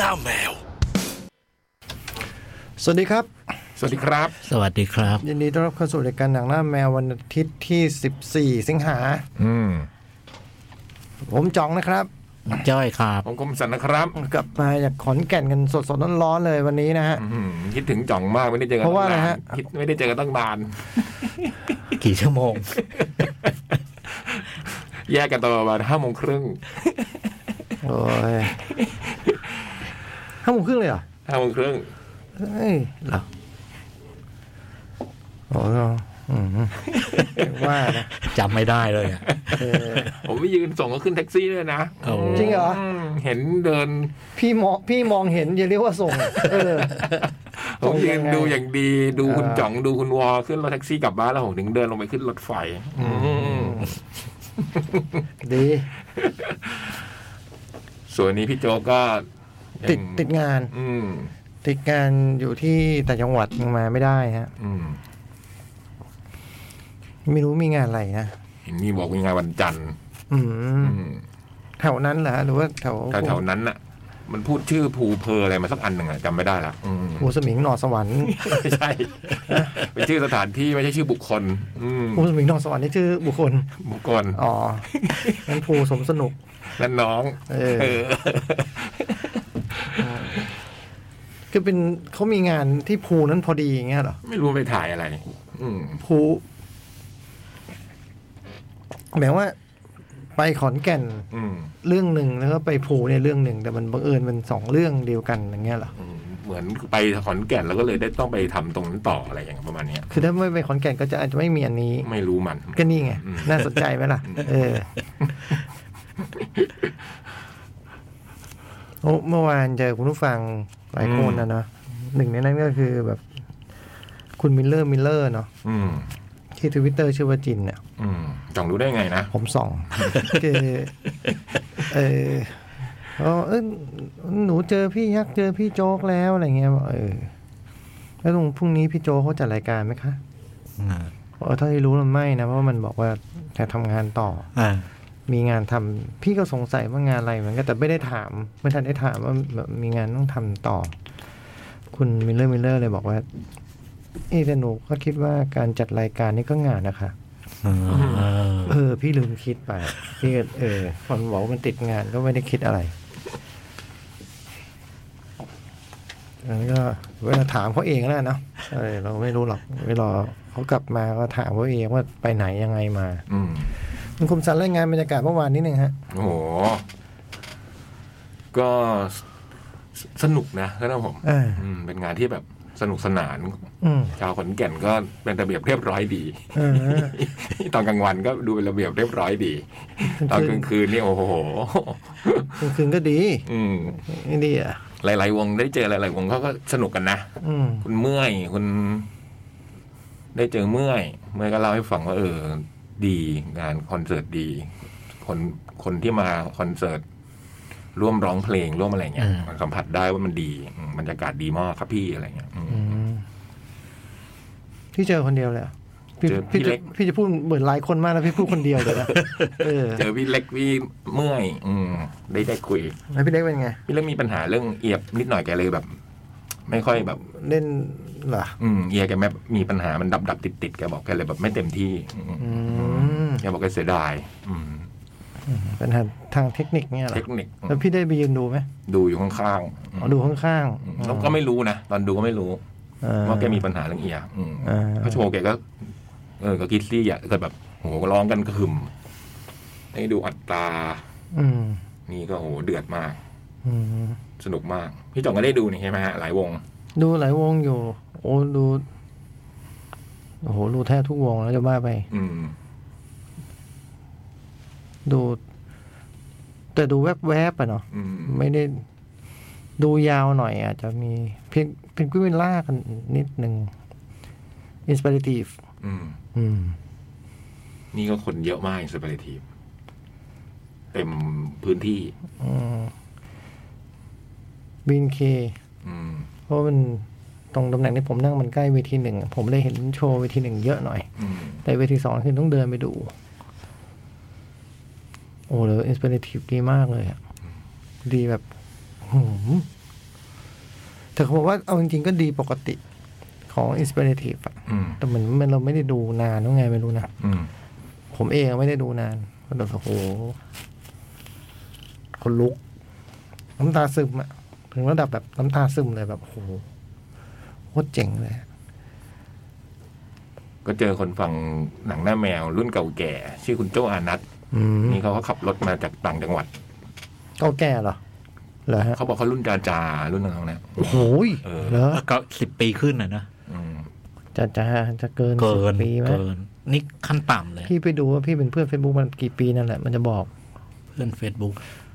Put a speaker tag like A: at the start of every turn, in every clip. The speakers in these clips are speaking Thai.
A: หน้าแมว
B: สวัสดีครับ
C: สวัสดีครับ
D: สวัสดีครับ
B: ยินดีต้อนรับเข้าสู่รายการหนังหน้าแมววันอาทิตย์ที่14สิงหาผมจ่องนะครับ
D: จ้อยครับ
C: ผมคมสันนะครับ
B: กลับมาจากขอนแก่นกันสดๆร้อนๆเลยวันนี้นะฮะ
C: คิดถึงจ่องมากไม่ได้เจอกัน
B: เพราะว่าอะไรฮะ
C: ไม่ได้เจอกันตั้งนาน
D: กี่ชั่วโมง
C: แยกกันตอนประมาณ 5:30 น
B: โอ้ย 5:30 นเลยเหรอ
C: 5:30 น
B: เฮ้ยเหรอโอ้ว่านะ
D: จำไม่ได้เลยอ่ะ
C: ผมไปยืนส่งก็ขึ้นแท็กซี่เลยนะ
B: จริงเหรอ
C: เห็นเดิน
B: พี่มองเห็นอย่าเรียกว่าส่ง
C: ผมยืนดูอย่างดีดูคุณจ่องดูคุณวอขึ้นรถแท็กซี่กลับบ้านแล้วผมถึงเดินลงไปขึ้นรถไฟ
B: ดี
C: ส่วนนี้พี่โจก็
B: ติดงานติดงานอยู่ที่แต่จังหวัดยังมาไม่ได้ฮะไม่รู้มีงานอะไรนะ
C: เห็นมีบอกมีงานวันจันทร์
B: แถวนั้นเหรอหรือว่าแ
C: ถวนั้นน่ะมันพูดชื่อภูเพออะไรมาสักอันหนึ่งอะจำไม่ได้ละ
B: ภูสมิงหนอสวรรค์
C: ไม่ใช่เป็นชื่อสถานที่ไม่ใช่ชื่อบุคคล
B: ภูสมิงหนอสวรรค์นี่ชื่อบุคคลอ๋องั้นภูสมสนุก
C: นั่นน้อง
B: คือเป็นเขามีงานที่ภูนั้นพอดีอย่างเงี้ยเหรอ
C: ไม่รู้ไปถ่ายอะไร
B: ภูหมายว่าไปขอนแก่นเรื่องหนึ่งแล้วก็ไปภูเนี่ยเรื่องหนึ่งแต่มันบังเอิญมัน2เรื่องเดียวกันอย่างเงี้ยเหรอ
C: เหมือนไปขอนแก่นแล้วก็เลยได้ต้องไปทำตรงนั้นต่ออะไรอย่างประมาณนี้
B: คือถ้าไม่ไปขอนแก่นก็อาจจะไม่มีอันนี้
C: ไม่รู้มัน
B: ก็นี่ไงน่าสนใจไหมล่ะเมื่อวานเจอคุณผู้ฟังหลายคนนะเนาะหนึ่งในนั้นก็คือแบบคุณมิลเลอร์เนาะที่ Twitter ชื่อว่าจินเนี่ย
C: จ่องรู้ได้ไงนะ
B: ผมส่องคือหนูเจอพี่ยักษ์เจอพี่โจ๊กแล้วอะไรเงี้ยแล้วพรุ่งนี้พี่โจ๊กเขาจัดรายการไหมคะเท่าที่รู้มันไม่นะเพราะมันบอกว่าจะทำงานต่อมีงานทำพี่ก็สงสัยว่างานอะไรเหมือนกันแต่ไม่ได้ถามไม่ทันได้ถามว่ามีงานต้องทำต่อคุณมิลเลอร์เลยบอกว่าแต่หนูก็คิดว่าการจัดรายการนี่ก็งานนะคะพี่ลืมคิดไปพี่คนบอกว่ามันติดงานก็ไม่ได้คิดอะไรแล้วก็เวลาถามเขาเองแล้วเนาะเราไม่รู้หรอกเวลาเขากลับมาก็ถามเขาเองว่าไปไหนยังไงมาคุณคมสันรายงานบรรยากาศเมื่อวานนิดนึงฮะ
C: โอ้โหก็สนุกนะท่านผมเป็นงานที่แบบสนุกสนานชาวขอนแก่นก็เป็นระเบียบเรียบร้อยดีตอนกลางวันก็ดูเป็นระเบียบเรียบร้อยดีตอนกลางคืนนี่โอ้โห
B: กลางคืนก็ดีดีอ่ะ
C: หลายๆวงได้เจอหลายๆวงเขาก็สนุกกันนะคุณเมื่อยคุณได้เจอเมื่อยก็เล่าให้ฟังว่าดีงานคอนเสิร์ตดีคนที่มาคอนเสิร์ตร่วมร้องเพลงร่วมอะไรเงี้ยมันสัมผัสได้ว่ามันดีบรรยากาศดีมากครับพี่อะไรเงี้ย
B: พี่เจอคนเดียวเลยพี่จะพูดเหมือนหลายคนมากแล้วพี่พูดคนเดียวเลยนะ
C: เจอพี่เล็กพี่เมื่อยได้คุย
B: แล้วพี่เล็กเป็นไง
C: พี่เล็กมีปัญหาเรื่องเอียบนิดหน่อยแกเลยแบบ ไม่ค่อยแบบ
B: เล่นเหรอ
C: เอียแกแม่มีปัญหามันดับติดแกบอกแกเลยแบบไม่เต็มที่แกบอกแกเสียดาย
B: เป็นทางเทคนิคเนี่ยหรอ
C: เทคนิค
B: แล้วพี่ได้ไปยืนดูไหม
C: ดูอยู่ข้าง
B: ๆดูข้าง
C: ๆแล้วก็ไม่รู้นะตอนดูก็ไม่รู้ว่าแกมีปัญหาเรื่องเอียพระโชว์แกก็ก็คิดซี่อ่ะเกิดแบบโหร้องกันกระหึ่มให้ดูอัตรานี่ก็โหเดือดมากสนุกมากพี่จ่องก็ได้ดูนี่ใช่ไหมฮะหลายวง
B: ดูหลายวงอยู่โอ้ดูแทบทุกวงแล้วจะบ้าไปดูแต่ดูแวบๆอ่ะเนาะไม่ได้ดูยาวหน่อยอาจจะมีเพียงกุ้ยล่ากันนิดนึง inspirative
C: นี่ก็คนเยอะมาก inspirative เต็มพื้นที่
B: บีนเคเพราะมันตรงตำแหน่งที่ผมนั่งมันใกล้เวทีหนึ่งผมเลยเห็นโชว์เวทีหนึ่งเยอะหน่อยแต่เวทีสองคือต้องเดินไปดูโอ้เลยอินสปิเรทีฟดีมากเลยอ่ะดีแบบแต่เขาบอกว่าเอาจริงๆก็ดีปกติของ Inspirative อะแต่เหมือนเราไม่ได้ดูนานว่าไงไม่รู้นะผมเองไม่ได้ดูนานก็แบบโอ้โหคนลุกน้ำตาซึมอะถึงระดับแบบน้ำตาซึมเลยแบบโอ้โหโคตรเจ๋งเลย
C: ก็เจอคนฟังหนังหน้าแมวรุ่นเก่าแก่ชื่อคุณโจอานัทนี่เขาก็ขับรถมาจากต่างจังหวัด
B: เก่าแก่เหรอฮะ
C: เขาบอกเขารุ่นจารุ่นของเขาเนี่ย
B: โอ้โห
D: แล้วก็10 ปีขึ้นนะ
B: จะเกิน10 ปีไหม
D: นี่ขั้นต่ำเลย
B: พี่ไปดูว่าพี่เป็นเพื่อน Facebook มันกี่ปีนั่นแหละมันจะบอก
D: เพื่อน Facebook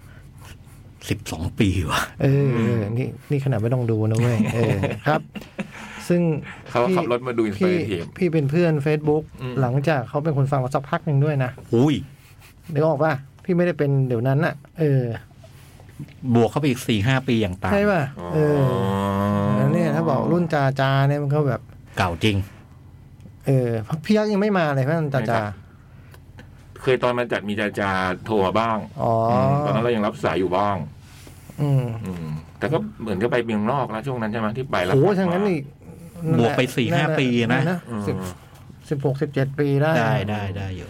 D: 12 ปีว่ะ
B: นี่ขนาดไม่ต้องดูนะเว้ยครับซึ่ง
C: เขาขับรถมาดูอินสปิเรทีฟ
B: พี่เป็นเพื่อน Facebook หลังจากเขาเป็นคนฟังมาสักพักหนึ่งด้วยนะ
D: อุ้ย
B: นึกออกป่ะพี่ไม่ได้เป็นเดี๋ยวนั้นน่ะ
D: บวกเข้าไปอีก 4-5 ปีอย่างต่ำ
B: ใช่ป่ะเนี่ยถ้าบอกรุ่นจาเนี่ยมันก็แบบ
D: เก่าจริง
B: พี่ยักษ์ยังไม่มาเลยเพราะจา
C: เคยตอนมันจัดมีจาโทรมาบ้างตอนนั้นเรายังรับสายอยู่บ้างแต่ก็เหมือนจะไปเมืองนอกแล้วช่วงนั้นใช่ไหมที่ไปแล้ว
B: โอ้ทั้งนั้นนี่
D: บวกไป 4-5 ปีนะ
B: 16-17 ปี
D: ได้อยู่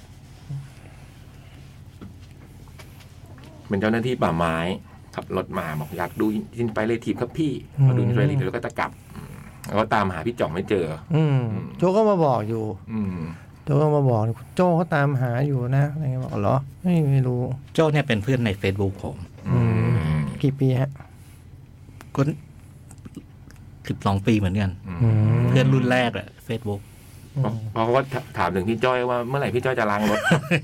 C: เป็นเจ้าหน้าที่ป่าไม้ขับรถมาบอกอยากดูอินสปิเรทีฟครับพี่มาดูอินสปิเรทีฟแล้วก็ตะกลับแล้วก็ตามหาพี่จ่องไม่เจอ
B: โจก็มาบอกอยู่โจก็มาบอกโจเขาตามหาอยู่นะอะไรเงี้ยบอกเหรอไม่รู้
D: โจเนี่ยเป็นเพื่อนใน Facebook ผม
B: กี่ปีฮะ
D: ก็12 ปีเหมือนกันเพื่อนรุ่นแรกอะ Facebook
C: เพราะว่าถามถึงพี่จ้อยว่าเมื่อไหร่พี่จ้อยจะล้างรถ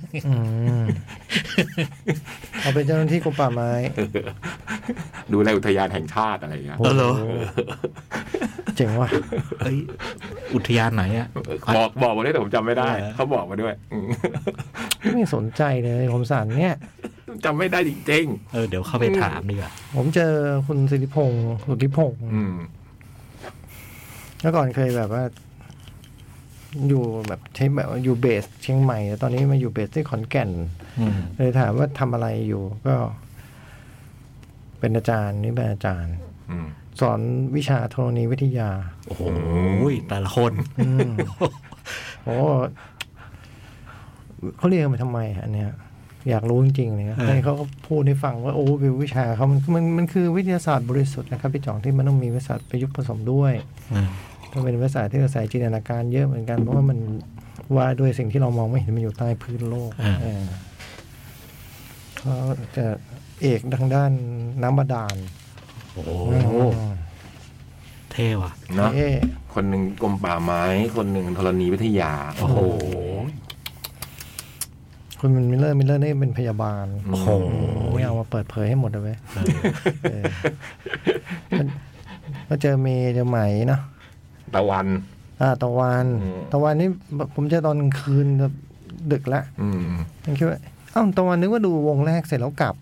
B: เอาเป็นเจ้าหน้าที่กรมป่าไม้
C: ดูแลอุทยานแห่งชาติอะไรอย่างเงี้ย
D: เหรอ
B: เจ๋งว่ะ
D: อุทยานไหนอะ
C: บอกมาด้วยแต่ผมจำไม่ได้เขาบอกมาด้วย
B: ไม่สนใจเลยผมสั่นเนี่ย
C: จำไม่ได้จริง
D: ๆเดี๋ยวเข้าไปถามดีกว่า
B: ผมเจอคุณสุทธิพงศ์แล้วก่อนเคยแบบว่าอยู่แบบใช้แบบอยู่เบสเชียงใหม่ตอนนี้มาอยู่เบสที่ขอนแก่นเลยถามว่าทำอะไรอยู่ก็เป็นอาจารย์นี่เป็นอาจารย์สอนวิชาธรณีวิทยา
D: โอ้โหแต่ละคน
B: โอ้เขาเรียกมาทำไมอันเนี้ยอยากรู้จริงๆเลยให้เขาก็พูดให้ฟังว่าโอ้เป็นวิชาเขามันคือวิทยาศาสตร์บริสุทธิ์นะครับพี่จ่องที่มันต้องมีวิทยาศาสตร์ประยุกต์ผสมด้วยก็เป็นวิทยาศาสตร์ที่อาศัยจินตนาการเยอะเหมือนกันเพราะว่ามันว่าด้วยสิ่งที่เรามองไม่เห็นมันอยู่ใต้พื้นโลกเขาจะเอกทางด้านน้ำบาดาล
D: โอ้เท่ว่ะ
C: เนาะคนหนึ่งกรมป่าไม้คนหนึ่งธรณีวิทยาโอ้โห
B: คุณมิลเลอร์นี่เป็นพยาบาลโอ้โหไม่เอามาเปิดเผยให้หมดเลยเว้ยก็เจอเมย์เจอไหมเนาะ
C: ตะวัน
B: นี่ผมเจอตอนกลางคืนดึกละผมคิดว่าตะวันนึกว่าดูวงแรกเสร็จแล้วกลับ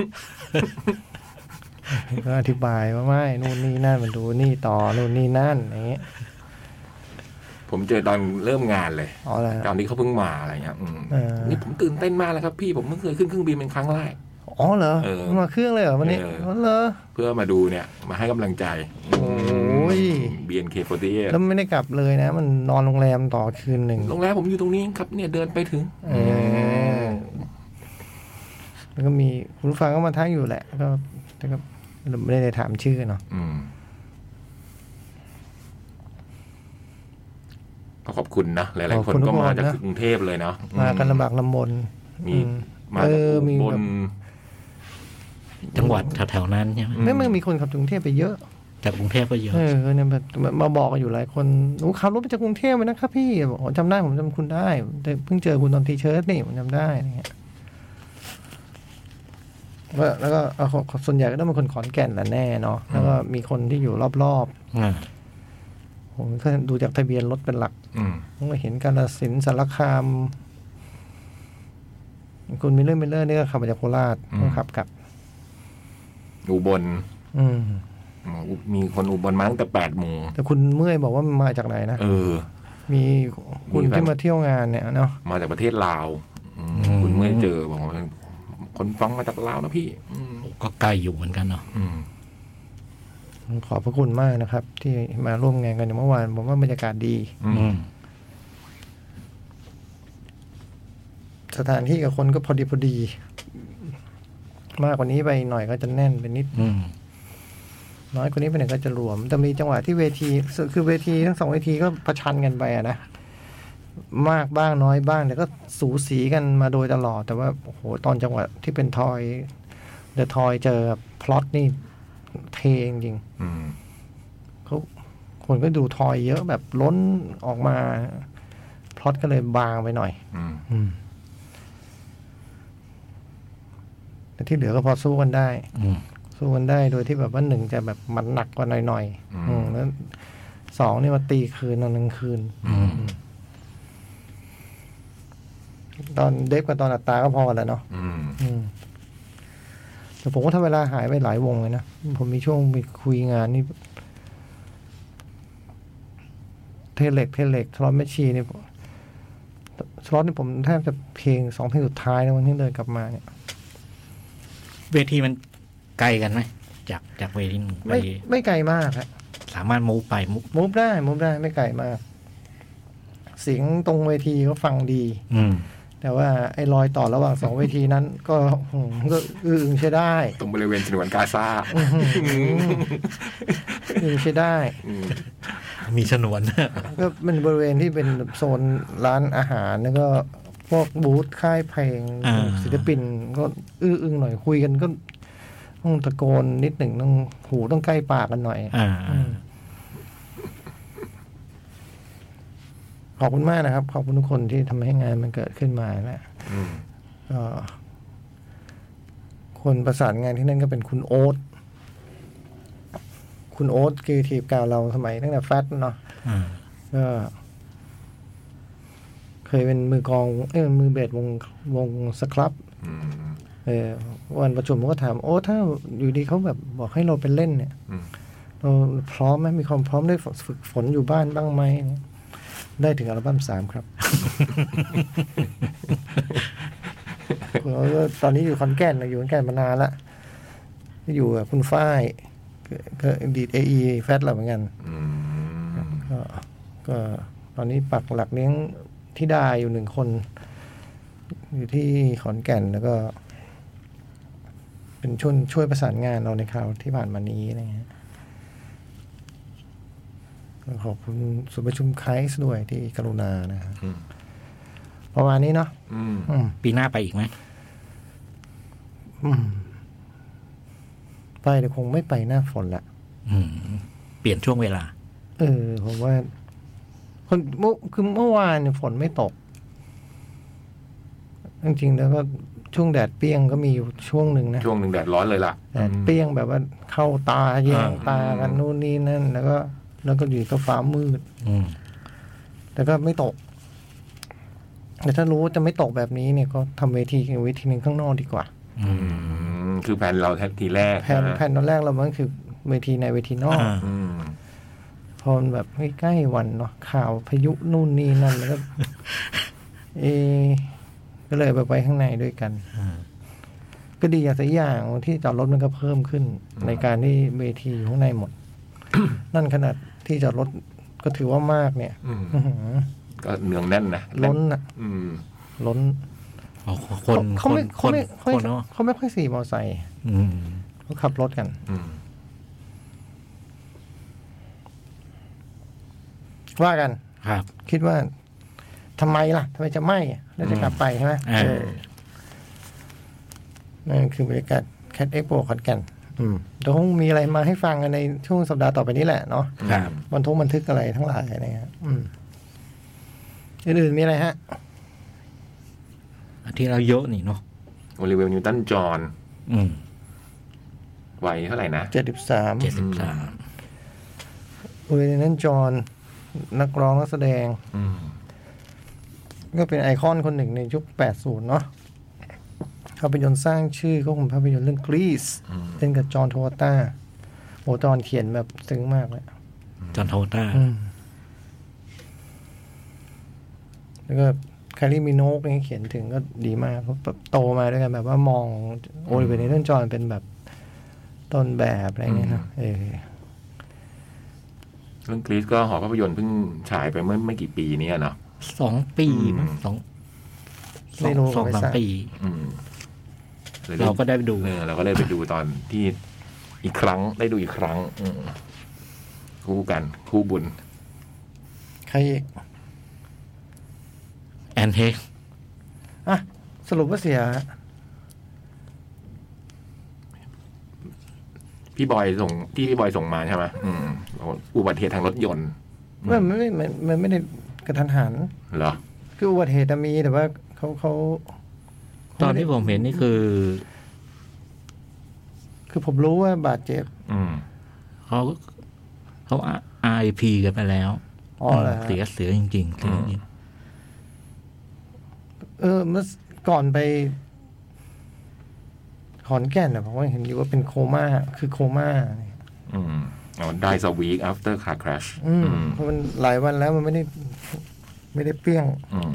B: ก็อธิบายว่าไม่นู่นนี่นั่นมันดูนี่ต่อนู่นนี่นั่นอย่างเงี้ย
C: ผมเจอตอนเริ่มงานเลยตอนนี้เขาเพิ่งมาอะไรเงี้ยนี่ผมตื่นเต้นมากเลยครับพี่ผมเพิ่งเคยขึ้นเครื่องบินเป็นครั้งแรก
B: อ๋อเหรอมาเครื่องเลยเหรอวันนี้เหรอ
C: เพื่อมาดูเนี่ยมาให้กำลังใจ
B: โอ้ย
C: BNK48
B: แล้วไม่ได้กลับเลยนะมันนอนโรงแรมต่อคืนหนึ่ง
C: โรงแรมผมอยู่ตรงนี้ครับเนี่ยเดินไปถึง
B: แล้วก็มีคุณผู้ฟังก็มาทักอยู่แหละก็แต่ก็ไม่ได้ถามชื่อเนาะ
C: ก็ขอบคุณนะหลายๆคนก็มาจากกรุงเทพเลยเนาะ
B: มากันลำบากลำบน
C: มีมามีบน
D: จังหวัดแถวๆนั้นใช่ไหม
B: ไม่มีคนขับกรุงเทพไปเยอะ
D: จากกรุงเทพก็เยอะ
B: เนี่ยมาบอกกันอยู่หลายคนหนูขับรถไปจากกรุงเทพไปนะครับพี่บอกจำได้ผมจำคุณได้แต่เพิ่งเจอคุณตอนทีเชิร์ตนี่ผมจำได้อะไรเงี้ยแล้วก็ส่วนใหญ่ก็ต้องเป็นคนขอนแก่นแหละแน่เนาะแล้วก็มีคนที่อยู่รอบๆผมก็ดูจากทะเบียนรถเป็นหลักผมก็เห็นกาฬสินธุ์สารคามคุณมิลเลอร์นี่ก็ขับมาจากโคราชต้องขับกลับ
C: อุบลมีคนอุบลมาตั้งแต่8 โมง
B: แต่คุณเมื่อยบอกว่ามันมาจากไหนนะมีคุณที่มาเที่ยวงานเนี่ยเนาะ
C: มาจากประเทศลาวคุณเมื่อยเจอบอกว่าคนฟังมาจากลาวนะพี่
D: ก็ไกลอยู่เหมือนกันเนาะ
B: ขอบพระคุณมากนะครับ ที่มาร่วมงานกันในเมื่อวานผมว่าบรรยากาศดีสถานที่กับคนก็พอดีมากกว่านี้ไปหน่อยก็จะแน่นไปนิดน้อยกว่านี้ไปหน่อยก็จะรวมแต่มีจังหวะที่เวทีคือเวทีทั้งสองเวทีก็ประชันกันไปนะมากบ้างน้อยบ้างแต่ก็สูสีกันมาโดยตลอดแต่ว่าโอ้โหตอนจังหวะที่เป็นทอยเดอะทอยเจอพล็อตนี่เทจริงเขาคนก็ดูทอยเยอะแบบล้นออกมาพล็อตก็เลยบางไปหน่อยแต่ที่เหลือก็พอสู้กันได้สู้กันได้โดยที่แบบว่าหนึ่งจะแบบมันหนักกว่าหน่อยๆแล้วสองนี่มาตีคืนตอนกลางคืนตอนเดฟกับตอนอัตตาก็พอกันแล้วเนาะแต่ผมว่าถ้าเวลาหายไปหลายวงเลยนะผมมีช่วงไปคุยงานนี่เทเล็กสล็อตแมชชีนี่สล็อตนี่ผมแทบจะเพลง2 เพลงสุดท้ายในวันที่เดินกลับมาเนี่ย
D: เวทีมันไกลกันไหมจากเวที
B: ไม่ไกลมากครับ
D: สามารถมูฟไป
B: มูฟได้ไม่ไกลมากเสียงตรงเวทีก็ฟังดีแต่ว่าไอ้รอยต่อระหว่าง2เวทีนั้นก็ใช้ได้
C: ตรงบริเวณฉนวนกาซา
B: ใช้ได้
D: มีฉนวน
B: ก็เป็นบริเวณที่เป็นโซนร้านอาหารแล้วก็พวกบูธค่ายเพลงศิลปินก็หน่อยคุยกันก็ต้องตะโกนนิดหนึ่งต้องหูต้องใกล้ปากกันหน่อยขอบคุณมากนะครับขอบคุณทุกคนที่ทำให้งานมันเกิดขึ้นมานะก็คนประสานงานที่นั่นก็เป็นคุณโอ๊ตครีเอทีฟกาวเราสมัยตั้งแต่แฟตเนาะก็เคยเป็นมือกองมือเบสวงสครับวันประชุมผมก็ถามโอ้ถ้าอยู่ดีเขาแบบบอกให้เราไปเล่นเนี่ยเราพร้อมไหมมีความพร้อมได้ฝึกฝนอยู่บ้านบ้างไหมได้ถึงอัลบั้ม3ครับ ตอนนี้อยู่ขอนแก่นอยู่ขอนแก่นมานานละอยู่กับคุณฝ้ายก็ดีดAE แฟตเราเหมือนกันก็ตอนนี้ปักหลักเลี้ยงที่ได้อยู่1 คนอยู่ที่ขอนแก่นแล้วก็เป็นช่วยประสานงานเราในคราวที่ผ่านมานี้นะฮะขอบคุณศูนย์ประชุมไคส์ด้วยที่กรุณานะครับประมาณนี้เนาะ
D: ปีหน้าไปอีกไหม
B: ไปแต่คงไม่ไปหน้าฝนละ
D: เปลี่ยนช่วงเวลา
B: ผมว่าคือเมื่อวานเนี่ยฝนไม่ตกจริงๆแล้วก็ช่วงแดดเปรี้ยงก็มีอยู่ช่วงหนึ่งนะ
C: ช่วงหนึ่งแดดร้อนเลยล่ะ
B: แดดเปรี้ยงแบบว่าเข้าตาแยงตากันนู่นนี่นั่นแล้วก็อยู่ก็ฟ้ามืดแต่ก็ไม่ตกแต่ถ้ารู้จะไม่ตกแบบนี้เนี่ยก็ทำเวทีหนึ่งข้างนอกดีกว่า
C: คือแผนเราทีแรก
B: แผนตอนแรกเรามันคือเวทีในเวทีนอกพอแบบใกล้วันเนาะข่าวพายุนู่นนี่นั่นแล้วก็ก็เลยไปข้างในด้วยกันก็ดีอย่างสักอย่างที่จอดรถมันก็เพิ่มขึ้นในการที่เวทีอยู่ข้างในหมด นั่นขนาดที่จอดรถก็ถือว่ามากเนี่ย
C: ก็เนืองแน่นนะ
B: ล้นอ่ะล้นเขาไม่ค่อยขี่มอเตอร์ไซค์เขาขับรถกันว่ากัน
D: ครับ
B: คิดว่าทำไมจะไม่แล้วจะกลับไปใช่ไหมนั่นคือบรรยากาศแคทเอ็กโปขอนแก่นเดี๋ยวคงมีอะไรมาให้ฟังกันในช่วงสัปดาห์ต่อไปนี้แหละเนาะบันทึกอะไรทั้งหลายนะครับอื่นมีอะไรฮะ
D: ที่เราเยอะนี่เนาะ
C: โอลิเวอร์นิวตันจอห์นวัยเท่าไหร่นะ
B: 73โอลิเวอร์นิวตันจอห์นนักร้องนักแสดงก็เป็นไอคอนคนหนึ่งในยุค80เนาะภาพยนตร์สร้างชื่อก็คงภาพยนตร์เรื่องกรีซเล่นกับจอห์นโทวัตตาโอ้จอห์นเขียนแบบซึ้งมากเลย
D: จอห์นโทวัตตา
B: แล้วก็แคลรี่มิโนกนี่เขียนถึงก็ดีมากเพราะโตมาด้วยกันแบบว่ามองโอลิเวอร์นิวตันจอห์นเป็นแบบต้นแบบอะไรเงี้ยนะ
C: เรื่องกรีซก็หอภาพยนตร์เพิ่งฉายไปเมื่อไม่กี่ปีนี้เนาะ
D: 2 ปีมั้ง
B: ไม่รู้
D: 2-3 ปีเราก็ได้ไปดู
C: เราก็ได้ไปดูตอนที่อีกครั้งได้ดูอีกครั้งคู่กันคู่บุญ
B: ใครอีก
D: แอนเฮก
B: อ่ะสรุปว่าเสีย
C: พี่บอยส่งมาใช่ไหมอุบัติเหตุทางรถยนต์
B: มันไม่ได้กระทันหัน
C: เหรอ
B: คืออุบัติเหตุมีแต่ว่าเขา
D: ตอนที่ผมเห็นนี่
B: คือผมรู้ว่าบาดเจ็บ
D: เขา RIP กันไปแล้วเสียจริงๆเ
B: มื่อก่อนไปขอนแก่นผมว่าเห็นอยู่ว่าเป็นโคม่าคือโคม่า
C: ได้a week after car crash
B: เพราะมันหลายวันแล้วมันไม่ได้เปรี้ยง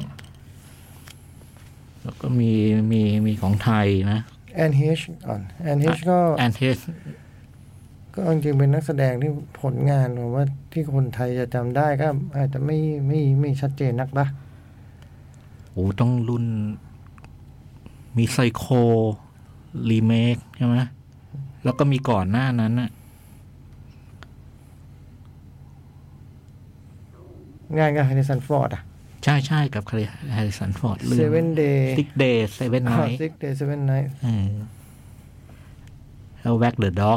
D: แล้วก็มีของไทยนะ
B: แอนเฮชก่อนแอนเฮชก็จริงๆเป็นนักแสดงที่ผลงานผมว่าที่คนไทยจะจำได้ก็อาจจะไม่ชัดเจนนักนะ
D: โอ้ต้องรุ่นมีไซโครีเมคใช่ไหมแล้วก็มีก่อนหน้านั้นน่ะ
B: งานกับแฮร์ริสันฟอร์ด
D: ใช่กับแฮร์ริสันฟอร์ด
B: เรื่อง Seven Days
D: Six Days Seven Nights
B: Six Days Seven Nights
D: แล้ว Wag the Dog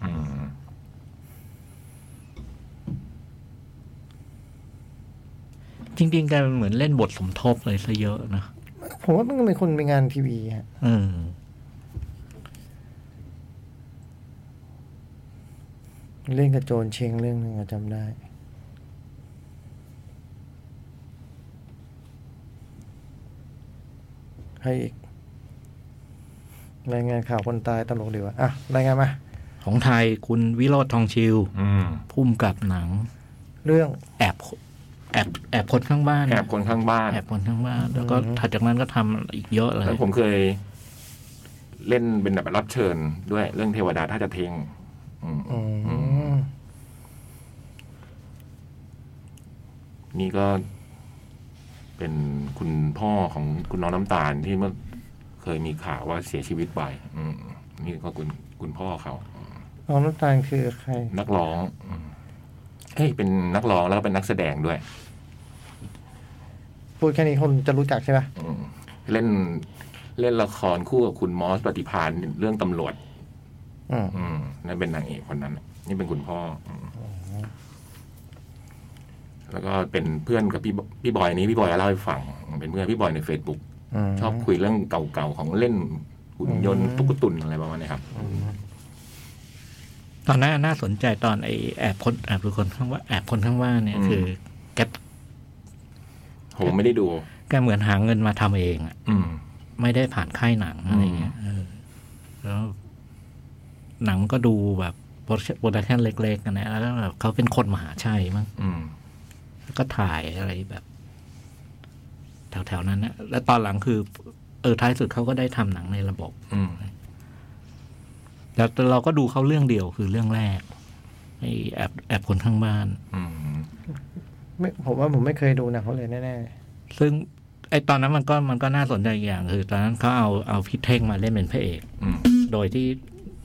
D: จริงๆแกเหมือนเล่นบทสมทบเลยซะเยอะนะ
B: ผมว่ามันก็เป็นคนเป็นงานทีวีฮะเล่นกับโจนเชงเรื่องนึงจำได้ใครอีกรายงานข่าวคนตายตลกดีวะรายงานมา
D: ของไทยคุณวิโรจน์ ทองชิวพุ่มกับหนัง
B: เรื่อง
D: แอบคนข้างบ้าน
C: แอบคนข้างบ้าน
D: แล้วก็ถัดจากนั้นก็ทำอีกเยอะเลย
C: แล้วผมเคยเล่นเป็นแบบรับเชิญด้วยเรื่องเทวดาถ้าจะเทงนี่ก็เป็นคุณพ่อของคุณน้องน้ำตาลที่เมื่อเคยมีข่าวว่าเสียชีวิตไปนี่ก็คุณพ่อเขา
B: น้องน้ำตาลคือใคร
C: นักร้องเป็นนักร้องแล้วก็เป็นนักแสดงด้วย
B: พูดแค่นี้คนจะรู้จักใช่ไหม
C: เล่นละครคู่กับคุณมอสปฏิภาณเรื่องตำรวจนั่นเป็นนางเอกคนนั้นนี่เป็นคุณพ่อแล้วก็เป็นเพื่อนกับพี่บอยนี้พี่บอยเล่าให้ฟังเป็นเพื่อนพี่บอยใน Facebook ชอบคุยเรื่องเก่าๆของเล่นหุ่นยนต์ตุ๊กตุนอะไรประมาณนี้ครับ
D: ตอนนั้นน่าสนใจตอนไอ้แอบคนข้างว่าแอบคนข้างว่าเนี่ยคือแก
C: ผมไม่ได้ดู
D: แกเหมือนหาเงินมาทำเองไม่ได้ผ่านค่ายหนังอะไรเงี้ยแล้วหนังก็ดูแบบโปรดักชั่นเล็กๆกันนะแล้วแบบเขาเป็นคนมหาชัยมั้งแล้วก็ถ่ายอะไรแบบแถวๆนั้นนะแล้วตอนหลังคือท้ายสุดเขาก็ได้ทำหนังในระบบแต่เราก็ดูเขาเรื่องเดียวคือเรื่องแรกไอ้แอบคนข้างบ้าน
B: ไม่ผมว่าผมไม่เคยดูนะเขาเลยแน่
D: ๆซึ่งไอ้ตอนนั้นมันก็น่าสนใจอย่างคือตอนนั้นเขาเอาพี่เท่งมาเล่นเป็นพระเอกโดยที่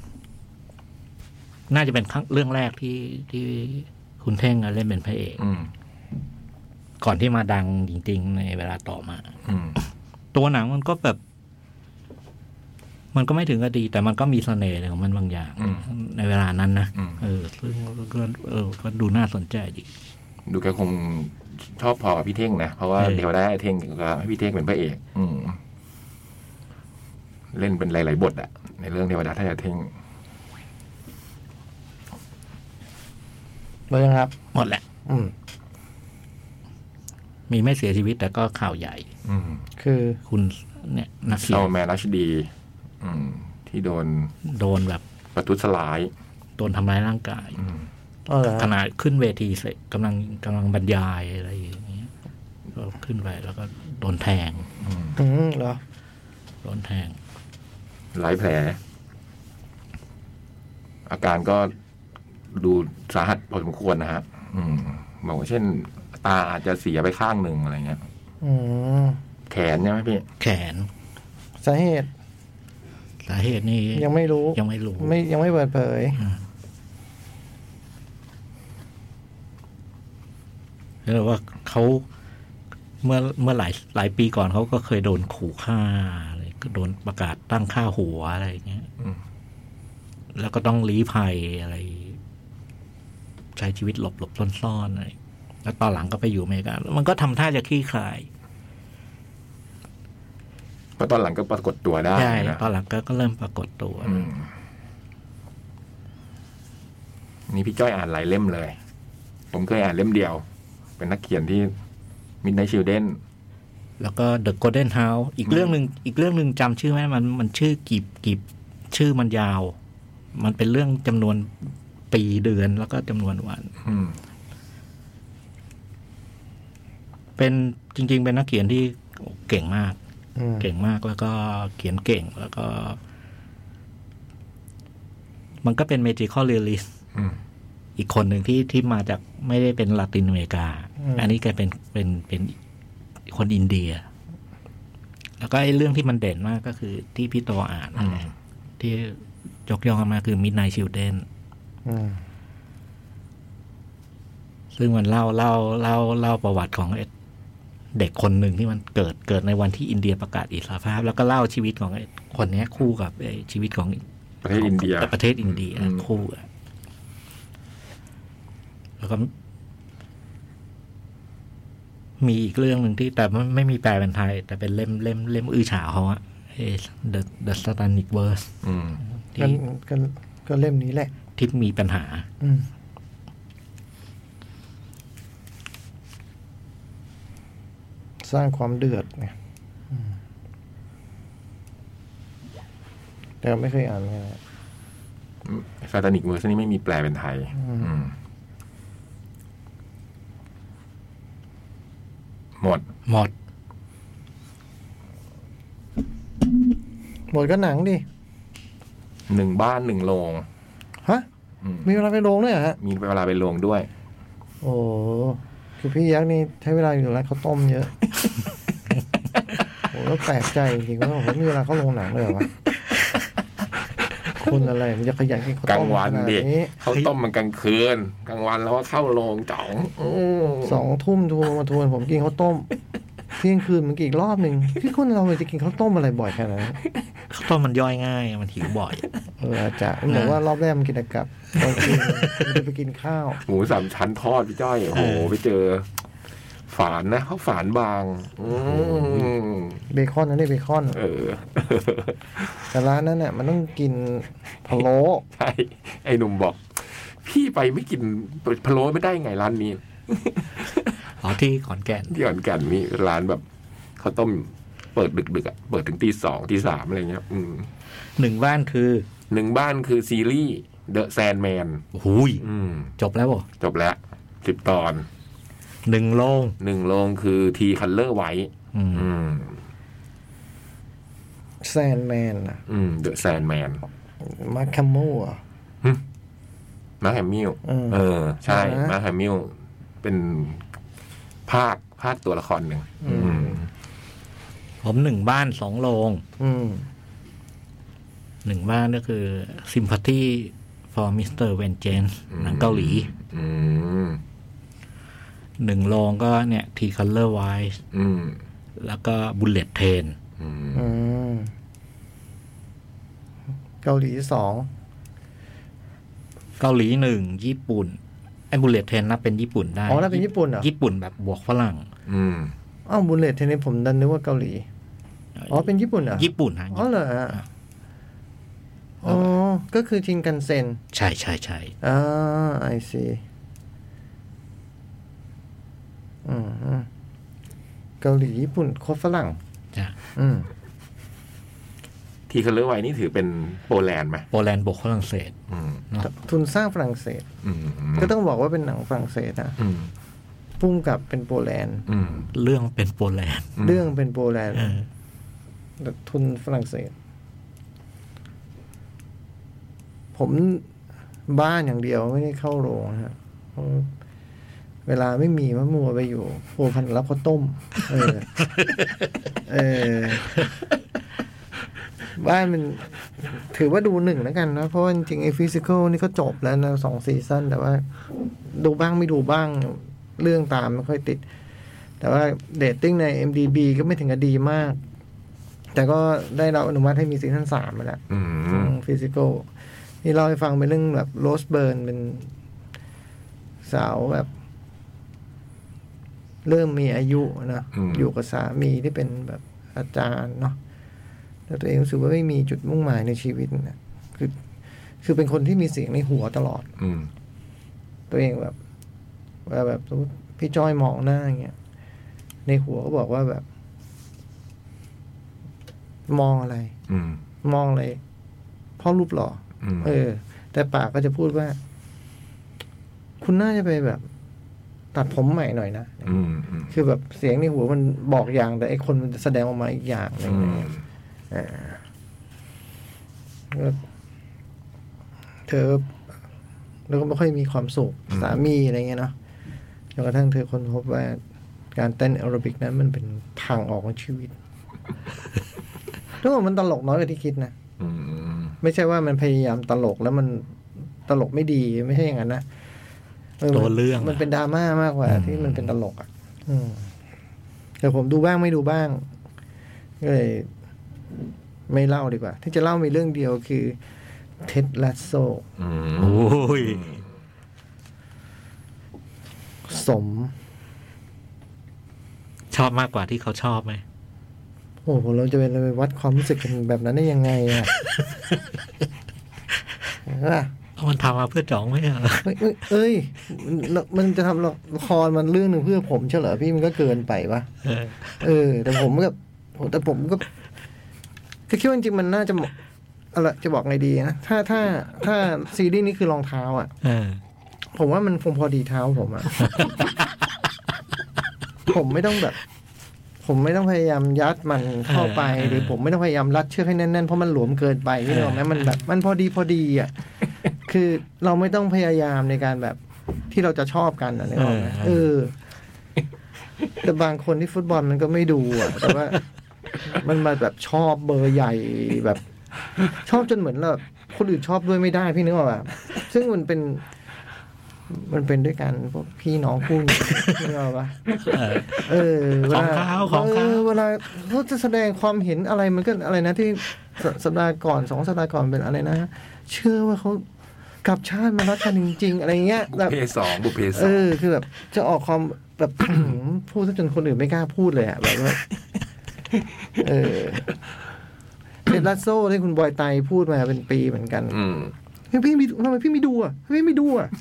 D: น่าจะเป็นเรื่องแรกที่คุณเท่งเล่นเป็นพระเอกก่อนที่มาดังจริงๆในเวลาต่อมาตัวหนังมันก็แบบมันก็ไม่ถึงกับดีแต่มันก็มีเสน่ห์ของมันบางอย่างในเวลานั้นนะซึ่งก็ดูน่าสนใจดี
C: ดูแกคงชอบพอกับพี่เท่งนะเพราะว่าเดี๋ยวได้เท่งก็ให้พี่เท่งเป็นพระเอกเล่นเป็นหลายๆบทอะในเรื่องเทวดาถ้าจะเท่ง
B: หมดยังครับ
D: หมดแหละมีไม่เสียชีวิตแต่ก็ข่าวใหญ่
B: คือ
D: คุณเนี่ยนักเขียน
C: แมนรัชดีที่โดน
D: แบบ
C: ประทุษร้าย
D: โดนทำร้ายร่างกายขณะขึ้นเวทีเสร็จกำลังบรรยายอะไรอย่างเงี้ยก็ขึ้นไปแล้วก็โดนแทง
B: เหรอ
D: โดนแทง
C: หลายแผลอาการก็ดูสาหัสพอสมควรนะฮะบอกว่าเช่นตาอาจจะเสียไปข้างหนึ่งอะไรเงี้ยแขนใช่ไหมพี่
D: แขน
B: สาเหตุ
D: นี่
B: ยังไม่รู้
D: ยัง
B: ไม่เปิดเผย
D: แล้วว่าเขาเมื่อหลายปีก่อนเขาก็เคยโดนขู่ฆ่าอะไรก็โดนประกาศตั้งฆ่าหัวอะไรอย่างเงี้ยแล้วก็ต้องลี้ภัยอะไรใช้ชีวิตหลบซ่อนๆอะไรแล้วตอนหลังก็ไปอยู่อเมริกามันก็ทำท่าจะคลี่คลาย
C: เพราะตอนหลังก็ปรากฏตัวได้
D: ใช่ตอนหลังก็เริ่มปรากฏตัว
C: นี่พี่จ้อยอ่านหลายเล่มเลยผมเคยอ่านเล่มเดียวเป็นนักเขียนที่Midnight Children
D: แล้วก็ The Golden House อีกเรื่องนึงจำชื่อไหมมันชื่อกีบชื่อมันยาวมันเป็นเรื่องจำนวนปีเดือนแล้วก็จำนวนวันเป็นจริงๆเป็นนักเขียนที่เก่งมากแล้วก็เขียนเก่งแล้วก็มันก็เป็น Magical Realist อีกคนหนึ่งที่มาจากไม่ได้เป็นลาตินอเมริกาอันนี้แกเป็นคนอินเดียแล้วก็ไอ้เรื่องที่มันเด่นมากก็คือที่พี่โตอ่านที่ยกย่องมาคือ Midnight Children ซึ่งมันเล่าประวัติของเด็กคนหนึ่งที่มันเกิดในวันที่อินเดียประกาศอิสรภาพแล้วก็เล่าชีวิตของคนนี้คู่กับชีวิตของ
C: ประเทศอินเดีย
D: คู่แล้วก็มีอีกเรื่องหนึ่งที่แต่ไม่มีแปลเป็นไทยแต่เป็นเล่มอื้อฉาวเขาอะ The Satanic Verse
B: ก็เล่มนี้แหละ
D: ที่มีปัญหา
B: สร้างความเดือดไงแต่ไม่เคยอ่านเลย
C: Satanic Verse นี่ไม่มีแปลเป็นไทยหมด
B: ก็หนังดิ
C: 1 บ้าน 1 โรง
B: ฮะมีเวลาไปโรงด้วยเหรอฮะ
C: มีเวลาไปโรงด้วย
B: โอ้คือพี่ยักษ์นี่ใช้เวลาอยู่ร้านข้าวต้มเยอะโอ้แล้วแปลกใจจริงๆว่าผมมีเวลาเข้าโรงหนังเลยเหรอวะคนอะไรมันจะขยันกินข้าวต้ม
C: กลางวันดิข้าวต้มมันกลางคืนกลางวันแล้วว่าเข้าโรงจ่อง
B: 2 ทุ่มโทรมาทวนผมกินข้าวต้มเที่ยงคืนมันกินอีกรอบหนึ่งที่คนเราจะกินข้าวต้มอะไรบ่อยขนาดนั้น
D: ข้าวต้มมันย่อยง่ายมันหิวบ่อย
B: อาจจะบอกว่ารอบแรกมันกินกับตอนกินมันไปกินข้าว
C: หมู3 ชั้นทอดพี่จ้อยโอ้โหไปเจอฝานนะเขาฝานบาง
B: เบคอนนั่นเบคอนแต่ร้านนั้นเนี่ยมันต้องกินพะโล้
C: ใช่ไอ้หนุ่มบอกพี่ไปไม่กินพะโล้ไม่ได้ไงร้านนี้
D: ที่ขอนแก่
C: นมีร้านแบบข้าวต้มเปิดดึกๆอ่ะเปิดถึงตี 2 ตี 3อะไรเงี้ย
D: 1 บ้านคือ
C: ซีรีส์ The Sandman
D: หูยจบแล้วบ่
C: จบแล้ว10 ตอน
D: 1 โรง
C: คือ T Color White
B: Sandman อ่ะ
C: The Sandman
B: มาร์ค แฮมมิลอ่ะ
C: มาร์ค แฮมมิลใช่มาร์ค แฮมมิลเป็นภาคตัวละครหนึ่ง
D: ผม1 บ้าน 2 โรง1 บ้านก็คือ Sympathy for Mr. Vengeance หนังเกาหลี1 โรงก็เนี่ย T Color White แล้วก็ Bullet Train
B: เกาหลี
D: 2 เกาหลี 1 ญี่ปุ่นไอ้ Bullet Train นับเป็นญี่ปุ่นได้
B: นับเป็นญี่ปุ่นเหรอ
D: ญี่ปุ่นแบบบวกฝรั่ง
B: Bullet Train นี่ผมดันนึกว่าเกาหลีเป็นญี่ปุ่นเหรอ
D: ญี่ปุ่นฮะ
B: เหรอก็คือชินกันเซ็น
D: ใช่
B: I see เกาหลีญี่ปุ่นโคตรฝรั่ง
D: จ้ะ
C: ที่เขาเลือกไว้นี่ถือเป็นโปแลนด์ไหม
D: โปแลนด์บวกฝรั่งเศส
B: ทุนสร้างฝรั่งเศสก็ต้องบอกว่าเป็นหนังฝรั่งเศสนะพุ่งกับเป็นโปแลนด์
D: เรื่องเป็นโปแลนด์
B: ทุนฝรั่งเศสผมบ้านอย่างเดียวไม่ได้เข้าโรงนะฮะเวลาไม่มีมะมัวไปอยู่พัวพันรับข้าวต้มบ้านมันถือว่าดู1แล้วกันนะเพราะว่าจริงๆไอ้ฟิสิคอลนี่ก็จบแล้วนะ2 ซีซั่นแต่ว่าดูบ้างไม่ดูบ้างเรื่องตามไม่ค่อยติดแต่ว่าเรตติ้งใน MDB ก็ไม่ถึงกับดีมากแต่ก็ได้รับอนุมัติให้มีซีซั่น3มาแล้วฟิสิคอลนี่เล่าให้ฟังเป็นเรื่องแบบโรสเบิร์นเป็นสาวแบบเริ่มมีอายุนะอยู่กับสามีที่เป็นแบบอาจารย์เนาะแล้วตัวเองรู้สึกว่าไม่มีจุดมุ่งหมายในชีวิตนะคือเป็นคนที่มีเสียงในหัวตลอดตัวเองแบบว่าแบบพี่จ้อยมองหน้าอย่างเงี้ยในหัวก็บอกว่าแบบมองอะไรมองอะไรเพราะรูปหล่อแต่ปากก็จะพูดว่าคุณน่าจะไปแบบตัดผมใหม่หน่อยนะคือแบบเสียงในหัวมันบอกอย่างแต่ไอ้คนมันแสดงออกมาอีกอย่างอะไรอย่างเงี้ยเธอแล้วก็ไม่ค่อยมีความสุขสามีอะไรเงี้ยเนาะจนกระทั่งเธอค้นพบว่าการเต้นแอโรบิกนั้นมันเป็นทางออกของชีวิตทุกคนมันตลกน้อยกว่าที่คิดนะไม่ใช่ว่ามันพยายามตลกแล้วมันตลกไม่ดีไม่ใช่อย่างนั้นนะ
D: ตัวเรื่อง
B: มันเป็นดราม่ามากกว่าที่มันเป็นตลกอ่ะแต่ผมดูบ้างไม่ดูบ้างก็เลยไม่เล่าดีกว่าที่จะเล่ามีเรื่องเดียวคือเท็ดลัสโซ
D: โอ้ย
B: สม
D: ชอบมากกว่าที่เขาชอบไหม
B: โอ้โหเราจะเป็นไปวัดความรู้สึกกันแบบนั้นได้ยังไงอ่ะ
D: มันทำมาเพื่อจ่องไหมอ่ะ
B: มันจะทำละครมันเรื่องหนึ่งเพื่อผมเฉลอพี่มันก็เกินไปวะแต่ผมก็คิดว่าจริงๆมันน่าจะอะไรจะบอกไงดีนะถ้าซีรีส์นี้คือรองเท้าอ่ะผมว่ามันคงพอดีเท้าผมอ่ะ ผมไม่ต้องพยายามยัดมันเข้าไปหรือผมไม่ต้องพยายามรัดเชือกให้แน่นๆเพราะมันหลวมเกินไปที่เรานะมันแบบมันพอดีอ่ะคือเราไม่ต้องพยายามในการแบบที่เราจะชอบกันอะไรแบบนี้แต่บางคนที่ฟุตบอลมันก็ไม่ดูอ่ะแต่ว่ามันมาแบบชอบเบอร์ใหญ่แบบชอบจนเหมือนแบบคนอื่นชอบด้วยไม่ได้พี่นึกออกป่ะซึ่งมันเป็นด้วยกันพวกพี่น้องคู่นี้นึกออกป่ะ
D: ของเขา
B: เวลาเขาจะแสดงความเห็นอะไรมันก็อะไรนะที่สัปดาห์ก่อน2 สัปดาห์ก่อนเป็นอะไรนะเชื่อว่าเขากลับชาติมารักกันจริงๆอะไรเงี้ย
C: แบบบุพเพ2
B: คือแบบจะออกความแบบพูดซะจนคนอื่นไม่กล้าพูดเลยอ่ะแบบว่าเท็ดลัสโซที่คุณบอยไตพูดมาเป็นปีเหมือนกันพี่ทำไมพี่ไม่ดูอ่ะพี่ไม่ดูอ่ะ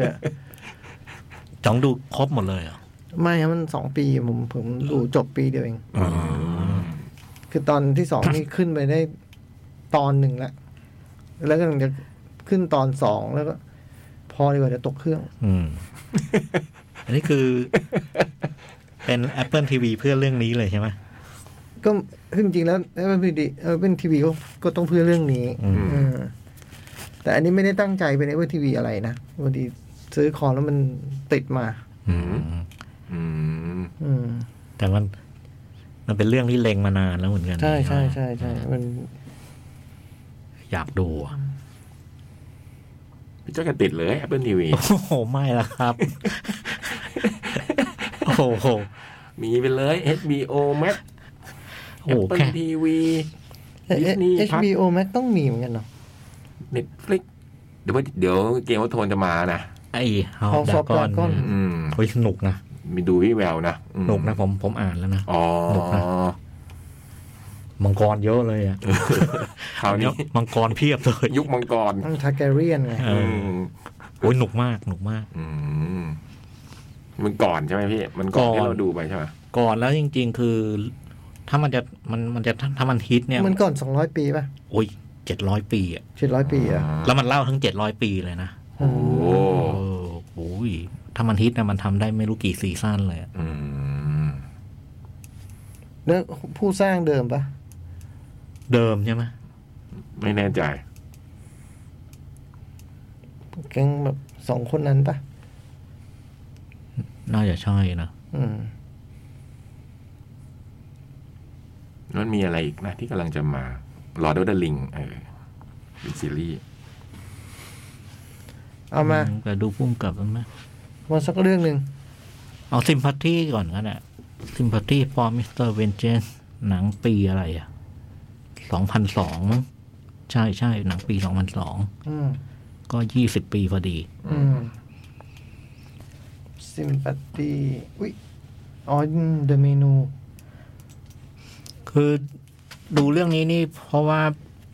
D: จ้องดูครบหมดเลยเหรอ
B: ไม่ครับมัน2 ปีผมดูจบปีเดียวเองคือตอนที่2นี่ขึ้นไปได้ตอน1แล้วก็จะขึ้นตอน2แล้วก็พอดีกว่าจะตกเครื่อง
D: อันนี้คือเป็น Apple TV เพื่อเรื่องนี้เลยใช่ไหม
B: ก็จริงๆแล้วเป็นทีวีก็ต้องเพื่อเรื่องนี้แต่อันนี้ไม่ได้ตั้งใจเป็นApple TVอะไรนะพอดีซื้อคอมแล้วมันติดมา
D: แต่มันเป็นเรื่องที่เล็งมานานแล้วเหมือนกัน
B: ใช่มัน
D: อยากดู
C: พี่จ้อยกันติดเลย Apple TV
D: โอ้โหไม่ละครับโอ้โห
C: มีไปเลย HBO Max Apple TV
B: Disney HBO Max ต้องมีเหมือนกันเนาะ
C: Netflix เดี๋ยวเกมวัตโทนจะมานะ
D: ไอ้House of Dragon โอ้ยสนุกนะ
C: มีดูวิแววนะ
D: สนุกนะผมอ่านแล้วนะสนุกนะมังกรเยอะเลยอ่ะ
C: คราวนี้
D: มังกรเพียบเลย
C: ยุคมังกร
B: ทั้งทาร์แกเรียนไง
D: โอ้ยหนุกมาก
C: มันก่อนใช่ไหมพี่มันก่อนที่เราดูไปใช่ไหม
D: ก่อนแล้วจริงๆคือถ้ามันจะถ้ามันฮิตเนี่ย
B: มันก่อน200 ปีป่ะ
D: โอ้ย700 ปีอ่ะ
B: 700 ปีอ่ะ
D: แล้วมันเล่าทั้ง700 ปีเลยนะโอ้โหถ้ามันฮิตนะมันทำได้ไม่รู้กี่ซีซั่นเลย
B: แล้วผู้สร้างเดิมป่ะ
D: เดิมใช่ไหม
C: ไม่แน่ใจ
B: แก๊งแบบ2 คนนั้นป่ะ
D: น่าจะใช่นะ
C: มันมีอะไรอีกนะที่กำลังจะมาLord of the Ring เป็นซีรีส์
B: เอามา
D: แต่ดูพุ่มกับมันไหม
B: มาสักเรื่องหนึ่ง
D: เอาSympathyก่อนก็ได้Sympathy for Mr. Vengeance หนังปีอะไร2002มั้งใช่หนังปี2002ก็20ปีพอดี
B: Sympathy อุ๊ยThe Menu
D: คือดูเรื่องนี้นี่เพราะว่า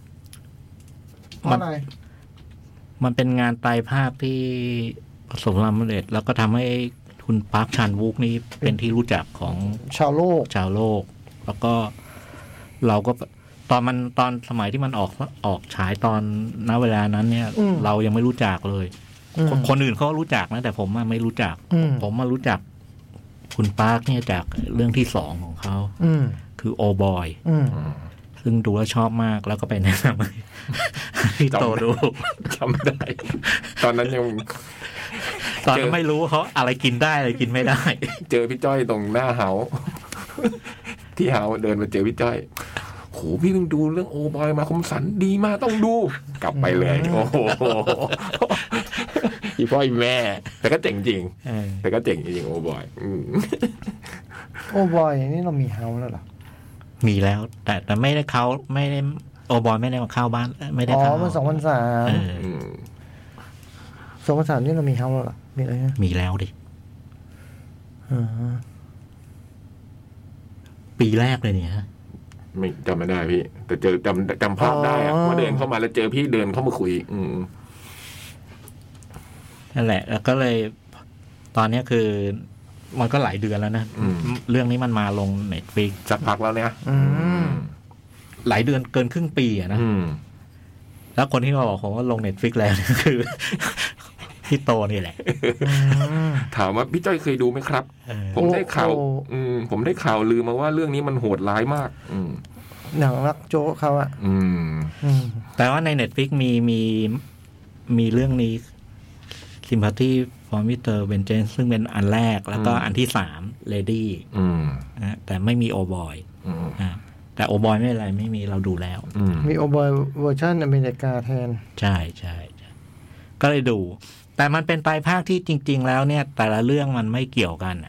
D: มันเป็นงานไตรภาคที่ประสบความสำเร็จแล้วก็ทำให้คุณปาร์คชานวูกนี่เป็นที่รู้จักของ
B: ชาวโลก
D: แล้วก็เราก็ตอนสมัยที่มันออกฉายตอนณเวลานั้นเนี่ยเรายังไม่รู้จักเลยคนอื่นเขารู้จักนะแต่ผมไม่รู้จักผมมารู้จักคุณปาร์คเนี่ยจากเรื่องที่2ของเขาคือโอบอยซึ่งดูแล้วชอบมากแล้วก็ไปแนะนำพี่โตดู
C: จำได้ตอนนั้นยัง
D: ตอนนั้นไม่รู้เขาอะไรกินได้อะไรกินไม่ได้
C: เจอพี่จ้อยตรงหน้าเฮาที่เฮาเดินมาเจอพี่จ้อยโหพี่เพิ่งดูเรื่องโอบอยมาคมสันดีมากต้องดูกลับไปเลยโอ้โหอีพ่ออีแม่แต่ก็เจ๋งจริงแต่ก็เจ๋งจริงโอบอย
B: โอบอยนี่เรามีเฮาแล้วหรอ
D: มีแล้วแต่ไม่ได้เขาไม่ได้โอบอยไม่ได้มาเข้าบ้านไม่ได้เข้า
B: มัน2003นี่เรามีเฮาแล้วหรอมีอะไร
D: มีแล้วดิปีแรกเลยเนี่ย
C: ไม่จำไม่ได้พี่แต่เจอจำภาพได้อะว่าเดินเข้ามาแล้วเจอพี่เดินเข้ามาคุย
D: นั่นแหละแล้วก็เลยตอนนี้คือมันก็หลายเดือนแล้วนะเรื่องนี้มันมาลง Netflix
C: สักพักแล้วเนี่ย
D: หลายเดือนเกินครึ่งปีอะนะแล้วคนที่มาบอกผมว่าลง Netflix แล้วคือพี่โตนี่แหละ
C: ถามว่าพี่จ้อยเคยดูไหมครับผมได้ข่าวลือมาว่าเรื่องนี้มันโหดร้ายมาก
B: หนังรักโจ๊กเขาอะ
D: แต่ว่าใน Netflix มีเรื่องนี้ Sympathy for Mr. Vengeance ซึ่งเป็นอันแรกแล้วก็อันที่3 Lady แต่ไม่มีโอบอยแต่โอบอยไม่เป็นไรไม่มีเราดูแล้ว
B: มีโอบอยเวอร์ชันอเมริกาแทน
D: ใช่ก็เลยดูแต่มันเป็นไตรภาคที่จริงๆแล้วเนี่ยแต่ละเรื่องมันไม่เกี่ยวกัน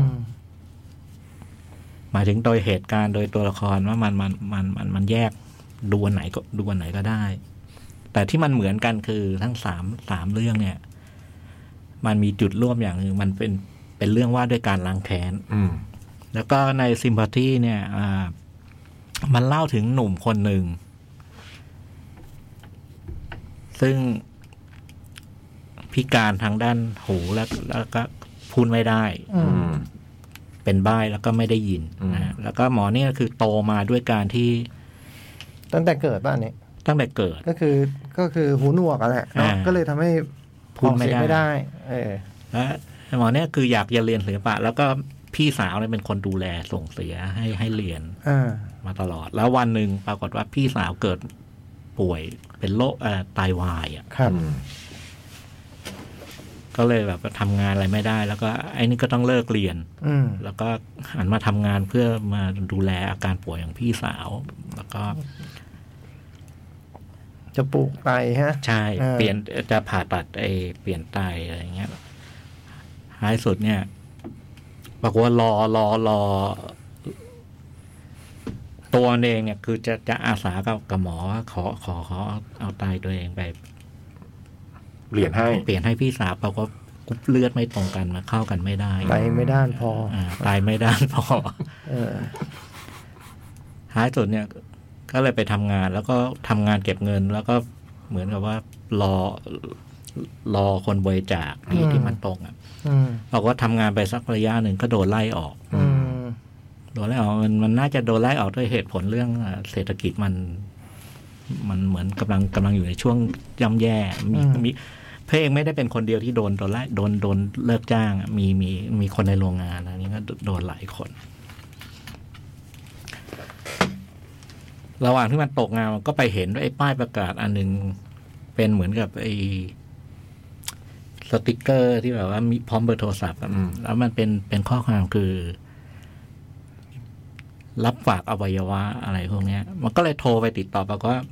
D: หมายถึงโดยเหตุการณ์โดยตัวละครว่ามันแยกดูอันไหนก็ได้แต่ที่มันเหมือนกันคือทั้ง3เรื่องเนี่ยมันมีจุดร่วมอย่างนึงมันเป็นเรื่องว่าด้วยการล้างแค้นแล้วก็ใน Sympathy เนี่ยมันเล่าถึงหนุ่มคนหนึ่งซึ่งพิการทางด้านหูแล้วก็พูดไม่ได้เป็นใบ้แล้วก็ไม่ได้ยินนะแล้วก็หมอเนี่ยคือโตมาด้วยการที่
B: ตั้งแต่เกิดบ้านนี้
D: ตั้งแต่เกิด
B: ก็คือหูหนวกอะแหละก็เลยทำให้พูดไม่ได้
D: แล้วหมอเนี่ยคืออยากจะเรียนศิลปะแล้วก็พี่สาวเนี่ยเป็นคนดูแลส่งเสียให้เรียนมาตลอดแล้ววันหนึ่งปรากฏว่าพี่สาวเกิดป่วยเป็นโรคไตวายอ่ะก็เลยแบบทำงานอะไรไม่ได้แล้วก็ไอ้นี่ก็ต้องเลิกเรียนแล้วก็หันมาทำงานเพื่อมาดูแลอาการป่วยของพี่สาวแล้วก็
B: จะปลูกไตฮะ
D: ใช่เปลี่ยนจะผ่าตัดเปลี่ยนไตอะไรเงี้ยท้ายสุดเนี่ยบอกว่ารอตัวเองเนี่ยคือจะอาสากับหมอว่าขอเอาไตตัวเองไป
C: เปลี่ยน
D: ให้พี่สาวเพราะว่ากุ๊บเลือดไม่ตรงกันมาเข้ากันไม่ได้
B: ไตไม่ด้านพอ
D: ไตไม่ด้านพอท้ายสุดเนี่ยก็เลยไปทำงานแล้วก็ทำงานเก็บเงินแล้วก็เหมือนกับว่ารอคนบริจาคที่มันตรงอ่ะเราก็ทำงานไปสักระยะหนึ่งก็โดนไล่ออกมันน่าจะโดนไล่ออกด้วยเหตุผลเรื่องเศรษฐกิจมันเหมือนกำลังอยู่ในช่วงย่ำแย่มีเพลงไม่ได้เป็นคนเดียวที่โดนไล่โดนเลิกจ้างมีคนในโรงงานอันนี้ก็โดนหลายคนระหว่างที่มันตกงานก็ไปเห็นด้วยไอ้ป้ายประกาศอันนึงเป็นเหมือนกับไอ้สติกเกอร์ที่แบบว่ามีพร้อมเบอร์โทรศัพท์แล้วมันเป็นข้อความคือรับฝากอวัยวะอะไรพวกนี้มันก็เลยโทรไปติดต่อบอกว่า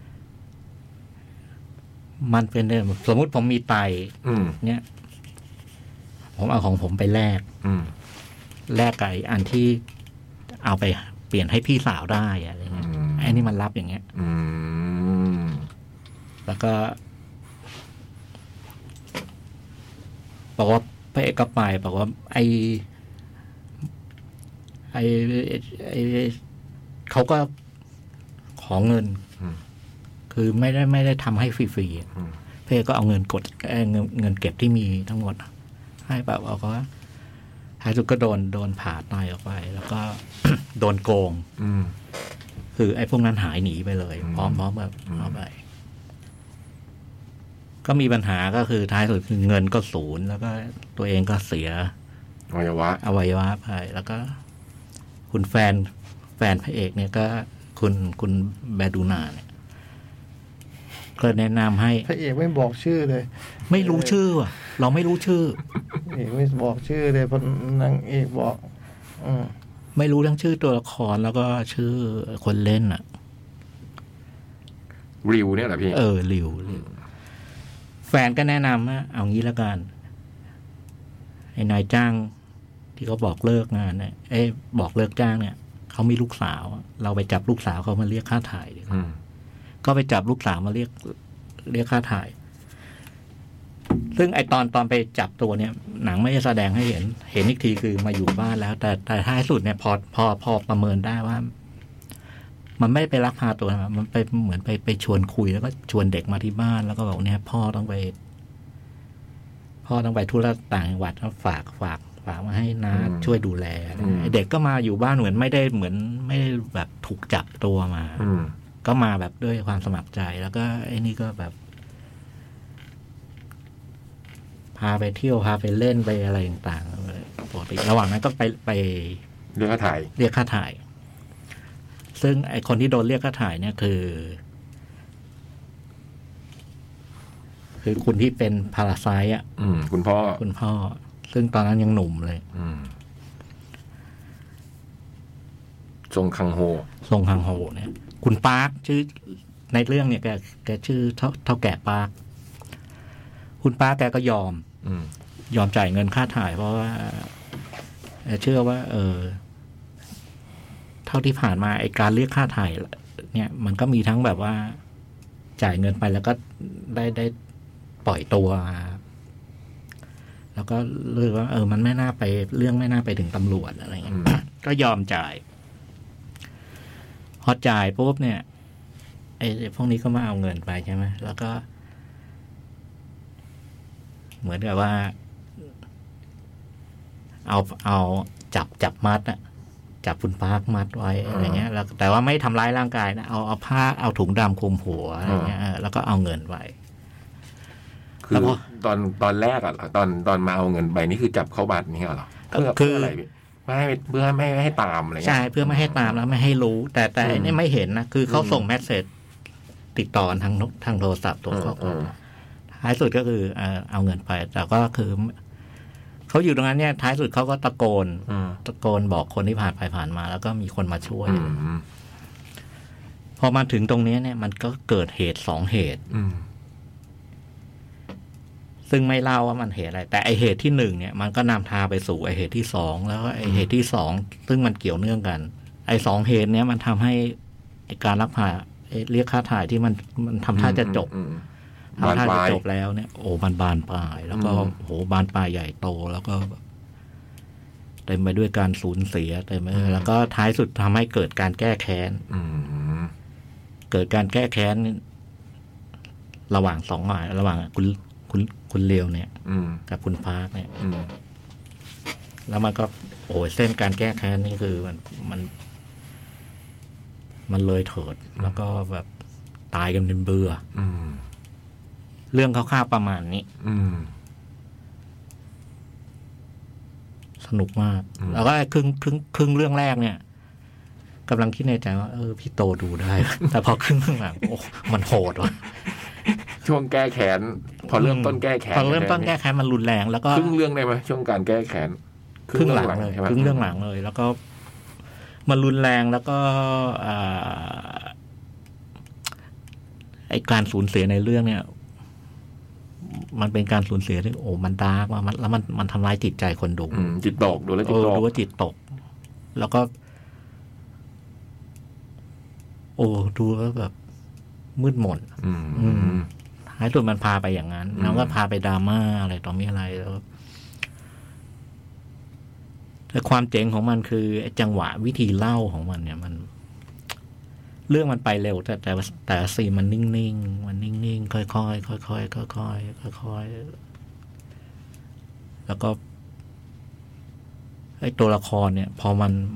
D: มันเป็นสมมุติผมมีไตเนี่ยผมเอาของผมไปแลกไก่อันที่เอาไปเปลี่ยนให้พี่สาวได้อะไรเงี้ยไอ้นี่มันรับอย่างเงี้ยแล้วก็บอกว่าพระเอกก็ไปบอกว่าไอเขาก็ขอเงินคือไม่ได้ทำให้ฟรีๆพระเอกก็เอาเงินเงินเก็บที่มีทั้งหมดให้แบบเอาก็ท้ายสุดก็โดนผ่าตายออกไปแล้วก็ โดนโกงคือไอ้พวกนั้นหายหนีไปเลยพร้อมแบบเอาไปก็มีปัญหาก็คือท้ายสุดคือเงินก็ศูนย์แล้วก็ตัวเองก็เสียอวัยวะไปแล้วก็คุณแฟนพระเอกเนี่ยก็คุณแบดูนาเนี่ยก็แนะนำให้
B: พระเอกไม่บอกชื่อเลย
D: ไม่รู้ชื่อว่ะเราไม่รู้ชื่อ
B: เอกไม่บอกชื่อเลยเพราะนางเอกบอก
D: ไม่รู้ทั้งชื่อตัวละครแล้วก็ชื่อคนเล่นอ่ะ
C: ริวเนี่ยเหรอพี่
D: ริวแฟนก็แนะนำว่าเอางี้แล้วกันไอ้นายจ้างที่เขาบอกเลิกงานเนี่ยบอกเลิกจ้างเนี่ยเขามีลูกสาวเราไปจับลูกสาวเขามาเรียกค่าถ่ายดีกว่าก็ไปจับลูกสาวมาเรียกค่าถ่ายซึ่งไอตอนไปจับตัวเนี่ยหนังไม่ได้แสดงให้เห็นอีกทีคือมาอยู่บ้านแล้วแต่ท้ายสุดเนี่ยพอประเมินได้ว่ามันไม่ได้ไปลักพาตัวมันไปเหมือนไปชวนคุยแล้วก็ชวนเด็กมาที่บ้านแล้วก็บอกเนี่ยพ่อต้องไปธุระต่างจังหวัดแล้วฝากมาให้น้าช่วยดูแลเด็กก็มาอยู่บ้านเหมือนไม่ได้แบบถูกจับตัวมาก็มาแบบด้วยความสมัครใจแล้วก็ไอ้นี่ก็แบบพาไปเที่ยวพาไปเล่นไปอะไรต่างๆปกติระหว่างนั้นก็ไป
C: เรียกค่า
D: ถ่ายซึ่งไอคนที่โดนเรียกค่าถ่ายเนี่ยคือคุณที่เป็นพาราไซต์
C: คุณ
D: พ่อซึ่งตอนนั้นยังหนุ่มเลย
C: ทรงคังโฮ
D: เนี่ยคุณปาร์คชื่อในเรื่องเนี่ยแกชื่อเท่าแก่ปาร์คคุณปาร์คแกก็ยอมจ่ายเงินค่าถ่ายเพราะว่าเชื่อว่าเท่าที่ผ่านมาไอการเรียกค่าถ่ายเนี่ยมันก็มีทั้งแบบว่าจ่ายเงินไปแล้วก็ได้ปล่อยตัวแล้วก็เลือกว่ามันไม่น่าไปเรื่องไม่น่าไปถึงตำรวจอะไรเงี้ยก็ยอมจ่ายพอจ่ายปุ๊บเนี่ยไอ้พวกนี้ก็มาเอาเงินไปใช่ไหมแล้วก็เหมือนกับว่าเอาจับมัดอะจับคุณปาร์คมัดไว้อะไรเงี้ยแล้วแต่ว่าไม่ทำร้ายร่างกายนะเอาผ้าเอาถุงดำคลุมหัวอะไรเงี้ยแล้วก็เอาเงินไว้
C: คือตอนแรกอะตอนมาเอาเงินไปนี่คือจับเข้าบัตรนี่เหรอเพื่ออะไรเพื่อไม่ให้ตามอะไร
D: ใช่เพื่อไม่ให้ตามแล้วไม่ให้รู้แต่นี่ไม่เห็นนะคือเขาส่งเมสเสจติดต่อทางโทรศัพท์ตัวเขาท้ายสุดก็คือเอาเงินไปแต่ก็คือเขาอยู่ตรงนั้นเนี่ยท้ายสุดเขาก็ตะโกนบอกคนที่ผ่านไปผ่านมาแล้วก็มีคนมาช่วยพอมาถึงตรงนี้เนี่ยมันก็เกิดเหตุ2เหตุซึ่งไม่เล่าว่ามันเหตุอะไรแต่ไอเหตุที่1เนี่ยมันก็นำทางไปสู่ไอเหตุที่2แล้วไอเหตุที่2ซึ่งมันเกี่ยวเนื่องกันไอ2เหตุเนี้ยมันทำให้การลักพาเรียกค่าถ่ายที่มันทำท่าจะจบทำท่าจะจบแล้วเนี่ยโอ้มันบานปลายแล้วก็โหบานปลายใหญ่โตแล้วก็เต็มไปด้วยการสูญเสียเต็มไปแล้วก็ท้ายสุดทำให้เกิดการแก้แค้นเกิดการแก้แค้นระหว่าง2ฝ่ายระหว่างคุณเลียวเนี่ยกับคุณพาร์คเนี่ยแล้วมันก็โอ้ยเส้นการแก้แค้นนี่คือมันเลยเถิดแล้วก็แบบตายกันเป็นเบื่อเรื่องคร่าวๆประมาณนี้สนุกมากแล้วก็ครึ่งเรื่องแรกเนี่ยกำลังคิดในใจว่าพี่โตดูได้แต่พอครึ่งหลังโอ้มันโหดว่ะ
C: ช่วงแก้แค้นพอเริ่มต้นแก้แค้น
D: พอเริ่มต้นแก้แค้นมันรุนแรงแล้วก็
C: ครึ่งเรื่องได้ไหมช่วงการแก้แค้น
D: ครึ่งหลังเลยครึ่งเรื่องหลังเลยแล้วก็มันรุนแรงแล้วก็ไอการสูญเสียในเรื่องเนี่ยมันเป็นการสูญเสียที่โอ้มันดาร์กว่าแล้วมันทำร้ายจิตใจคนดู
C: จิตตกดูแล้วจิตตก
D: ดูว่าจิตตกแล้วก็โอ้ดูแล้วแบบมืดมนท้ายสุดมันพาไปอย่างนั้นแล้วก็พาไปดราม่าอะไรต่อมีอะไรแล้วแต่ความเจ๋งของมันคือจังหวะวิธีเล่าของมันเนี่ยมันเรื่องมันไปเร็วแต่ซีนมันนิ่งๆมันนิ่งๆค่อยๆค่อยๆค่อยๆค่อยๆแล้วก็ไอ้ตัวละครเนี่ยพอ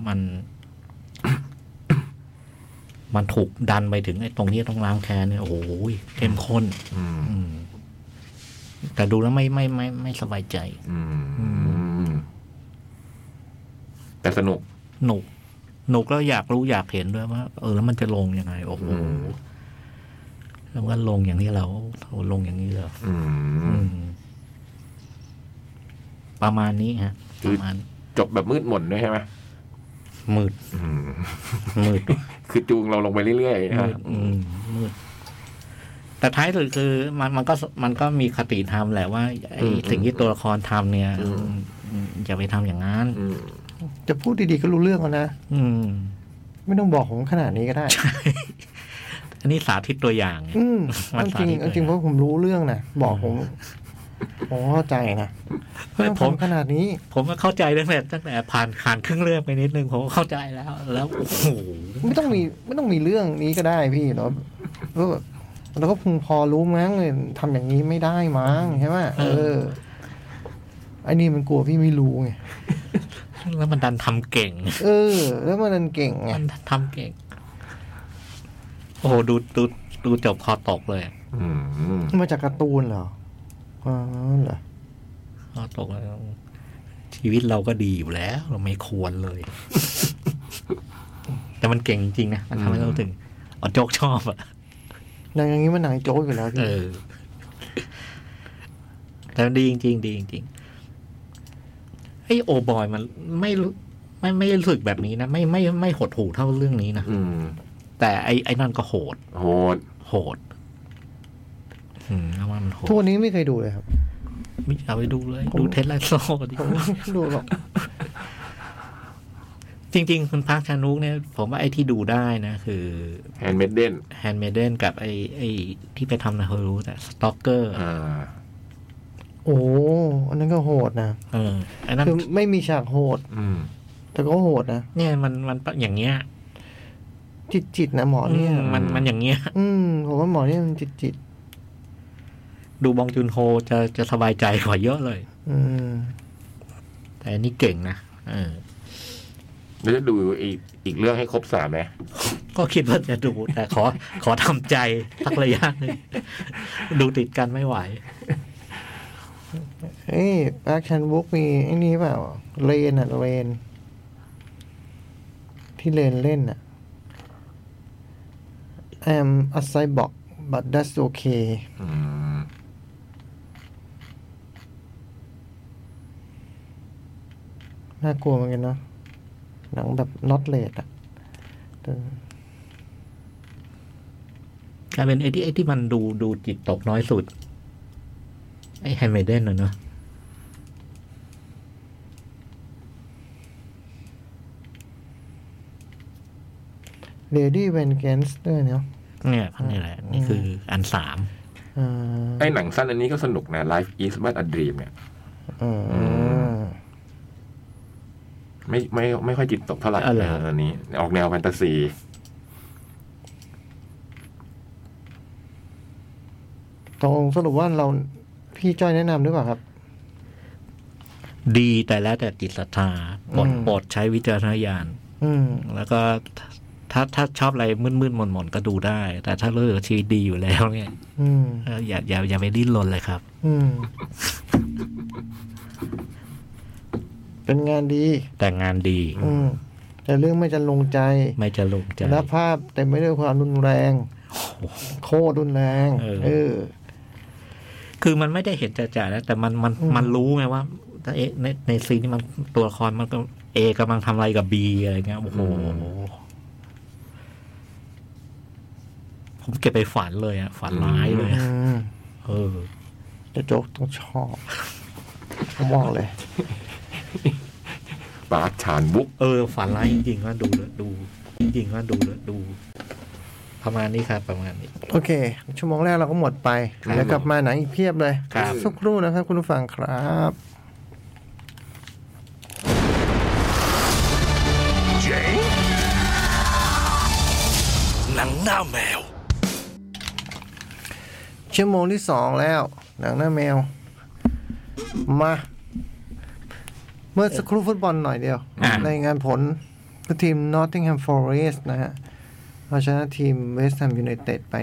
D: มันถูกดันไปถึงไอ้ตรงนี้ต้องล้างแค้นเนี่ยโอ้โหเข้มข้นแต่ดูแล้วไม่สบายใจ
C: แต่สนุก
D: แล้วอยากรู้อยากเห็นด้วยว่าแล้วมันจะลงยังไงโอ้โหแล้วก็ลงอย่างนี้เราลงอย่างนี้เลยประมาณนี้ฮะประมาณ
C: จบแบบมืดมนด้วยใช่ไหม
D: มืด
C: คือจูงเราลงไปเรื่อยๆ
D: มืดแต่ท้ายสุดคือมันก็มีคติธรรมแหละว่าไอ้สิ่งที่ตัวละครทำเนี่ยอย่าไปทำอย่างนั้น
B: จะพูดดีๆก็รู้เรื่องแล้วนะไม่ต้องบอกผมขนาดนี้ก็ได้
D: อันนี้สาธิตตัวอย่าง
B: จริงเพราะผมรู้เรื่องนะบอกผมเข้าใจนะผมขนาดนี้
D: ผมก็เข้าใจตั้งแต่ผ่านครึ่งเรื่องไปนิดนึงผมก็เข้าใจแล้วโอ้โห
B: ไม่ต้องมีเรื่องนี้ก็ได้พี่แล้วก็พอรู้มั้งเลยทำอย่างนี้ไม่ได้มั้งใช่ไหมไอ้นี่มันกลัวพี่ไม่รู้ไง
D: แล้วมันดันทำเก่ง
B: แล้วมันดันเก่งไง
D: มันทำเก่งโอ้โหดูจบคอตกเลย
B: มาจากการ์ตูนเหรอเหรอ
D: คอตกแล้วชีวิตเราก็ดีอยู่แล้วเราไม่ควรเลย แต่มันเก่งจริงๆนะมันทำให้เราถึงโจ๊กชอบอ่ะ
B: หนังอย่างนี้มันหนังโจ๊กอยู่แล้วพี่
D: แต่ดีจริงๆดีจริงไอ้โอบอยมันไม่รู้สึกแบบนี้นะไม่หดหู่เท่าเรื่องนี้นะแต่ไอ้นั่นก็โหดมันโหด
B: ทุกวันนี้ไม่เคยดูเลยครับ
D: ไม่เอาไปดูเลยดูเท็ดไลโซ่ดิ
B: ดูหรอก
D: จริงๆคุณพาร์คชานุกเนี่ยผมว่าไอ้ที่ดูได้นะคือ
C: แฮนด์เมดเดน
D: กับไอ้ที่ไปทำนะเฮรู้แต่สต็อกเกอร์
B: โอ้อันนั้นก็โหดนะ
D: อันนั้น
B: คือไม่มีฉากโหดแต่ก็โหดนะ
D: เนี่ยมันอย่างเงี้ย
B: จิตนะหมอเนี่ย
D: มันอย่างเงี้ย
B: ผมว่าหมอเนี่ยมันจิต
D: ดูบองจุนโฮจะสบายใจกว่าเยอะเลยแต่อันนี้เก่งนะ
C: แล้วจะดูอีกเรื่องให้ครบ3ไหม
D: ก็คิดว่าจะดูแต่ขอทำใจสักระยะนึงดูติดกันไม่ไหว
B: แบ็คชันบุ๊กมีไอ้นี่เปล่าเรนที่เรนเล่นอ่ะ I'm a cyborg but that's okay น่ากลัวเหมือนกันเนาะหนังแบบ not late อ่ะ
D: กลายเป็นไอ้ที่มันดูจิตตกน้อยสุดไอ้แฮนด์เมดเดนเนอะ
B: Lady Vengeance ด้วยเนาะ
D: เนี่ยนี่แหละนี่คืออัน3
C: ไอ้หนังสั้นอันนี้ก็สนุกนะ Life is but a dream เนี่ยไม่ค่อยจิตตกเท่าไหร่อันนี้ออกแนวแฟนตาซี
B: ตรงสรุปว่าพี่จ้อยแนะนำหรือเปล่าครับ
D: ดีแต่แล้วแต่จิตศรัทธาโปรดใช้วิจารณญาณแล้วก็ถ้าชอบอะไรมืดๆหม่นๆก็ดูได้แต่ถ้าเลือกชีวิตดีอยู่แล้วเนี่ยอย่าไปดิ้นรนเลยครับ
B: เป็นงานดี
D: แต่งานดี
B: แต่เรื่องไม่จะลงใจและภาพแต่ไม่ด้วยความรุนแรงโคตรรุนแรง
D: คือมันไม่ได้เห็นจ่าๆนะแต่มันรู้ไงว่าในซีนนี้มันตัวละครมันก็เอกำลังทำอะไรกับบีอะไรเงี้ยโอ้โหผมเก็บไปฝันเลยฝันร้ายเลย
B: จะโจ๊กต้องชอบผมบอกเลย
C: ปาร์คชานบุ๊ก
D: ฝันร้ายจริงๆว่าดูจริงๆว่าดูประมาณนี้ครับประมาณนี้
B: โอเคชั่วโมงแรกเราก็หมดไปเดี๋ยวกลับมาหนังอีกเพียบเลยสักครู่นะครับคุณผู้ฟังครับ
A: หนังหน้าแมว
B: ชั่วโมงที่2แล้วหนังหน้าแมวมาเมื่อสักครู่ฟุตบอลหน่อยเดียวในงานผลทีม Nottingham Forest นะฮะเอาชนะทีม West Ham United ไป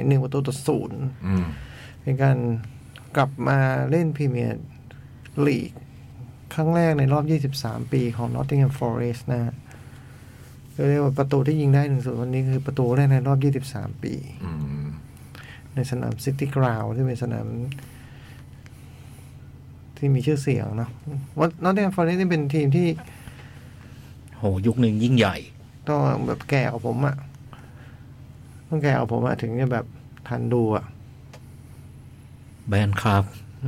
B: 1-0เป็นการกลับมาเล่นพรีเมียร์ลีกครั้งแรกในรอบ23ปีของ Nottingham Forest นะฮะเรียกว่าประตูที่ยิงได้1-0วันนี้คือประตูแรกในรอบ23ปีในสนาม City Ground ที่เป็นสนามที่มีชื่อเสียงเนาะว่า Nottingham Forest นี่เป็นทีมที่
D: โหยุคหนึ่งยิ่งใหญ่
B: ต้องแบบแก่กว่าผมอะต้องแก่กว่าผมอะถึงจะแบบทันดูอะ
D: แบนครับ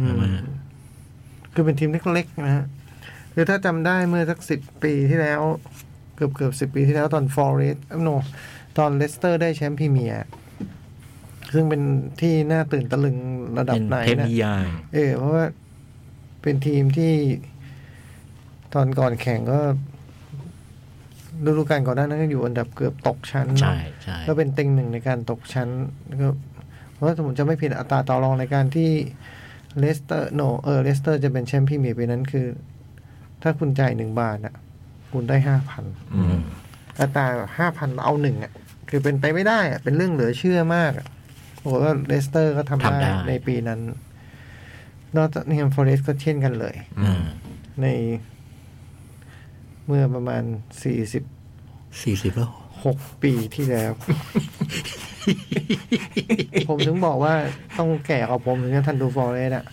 B: คือเป็นทีมเล็กๆนะฮะคือถ้าจำได้เมื่อสัก10 ปีที่แล้วเกือบ10 ปีที่แล้วตอน Forest ตอนเลสเตอร์ได้แชมป์พรีเมียร์ซึ่งเป็นที่น่าตื่นตะลึงระดับไหนนะเพราะว่าเป็นทีมที่ตอนก่อนแข่งก็ฤดูกาลก่อนหน้านั้นก็อยู่อันดับเกือบตกชั้นก็เป็นเต็งหนึ่งในการตกชั้นก็เพราะสมมติจะไม่ผิดอัตราต่อรองในการที่เลสเตอร์เลสเตอร์จะเป็นแชมป์พรีเมียร์ปีนั้นคือถ้าคุณจ่าย1 บาทอ่ะคุณได้ 5,000 อัตรา5,000เอา1อ่ะคือเป็นไปไม่ได้อ่ะเป็นเรื่องเหลือเชื่อมากโอ้โหแล้วเลสเตอร์ก็ทำได้ในปีนั้นนอตติงแฮมฟอเรสต์ก็เช่นกันเลยในเมื่อประมาณ40
D: แล้ว
B: 6 ปีที่แล้ว ผมถึงบอกว่าต้องแก่กว่าผมถึงจะทันดูฟอเรสต์อ่ะ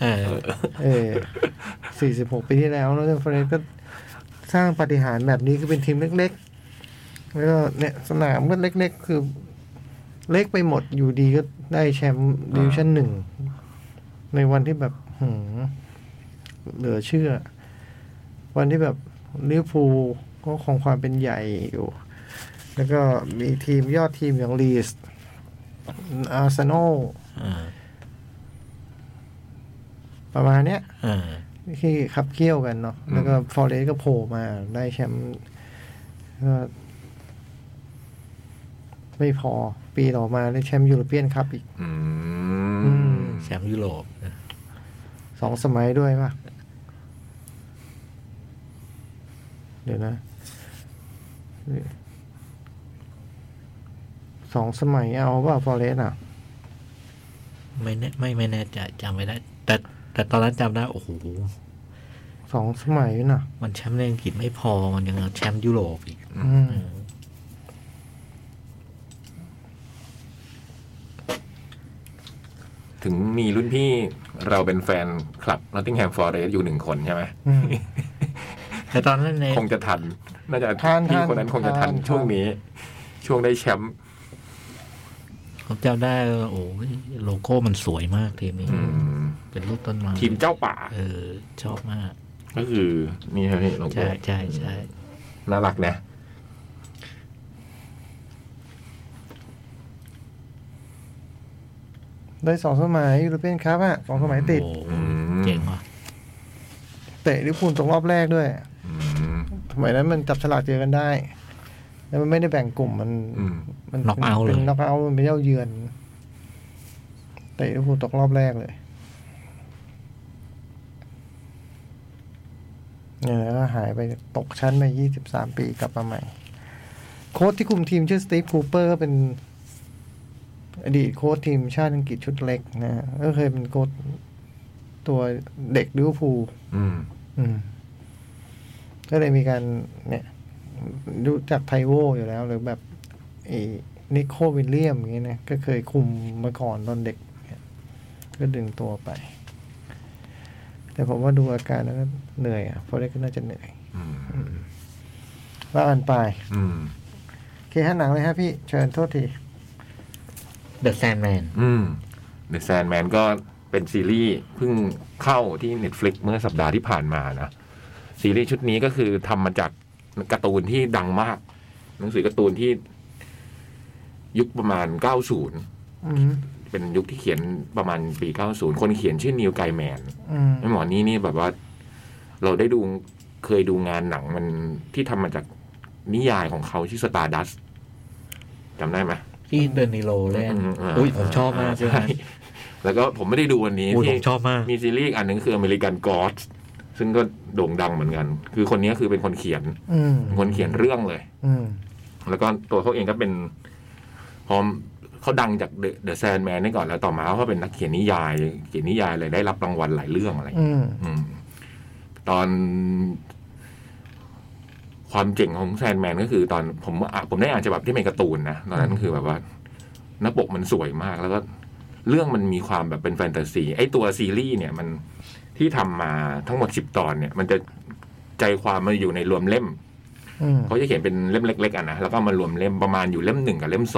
B: 46 ปีที่แล้วนอตติงแฮมฟอเรสต์ก็สร้างปาฏิหาริย์แบบนี้คือเป็นทีมเล็กๆแล้วก็เนี่ยสนามก็เล็กๆคือเล็กไปหมดอยู่ดีก็ได้แชมป์ดิวิชั่น1ในวันที่แบบเหลือเชื่อวันที่แบบลิเวอร์พูลก็คงความเป็นใหญ่อยู่แล้วก็มีทีมยอดทีมอย่างลีสอาร์เซนอลประมาณเนี้ยที่ขับเคี่ยวกันเนาะแล้วก็ฟอเรสต์ก็โผล่มาได้แชมป์ก็ไม่พอปีต่อมาได้แชมป์ยูโรเปียนคัพอีก
D: แชมป์ยุโรป
B: 2 สมัยด้วยป่ะเดี๋ยวนะ2 สมัยเอาป่ะฟอเรสต์อ่ะ
D: ไม่แน่ใจจำไม่ได้แต่ตอนนั้นจำได้โอ้โห
B: 2 สมัยน่ะ
D: มันแชมป์ในอังกฤษไม่พอมันยังแชมป์ยุโรปอีก
C: ถึงมีรุ่นพี่เราเป็นแฟนคลับ Nottingham Forest อยู่1 คนใช่ไหม
D: แต่ตอนนั้น
C: คงจะทันน่าจะพี่คนนั้นคงจะทันช่วงนี้ช่วงได้แชมป์
D: ผมจำได้โอ้โลโก้มันสวยมากทีนี้เป็นรูปต้นไม้
C: ทีมเจ้าป่า
D: ชอบมาก
C: ก็คือนี่ครับพี่โลโก้
D: ใช่
C: น่ารักนะ
B: ได้2 สมัยยูโรเปียนคัพอ่ะ2 สมัยติด
D: เจ๋งว่ะ
B: เตะลิเวอร์พูลตรงรอบแรกด้วยสมัยนั้นมันจับฉลากเจอกันได้แล้วมันไม่ได้แบ่งกลุ่มมัน
D: น็อกเอาท์เลย
B: น็อกเอาท์มันเป็นเย้าเยือนเตะลิเวอร์พูลตกรอบแรกเลยเนี่ยแล้วก็หายไปตกชั้นไป23 ปีกลับมาใหม่โค้ชที่คุมทีมชื่อสตีฟคูเปอร์ก็เป็นอดีตโค้ชทีมชาติอังกฤษชุดเล็กนะก็เคยเป็นโค้ชตัวเด็กลิเวอร์พูลก็เลยมีการเนี่ยรู้จักไทโวอยู่แล้วหรือแบบนิโคลวิลเลียมอย่างเงี้ยนะก็เคยคุมมาก่อนตอนเด็กก็ดึงตัวไปแต่ผมว่าดูอาการแล้วก็เหนื่อยเพราะได้ก็น่าจะเหนื่อยว่ากันไปโอเคฮะหนังเลยฮะพี่เชิญโทษที
D: The Sandman
C: The Sandman ก็เป็นซีรีส์เพิ่งเข้าที่ Netflix เมื่อสัปดาห์ที่ผ่านมานะซีรีส์ชุดนี้ก็คือทำมาจากการ์ตูนที่ดังมากหนังสือการ์ตูนที่ยุคประมาณ90เป็นยุคที่เขียนประมาณปี90คนเขียนชื่อนิวไกแมนไอ้หมอนี่แบบว่าเราได้ดูเคยดูงานหนังมันที่ทำมาจากนิยายของเขาชื่อ Stardust จำได้ไหม
D: ที่เดนิโลเล่นผมชอบมากใช่
C: แล้วก็ผมไม่ได้ดูวันนี้
D: ที่ผมชอบมาก
C: มีซีรีส์อันนึงคือ American Gods ซึ่งก็โด่งดังเหมือนกันคือคนนี้คือเป็นคนเขียนเรื่องเลยแล้วก็ตัวเขาเองก็เป็นพอเขาดังจาก The Sandman นี่ก่อนแล้วต่อมาเขาเป็นนักเขียนนิยายเลยได้รับรางวัลหลายเรื่องอะไรตอนความเจ๋งของแซนแมนก็คือตอนผมได้อ่านฉบับที่เป็นการ์ตูนนะตอนนั้นคือแบบว่าหน้าปกมันสวยมากแล้วก็เรื่องมันมีความแบบเป็นแฟนตาซีไอ้ตัวซีรีส์เนี่ยมันที่ทำมาทั้งหมด10 ตอนเนี่ยมันจะใจความมันอยู่ในรวมเล่มเขาจะเขียนเป็นเล่มเล็กๆนะแล้วก็มารวมเล่มประมาณอยู่เล่ม1กับเล่ม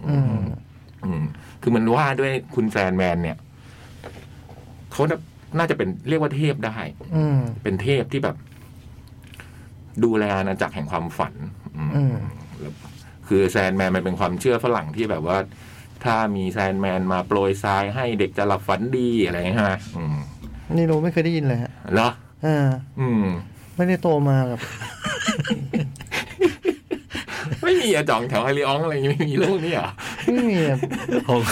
C: 2คือมันว่าด้วยคุณแซนแมนเนี่ยเขาน่าจะเป็นเรียกว่าเทพได้เป็นเทพที่แบบดูแลอาณาจักรแห่งความฝันคือแซนแมนมันเป็นความเชื่อฝรั่งที่แบบว่าถ้ามีแซนแมนมาโปรยทรายให้เด็กจะหลับฝันดีอะไรอย่างเงี้ยฮะ
B: นี่เราไม่เคยได้ยินเลยฮะ
C: เหรอ
B: ไม่ได้โตมากับ
C: ไม่มีอะจ่องแถวไฮริอองอะไรไม่มีเรื่องนี้อ่ะ
B: ไม่มี
D: ผม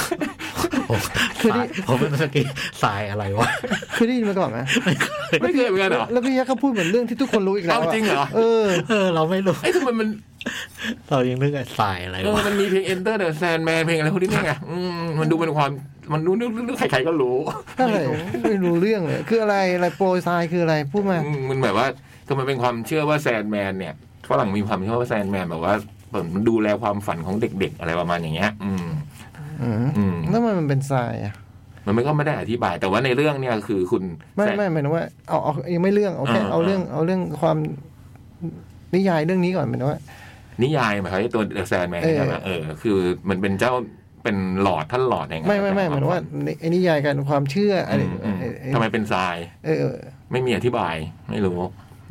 D: เป็นเมื่อกี้ทรายอะไรวะ
B: คือได้ยินมาก่อนไหม
C: ไม่เคยเหมือนกันเหรอ
B: แล้วพี่ยักษ์เขาพูดเหมือนเรื่องที่ทุกคนรู้อีกแล้ว
C: จริงเหรอ
D: เราไม่รู้
C: ไอ้ทำไมมัน
D: เรายังนึกไอ้ทรายอะไรวะ
C: มันมีเพลง Enter the Sandman เพลงอะไรพวกนี้ไงมันดูเป็นความมันรู้นึกใครๆก็รู้
B: ไม่รู้เรื่องเลยคืออะไรโปรยทรายคืออะไรพูดมา
C: มันแบบว่าคือมันเป็นความเชื่อว่าแซนแมนเนี่ยฝรั่งมีความเชื่อว่าแซนแมนแบบว่ามันดูแลความฝันของเด็กๆอะไรประมาณอย่างเงี้ย
B: แล้วมันเป็นทรายอ่ะ
C: มันก็ไม่ได้อธิบายแต่ว่าในเรื่องเนี่ยคือคุณ
B: ไม่หมายถึงว่าเอายังไม่เรื่องโอเคเอาเรื่องความนิยายเรื่องนี้ก่อนหมายถึงว่า
C: นิยายหมายถึงตัวแซนแมนใช่ไหมคือมันเป็นเจ้าเป็นหลอดท่านหลอดเอง
B: ไม่หมายถึงว่าไอ้นิยายกันความเชื่ออะไร
C: ทำไมเป็นทรายไม่มีอธิบายไม่รู้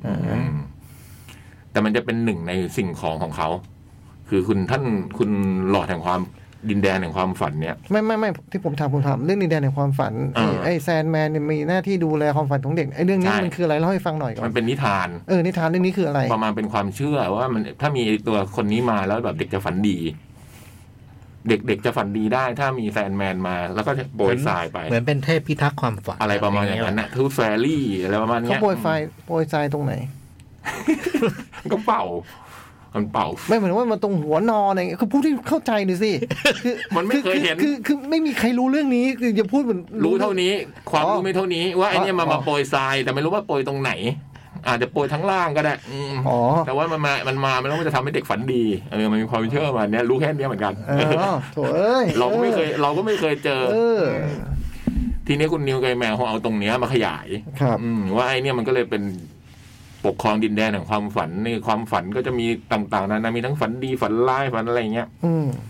C: แต่มันจะเป็นหนึ่งในสิ่งของเขาคือคุณหลอดแห่งความดินแดนแห่งความฝันเนี่ย
B: ไม่ที่ผมถามเรื่องดินแดนแห่งความฝันไอ้แซนแมนเนี่ยมีหน้าที่ดูแลความฝันของเด็กไอ้เรื่องนี้มันคืออะไรเล่าให้ฟังหน่อยก่อน
C: มันเป็นนิทาน
B: นิทานเรื่องนี้คืออะไร
C: ประมาณเป็นความเชื่อว่ามันถ้ามีตัวคนนี้มาแล้วแบบเด็กจะฝันดีเด็กจะฝันดีได้ถ้ามีแซนแมนมาแล้วก็โปรยทรายไป
D: เหมือนเป็นเทพพิทักษ์ความฝัน
C: อะไรประมาณอย่างนั้นนะทูตแฟรี่อะไรประมาณนี้
B: เขาโปรยทรายตรงไหน
C: ก็เป่ามันเป่า
B: ไม่เหมือนว่ามันตรงหัวนอนอะไรคือผู้ที่เข้าใจหน่อยสิ
C: คือมันไม่เคยเห็น
B: คือไม่มีใครรู้เรื่องนี้คือจะพูดเหมือน
C: รู้เท่านี้ความรู้ไม่เท่านี้ว่าไอ้นี่มาโปรยทรายแต่ไม่รู้ว่าโปรยตรงไหนอาจจะโปรยทั้งล่างก็ได้แต่ว่ามันไม่รู้ว่าจะทำให้เด็กฝันดีมันมีความเชื่อมันเนี้ยรู้แค่นี้เหมือนกัน
B: โถ่เอ้ย
C: เราก็ไม่เคยเจอทีนี้คุณนิวไกแมนเขาเอาตรงเนี้ยมาขยายว่าไอ้นี่มันก็เลยเป็นปกครองดินแดนแห่งความฝันนี่ความฝันก็จะมีต่างๆนะมีทั้งฝันดีฝันร้ายฝันอะไรเงี้ย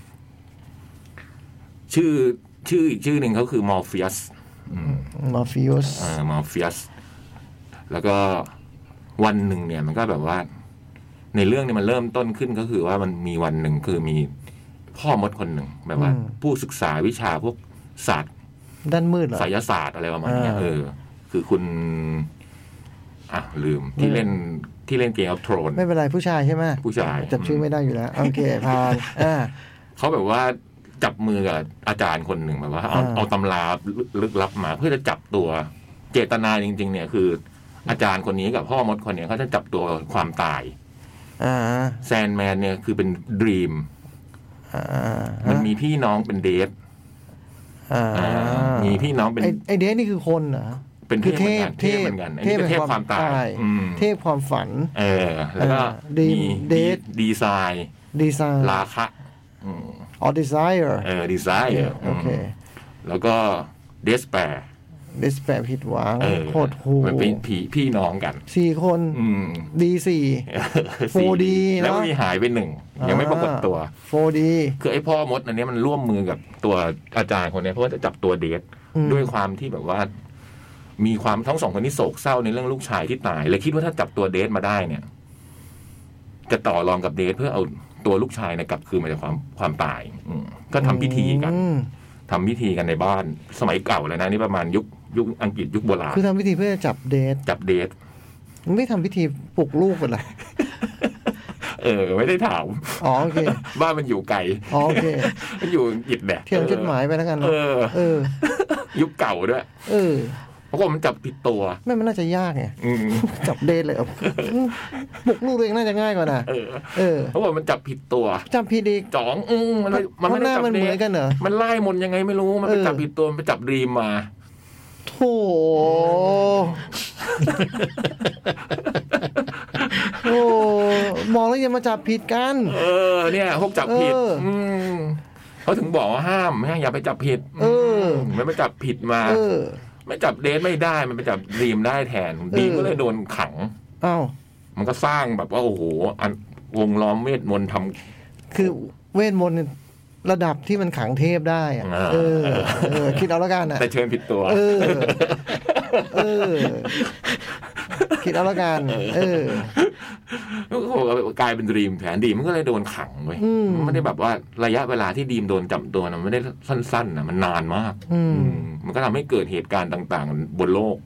C: ชื่อหนึ่งเขาคือมอร์ฟิอัส
B: มอร์ฟิ
C: อัสแล้วก็วันหนึ่งเนี่ยมันก็แบบว่าในเรื่องนี้มันเริ่มต้นขึ้นก็คือว่ามันมีวันหนึ่งคือมีพ่อมดคนหนึ่งแบบว่าผู้ศึกษาวิชาพวกศาสตร์
B: ด้านมืดเหรอ
C: ไสยศาสตร์อะไรประมาณนี้คือคุณลืมที่เล่นเกมออฟโทรน
B: ไม่เป็นไรผู้ชายใช่ไหม
C: ผู้ชาย
B: จับชื่อไม่ได้อยู่แล้วโอเคผ่าน
C: เขาแบบว่าจับมือกับอาจารย์คนหนึ่งแบบว่าเอาตำราลึกลับมาเพื่อจะจับตัวเจตนาจริงๆเนี่ยคืออาจารย์คนนี้กับพ่อมดคนนี้เขาจะจับตัวความตายแซนแมนเนี่ยคือเป็นดรีมมันมีพี่น้องเป็นเดทมีพี่น้องเป็น
B: ไอเดทนี่คือคนเหรอ
C: เป็นเทพเหมือนกันอันนี้เป็นเทพความตาย
B: เทพความฝัน
C: แล้วก็มีดีไซน์ราคะ
B: desire
C: desire
B: โอเค
C: แล้วก็ despair
B: เดสแปร์ผิดหวังโคตรโห
C: มันเป็นพี่น้องกัน
B: 4 คนดี4 4D
C: แล้วมีหายไป1ยังไม่ปรากฏตัว
B: 4D
C: คือไอ้พ่อมดอันนี้มันร่วมมือกับตัวอาจารย์คนนี้เพราะว่าจะจับตัวเดทด้วยความที่แบบว่ามีความทั้ง2คนนี้โศกเศร้าในเรื่องลูกชายที่ตายเลยคิดว่าถ้าจับตัวเดทมาได้เนี่ยจะต่อรองกับเดทเพื่อเอาตัวลูกชายเนี่ยกลับคืนมาจากความตายก็ทำพิธีกันทำพิธีกันในบ้านสมัยเก่าเลยนะนี่ประมาณยุคอังกฤษยุคโบราณ
B: คือทำพิธีเพื่อจับเดทไม่ทำพิธีปลุกลูกเป็นไร
C: ไม่ได้ถาม
B: โอเค
C: บ้านมันอยู่ไกล
B: โอเค
C: มันอยู่อิฐแดด
B: เที่ยงจดหมายไปแล้วกัน
C: ยุคเก่าด้วยเพราะว่ามันจับผิดตัว
B: ไม่มันน่าจะยากไงจับเดทเลยปลุกลูกตัวเองน่าจะง่ายกว่านะ
C: เพราะว่ามันจับผิดตัว
B: จับผิดอีก
C: จ๋องมันไม่ได้จับเดท
B: กันเหรอ
C: มันไล่มนยังไงไม่รู้มันไปจับผิดตัวมันไปจับดรีมมา
B: โธ่โอ้มองแล้วยังมาจับผิดกัน
C: เนี่ยพวกจับผิดเขาถึงบอกว่าห้ามอย่าไปจับผิดไม่ไปจับผิดมาไม่จับเดทไม่ได้มันไปจับดรีมได้แทนดรีมก็เลยโดนขังมันก็สร้างแบบว่าโอ้โหวงล้อมเวทมนต์ท
B: ำคือเวทมนต์ระดับที่มันขังเทพได้คิดเอาแล้วกันนะ
C: แต่เชิญผิดตัว
B: คิดเอาแล้วกัน
C: กลายเป็นดรีมแทนดีมันก็เลยโดนขังไว้ไม่ได้แบบว่าระยะเวลาที่ดีมโดนจับตัวนะไม่ได้สั้นๆนะมันนานมากมันก็ทำให้เกิดเหตุการณ์ต่างๆบนโลก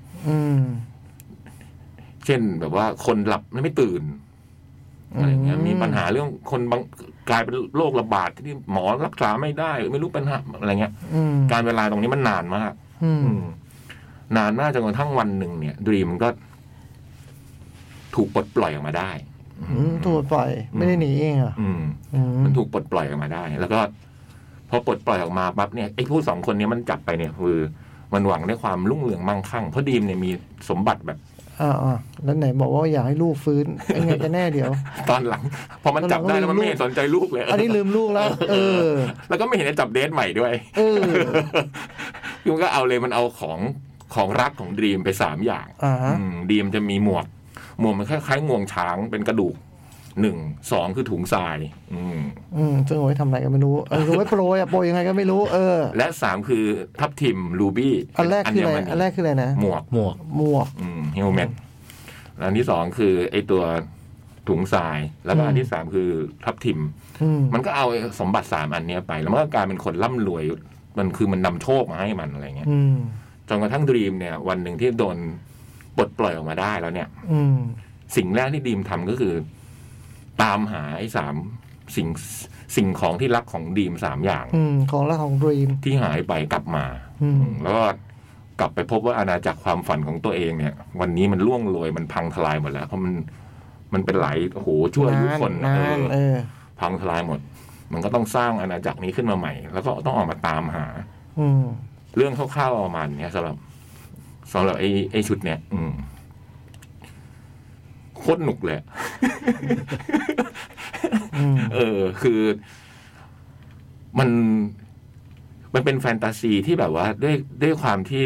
C: เช่นแบบว่าคนหลับไม่ตื่นอะไรเงี้ยมีปัญหาเรื่องคนบางกลายเป็นโรคระบาดที่หมอรักษาไม่ได้ไม่รู้ปัญหาอะไรเงี้ยการเวลาตรงนี้มันนานมากนานมากจนกระทั่งวันหนึ่งเนี่ยดรีมมันก็ถูกปลดปล่อยออกมาได้
B: ถูกปล่อยไม่ได้หนีเองอ่ะ
C: มันถูกปลดปล่อยออกมาได้แล้วก็พอปลดปล่อยออกมาปั๊บเนี่ยไอ้ผู้2คนนี้มันจับไปเนี่ยคือมันหวังได้ความรุ่งเรืองมั่งคั่งเพราะดรีมเนี่ยมีสมบัติแบบ
B: แล้วไหนบอกว่าอยากให้ลูกฟื้นยังไงจะแน่เดี๋ยว
C: ตอนหลังพอมันจับได้แล้วมันไม่สนใจลูกเลย
B: อันนี้ลืมลูกแล้ว
C: แล้วก็ไม่เห็นจะจับเดทใหม่ด้วยยุงก็เอาเลยมันเอาของรักของดรีมไป3อย่างดรีมจะมีหมวกมันคล้ายๆงวงช้างเป็นกระดูก1 2คือถุงทราย
B: ซึ่งเอาไว้ทำอะไรก็ไม่รู้เอาไว้โปรยยังไงก็ไม่รู้
C: และ3คือทับทิมรูบี้
B: อันแรกคืออะไรนะ
C: หมวกเฮลเมตอันที่2คือไอตัวถุงทรายแล้วก็อันที่3คือทับทิมมันก็เอาสมบัติ3อันนี้ไปแล้วมันก็กลายเป็นคนร่ำรวยมันคือมันนำโชคมาให้มันอะไรเงี้ยจนกระทั่งดรีมเนี่ยวันหนึ่งที่โดนปลดปล่อยออกมาได้แล้วเนี่ยสิ่งแรกที่ดรีมทำก็คือตามหาไอ้3สิ่งของที่รักของดรีม3อย่าง
B: ของรักของดรีม
C: ที่หายไปกลับมาแล้วก็กลับไปพบว่าอาณาจักรความฝันของตัวเองเนี่ยวันนี้มันล่วงโรยมันพังทลายหมดแล้วเพราะมันเป็นหลายโอ้โหชั่วอายุคนพังทลายหมดมันก็ต้องสร้างอาณาจักรนี้ขึ้นมาใหม่แล้วก็ต้องออกมาตามหาเรื่องคร่าวๆประมาณนี้สำหรับไอ้ชุดเนี้ยโคตรหนุกเลยคือมันเป็นแฟนตาซีที่แบบว่าด้วยความที่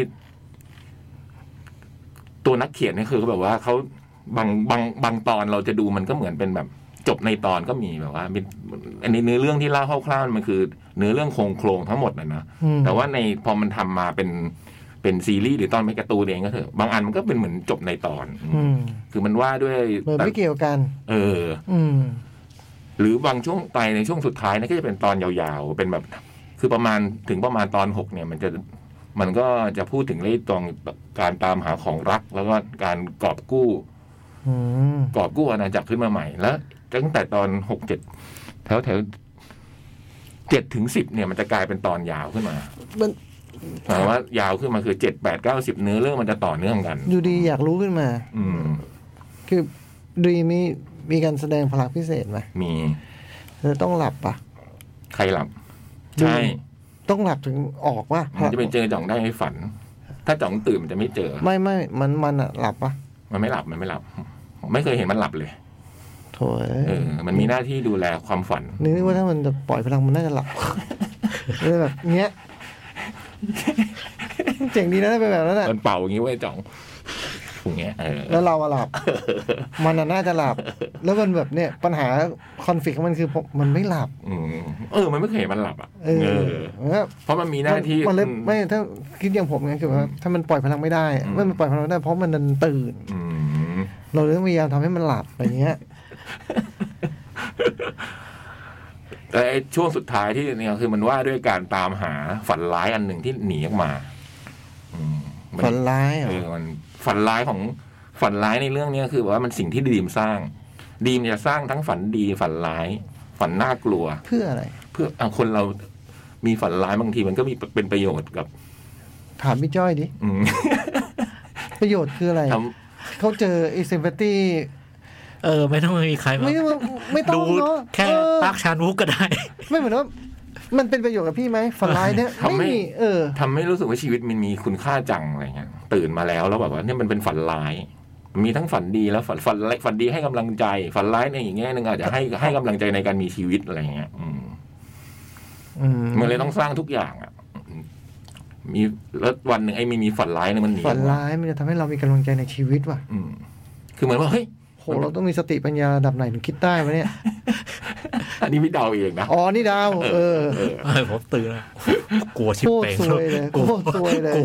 C: ตัวนักเขียนนี่คือแบบว่าเขาบางตอนเราจะดูมันก็เหมือนเป็นแบบจบในตอนก็มีแบบว่าอันนี้เนื้อเรื่องที่เล่าคร่าวๆมันคือเนื้อเรื่องโครงทั้งหมดนะแต่ว่าในพอมันทำมาเป็นซีรีส์หรือตอนเป็นการ์ตูนเองก็เถอะบางอันมันก็เป็นเหมือนจบในตอนคือมันว่าด้วย
B: ไม่เกี่ยวกัน
C: หรือบางช่วงตายในช่วงสุดท้ายนะก็จะเป็นตอนยาวๆเป็นแบบคือประมาณตอน6เนี่ยมันก็จะพูดถึงเรื่องตอนการตามหาของรักแล้วก็การกอบกู้อาณาจักรขึ้นมาใหม่แล้วตั้งแต่ตอน6-7แถว7 ถึง 10เนี่ยมันจะกลายเป็นตอนยาวขึ้นมาหมายว่ายาวขึ้นมาคือ7 8 9 10เนื้อเรื่องมันจะต่อเนื่องกัน
B: อยู่ดีอยากรู้ขึ้นมาคือดีมีการแสดงพลังพิเศษไหม
C: มี
B: ต้องหลับปะ
C: ใครหลับใช่
B: ต้องหลับถึงออกว่า
C: มันจะไปเจอจ่องได้ในฝันถ้าจ่องตื่นมันจะไม่เจอ
B: ไม่มันอะหลับปะ
C: มันไม่หลับไม่เคยเห็นมันหลับเลย
B: โถ่
C: มันมีหน้าที่ดูแลความฝัน
B: นึกว่าถ้ามันจะปล่อยพลังมันน่าจะหลับเลยแบบเนี้ยเจ๋งดีนะเป็นแบบนั้นแหละ
C: มันเป่าอย่างนี้ไว้จ่องอย่างเงี้ย
B: แล้วเราหลับมันน่าจะหลับแล้วมันแบบเนี่ยปัญหาคอนฟลิกต์มันคือมันไม่หลับ
C: มันไม่เคยมันหลับอ่ะเพราะมันมีหน้าที่
B: มันเลยไม่ถ้าคิดอย่างผมไงคือว่าถ้ามันปล่อยพลังไม่ได้มันปล่อยพลังไม่ได้เพราะมันดันตื่นเราเลยต้องพยายามทำให้มันหลับอะไรเงี้ย
C: แต่ช่วงสุดท้ายที่เนี่ยคือมันว่าด้วยการตามหาฝันร้ายอันหนึ่งที่หนีออกมา
B: ฝันร้าย
C: มันฝันร้ายของฝันร้ายในเรื่องนี้คือว่ามันสิ่งที่ดีมสร้างดีมจะสร้างทั้งฝันดีฝันร้ายฝันน่ากลัว
B: เพื่ออะไร
C: เพื่อคนเรามีฝันร้ายบางทีมันก็มีเป็นประโยชน์กับ
B: ถามพี่จ้อยดิประโยชน์คืออะไรเขาเจอซิมพัตตี้
D: ไม่ต้องมีใคร
B: ไม่ต้องเนาะ
D: แค่ปากชานวุกก็ได้
B: ไม่เหมือนว่ามันเป็นประโยชน์กับพี่ไหมฝันร้ายเนี่ย
C: ทำให้รู้สึกว่าชีวิตมันมีคุณค่าจังอะไรเงี้ยตื่นมาแล้วแบบว่าเนี่ยมันเป็นฝันร้ายมีทั้งฝันดีแล้วฝันดีให้กำลังใจฝันร้ายในอย่างเงี้ยนึงอาจจะให้กำลังใจในการมีชีวิตอะไรเงี้ยมันเลยต้องสร้างทุกอย่างอ่ะมีแล้ววันหนึ่งไอ้มีฝันร้ายเนี่ยมันหนี
B: ฝันร้ายมันจะทำให้เรามีกำลังใจในชีวิตว่ะ
C: คือเหมือนว่าเฮ้ย
B: เราต้องมีสติปัญญาระดับไหนถึงคิดได้วะเนี่ย
C: อันนี้พี่ดาวเองนะ
B: อ๋อนี่ดาว
D: ผมตื่นกลัวชิบเป่ง
B: โคตรซวยเลยโคตรซวยเลย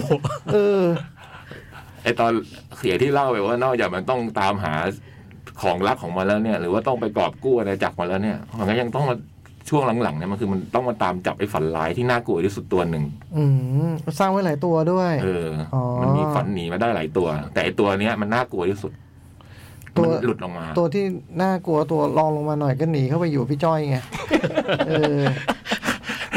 C: ไอตอนเขียนที่เล่าไปว่านอกจากมันต้องตามหาของรักของมันแล้วเนี่ยหรือว่าต้องไปกอบกู้อะไรจากมันแล้วเนี่ยมันก็ยังต้องมาช่วงหลังๆเนี่ยมันคือมันต้องมาตามจับไอ้ฝันร้ายที่น่ากลัวที่สุดตัวหนึ่ง
B: สร้างไว้หลายตัวด้วย
C: มันมีฝันหนีมาได้หลายตัวแต่ไอ้ตัวเนี้ยมันน่ากลัวที่สุด
B: ตัว
C: หลุดลงมา
B: ตัวที่น่ากลัวตัวรองลงมาหน่อยก็หนีเข้าไปอยู่พี่จ้อยไงโ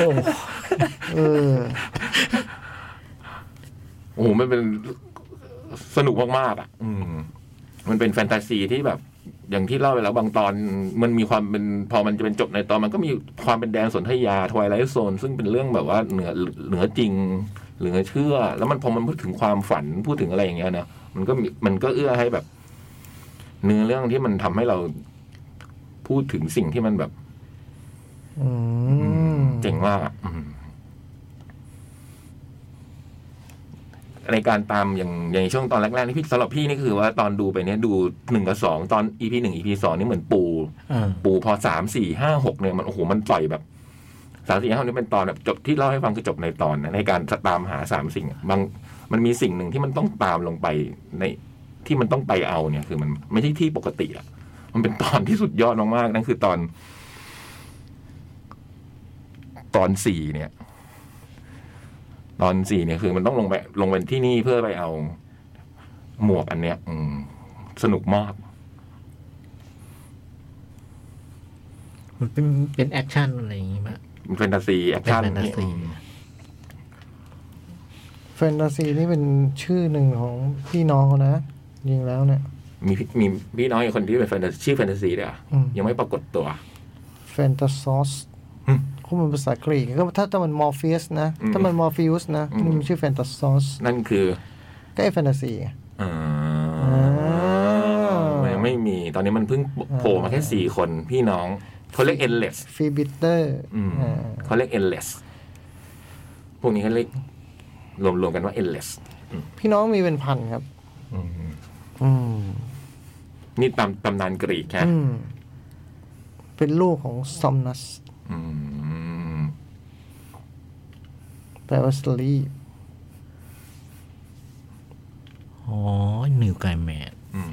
C: อ้โหมันเป็นสนุกมากๆอ่ะมันเป็นแฟนตาซีที่แบบอย่างที่เล่าไปแล้วบางตอนมันมีความเป็นพอมันจะเป็นจบในตอนมันก็มีความเป็นแดนสนธยาทวายไลท์โซนซึ่งเป็นเรื่องแบบว่าเหนือจริงเหนือเชื่อแล้วมันพอมันพูดถึงความฝันพูดถึงอะไรอย่างเงี้ยนะมันก็เอื้อให้แบบเนื้อเรื่องที่มันทำให้เราพูดถึงสิ่งที่มันแบบเจ๋งมากในการตามอย่างช่วงตอนแรกๆนี่พี่สำหรับพี่นี่คือว่าตอนดูไปเนี่ยดู1 กับ 2ตอน EP 1 EP 2นี่เหมือนปูพอ3 4 5 6เนี่ยมันโอ้โหมันปล่อยแบบ3 4 5นี่เป็นตอนแบบจบที่เล่าให้ฟังคือจบในตอนนะในการตามหา3 สิ่งมันมีสิ่งหนึ่งที่มันต้องตามลงไปในที่มันต้องไปเอาเนี่ยคือมันไม่ใช่ที่ปกติอ่ะมันเป็นตอนที่สุดยอดมากๆนั่นคือตอน4เนี่ยตอน4เนี่ยคือมันต้องลงไปที่นี่เพื่อไปเอาหมวกอันเนี้ยสนุกมาก
D: มันเป็นแอคชั่นอะไรอย่างงี้มั้ย
C: มันแฟนตาซีแอคชั่น
B: แฟนตาซีนี่เป็นชื่อหนึ่งของพี่น้องเขานะจริงแล้วเนี่ย
C: มีพี่น้องอีกคนที่เป็นแฟนตาซีชื่อแฟนตาซีด้วยยังไม่ปรากฏตัว
B: แฟนตาซอสเขาเป็นภาษากรีกก็ถ้ามันมอร์ฟีสนะถ้ามันมอร์ฟิวส์นะมันชื่อแฟนตาซอส
C: นั่นคือ
B: ก็ไอ้แฟนตาซี
C: ยังไม่มีตอนนี้มันเพิ่งโผล่มาแค่4 คนพี่น้องเขาเรียก endless
B: ฟีบิเตอร์
C: เขาเรียก endless พวกนี้เขาเรียกรวมกันว่า endless
B: พี่น้องมีเป็นพันครับ
C: นี่ตำนานกรีกแค่
B: เป็นลูกของซอมนัสแปลว่า sleep
D: อ๋อนิวไกแมน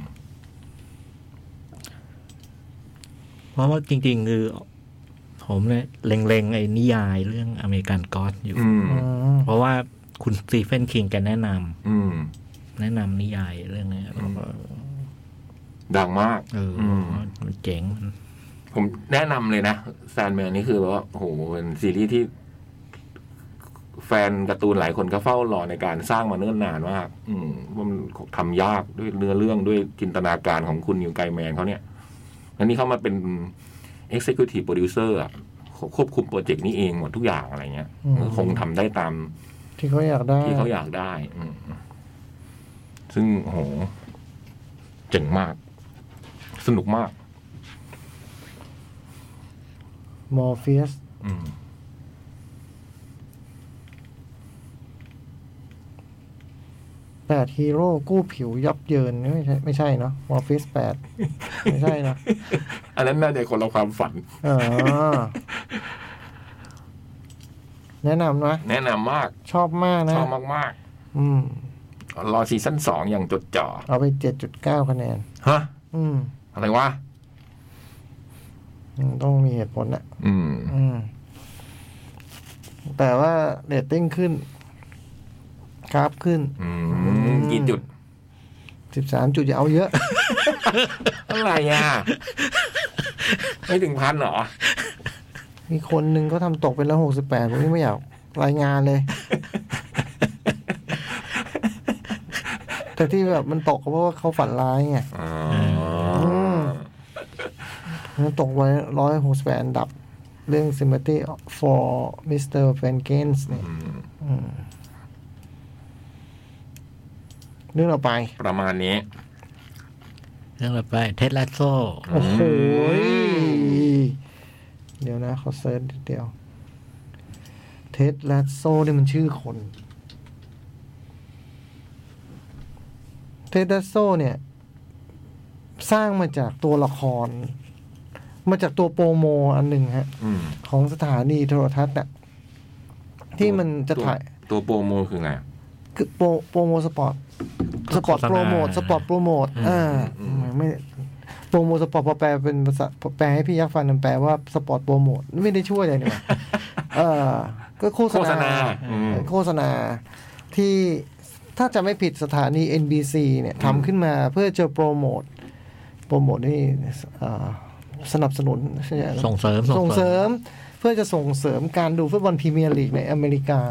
D: เพราะว่าจริงๆคือผมเนี่ยเล็งๆไอ้นิยายเรื่องอเมริกันก็อดอยู่เพราะว่าคุณสตีเฟนคิงแกแนะนำนิยายเรื่องนี้
C: ดังมาก
D: มันเจ๋ง
C: ผมแนะนำเลยนะแซนแมนนี่คือแบบว่าโอ้โหเป็นซีรีส์ที่แฟนการ์ตูนหลายคนก็เฝ้ารอในการสร้างมาเนิ่นนานมากมันทำยากด้วยเนื้อเรื่องด้วยจินตนาการของคุณนิวไกแมนเขาเนี่ยอันนี้เขามาเป็น Executive Producer อ่ะควบคุมโปรเจกต์นี้เองหมดทุกอย่างอะไรเงี้ยคงทำได้ตาม
B: ที่เขาอยาก
C: ได้ซึ่งโหเจ๋งมากสนุกมาก
B: มอร์ฟีส 8ฮีโร่กู้ผิวยับเยินไม่ใช่เนาะมอร์ฟิส8ไม่ใช่เนาะ
C: อันนั้นน่าจะคนละความฝัน
B: แนะนำนะ
C: แนะนำมาก
B: ชอบมากนะ
C: ชอบมากๆรอซีซั่น2อย่างจดจ่อ
B: เอาไป 7.9 คะแนน
C: ฮะอะไรวะ
B: ต้องมีเหตุผลนะแต่ว่าเรตติ้งขึ้นกราฟขึ้น
C: กี่จุด
B: 13 จุดอย่าเอาเยอะ
C: อะไรอ่ะไม่ถึง1,000หรอ
B: มีคนหนึ่งเขาทำตกเป็นละ68ผมไม่อยากรายงานเลย แต่ที่แบบมันตกเพราะว่าเขาฝันร้ายไงมันตกไว้168อันดับเรื่อง Sympathy for Mr. Vengeance เนี่ยเรื่องเราไป
C: ประมาณนี้
D: เรื่องเราไปเท็ดลัสโซ
B: โอ้โหเดี๋ยวนะขอเซิร์ชเดียวเท็ดลัสโซนี่มันชื่อคนเท็ดลัสโซเนี่ยสร้างมาจากตัวละครมาจากตัวโปรโมอันหนึ่งฮะของสถานีโทรทัศน์อะที่มันจะถ่าย
C: ตัวโปรโมคือไง
B: คือโปรโมสปอร์ตโปรโมทไม่โปรโมทสปอร์ตพอแปลเป็นภาษาแปลให้พี่ยักษ์ฟังมันแปลว่าสปอร์ตโปรโมทไม่ได้ช่วยอะไรเนี่ยก็โฆษณาที่ถ้าจะไม่ผิดสถานี NBC เนี่ยทำขึ้นมาเพื่อจะโปรโมทนี่สนับสนุน
D: ส่งเสริม
B: เพื่อจะส่งเสริมการดูฟุตบอลพรีเมียร์ลีกในอเมริกา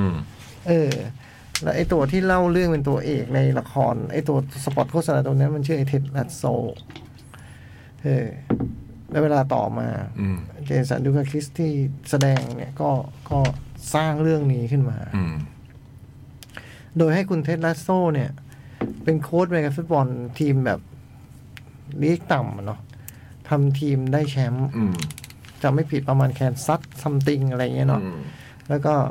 B: แล้วไอ้ตัวที่เล่าเรื่องเป็นตัวเอกในละครไอ้ตัวสปอตโฆษณาตรงนี้มันชื่อไอ้เท็ดลัสโซแล้วเวลาต่อมาเจสันดูคาคิสที่แสดงเนี่ยก็สร้างเรื่องนี้ขึ้นมาโดยให้คุณเท็ดลัสโซเนี่ยเป็นโค้ชในการฟุตบอลทีมแบบลีกต่ำเนาะทำทีมได้แชมป์จะไม่ผิดประมาณแคนซัสซัมติงอะไรเงี้ยเนาะแล้วก็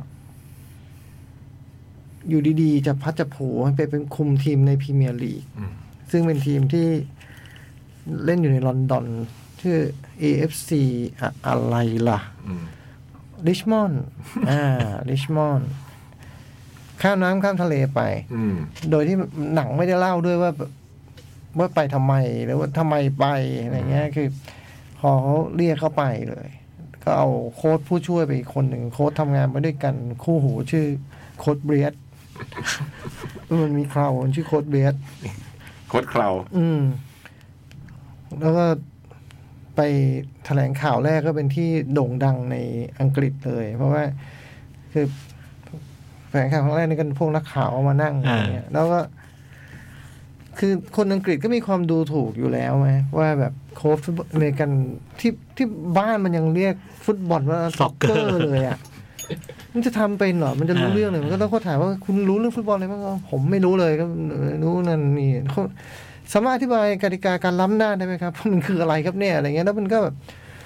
B: อยู่ดีๆจะพัดจะผูให้ไปเป็นคุมทีมในพรีเมียร์ลีกซึ่งเป็นทีมที่เล่นอยู่ในลอนดอนชื่อ AFC อะไรล่ะริชมอนด์ริชมอนด์ข้ามน้ำข้ามทะเลไปโดยที่หนังไม่ได้เล่าด้วยว่าไปทำไมหรือว่าทำไมไปอะไรเงี้ยคือพอเขาเรียกเข้าไปเลยก็เอาโค้ชผู้ช่วยไปอีกคนหนึ่งโค้ชทำงานมาด้วยกันคู่หูชื่อโค้ชเบรียดมันมีคราวชื่อโค้ชเบรียด
C: โค้ชคราว
B: แล้วก็ไปแถลงข่าวแรกก็เป็นที่โด่งดังในอังกฤษเลยเพราะว่าคือแถลงข่าวครั้งแรกนี่กันพวกนักข่าวมานั่งอย่างเงี้ยแล้วก็คือคนอังกฤษก็มีความดูถูกอยู่แล้วไหมว่าแบบโค้ชฟุตบอลอเมริกันที่บ้านมันยังเรียกฟุตบอลว่าซ็อกเกอร์เลยอ่ะมันจะทำเป็นเหรอมันจะรู้เรื่องเลยมันก็ต้องเขาถามว่าคุณรู้เรื่องฟุตบอลอะไรบ้างผมไม่รู้เลยก็รู้นั่นนี่เขาสามารถอธิบายกติกาการล้ำหน้าได้ไหมครับมันคืออะไรครับเนี่ยอะไรเงี้ยแล้วมันก็แบบ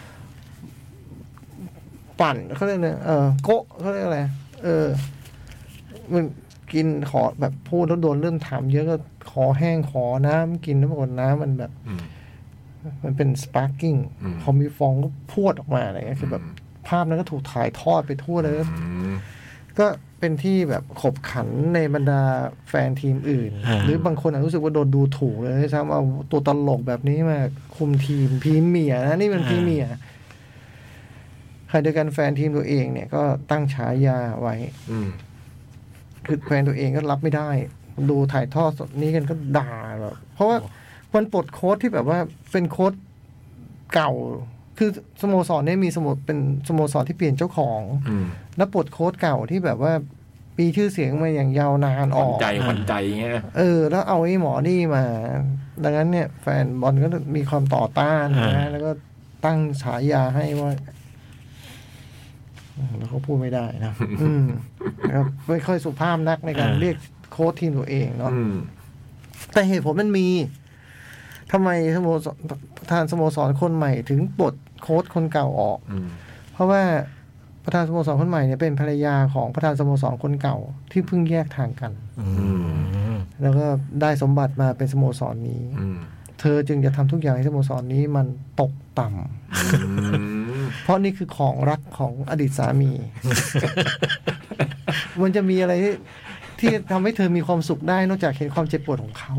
B: ปั่นเขาเรียกเนี่ยโกะเขาเรียกอะไรมันกินขอแบบพูดแล้วโดนเรื่องถามเยอะก็ขอแห้งขอน้ำกินแล้วปรากฏน้ำมันแบบมันเป็นสปาร์กิ้งพอมีฟองก็พวดออกมาอะไรเงี้ยคือแบบภาพนั้นก็ถูกถ่ายทอดไปทั่วเลยก็เป็นที่แบบขบขันในบรรดาแฟนทีมอื่นหรือบางคนรู้สึกว่าโดนดูถูกเลยซ้ำเอาตัวตลกแบบนี้มาคุมทีมพรีเมียร์นะนี่มันพรีเมียร์ใครเดียวกันแฟนทีมตัวเองเนี่ยก็ตั้งฉายาไว้คือแฟนตัวเองก็รับไม่ได้ดูถ่ายทอดสดนี้กันก็ด่าแบบเพราะว่ามันปลดโค้ชที่แบบว่าเป็นโค้ชเก่าคือสโมสรเนี่ยมีเป็นสโมสรที่เปลี่ยนเจ้าของแล้วปลดโค้ชเก่าที่แบบว่าปีชื่อเสียงมาอย่างยาวนานออก
C: ขวัญใจเงี้ย
B: แล้วเอาไอ้หมอนี่มาดังนั้นเนี่ยแฟนบอลก็มีความต่อต้านนะแล้วก็ตั้งฉายาให้ว่าแล้วเขาพูดไม่ได้นะนะครับไม่ค่อยสุภาพนักในการเรียกโค้ชทีมตัวเองเนาะแต่เหตุผลมันมีทำไมประธานสโมสรคนใหม่ถึงปลดโค้ชคนเก่าออกเพราะว่าประธานสโมสรคนใหม่เนี่ยเป็นภรรยาของประธานสโมสรคนเก่าที่เพิ่งแยกทางกันแล้วก็ได้สมบัติมาเป็นสโมสรนี้เธอจึงจะทำทุกอย่างให้สโมสรนี้มันตกต่ำเพราะนี่คือของรักของอดีตสามี มันจะมีอะไรที่ทำให้เธอมีความสุขได้นอกจากเห็นความเจ็บปวดของเขา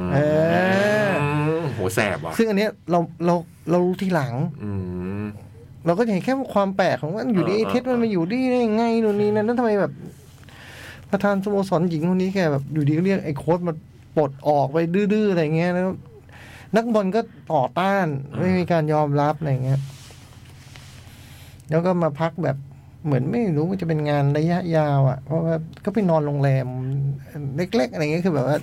C: โหแสบว่ะ
B: ซึ่งอันเนี้ยเรารู้ทีหลังเราก็เห็นแค่ความแปลกของว่าอยู่ดีเท็ดมันมาอยู่ดีได้ยังไงนู่นนี่นั่นแล้วทำไมแบบประธานสโมสรหญิงคนนี้แกแบบอยู่ดีก็เรียกไอ้โค้ชมาปลดออกไปดื้อๆอะไรเงี้ยแล้วนักบอลก็ต่อต้านไม่มีการยอมรับอะไรเงี้ยแล้วก็มาพักแบบเหมือนไม่รู้ว่าจะเป็นงานระยะยาวอ่ะเพราะว่าก็ไปนอนโรงแรมเล็กๆอะไรเงี้ยคือแบบว่า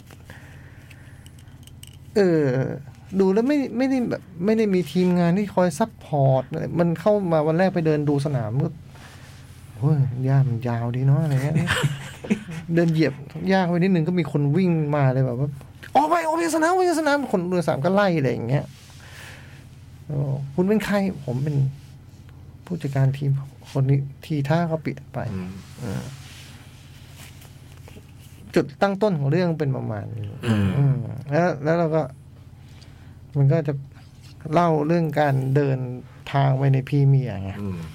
B: ดูแล้วไม่ได้แบบไม่ได้มีทีมงานที่คอยซัพพอร์ตมันเข้ามาวันแรกไปเดินดูสนามก็โอ้ยหญ้ามันยาวดีเนาะอะไรเงี้ย เดินเหยียบหญ้าไปนิดนึงก็มีคนวิ่งมาเลยแบบว่าออกไปสนามคนเรือสามก็ไล่อะไรอย่างเงี้ยคุณเป็นใครผมเป็นผู้จัดการทีมคนนี้ทีท่าเขาเปลี่ยนไปจุดตั้งต้นของเรื่องเป็นประมาณนี้แล้วเราก็มันก็จะเล่าเรื่องการเดินทางไปในพรีเมียร์ไง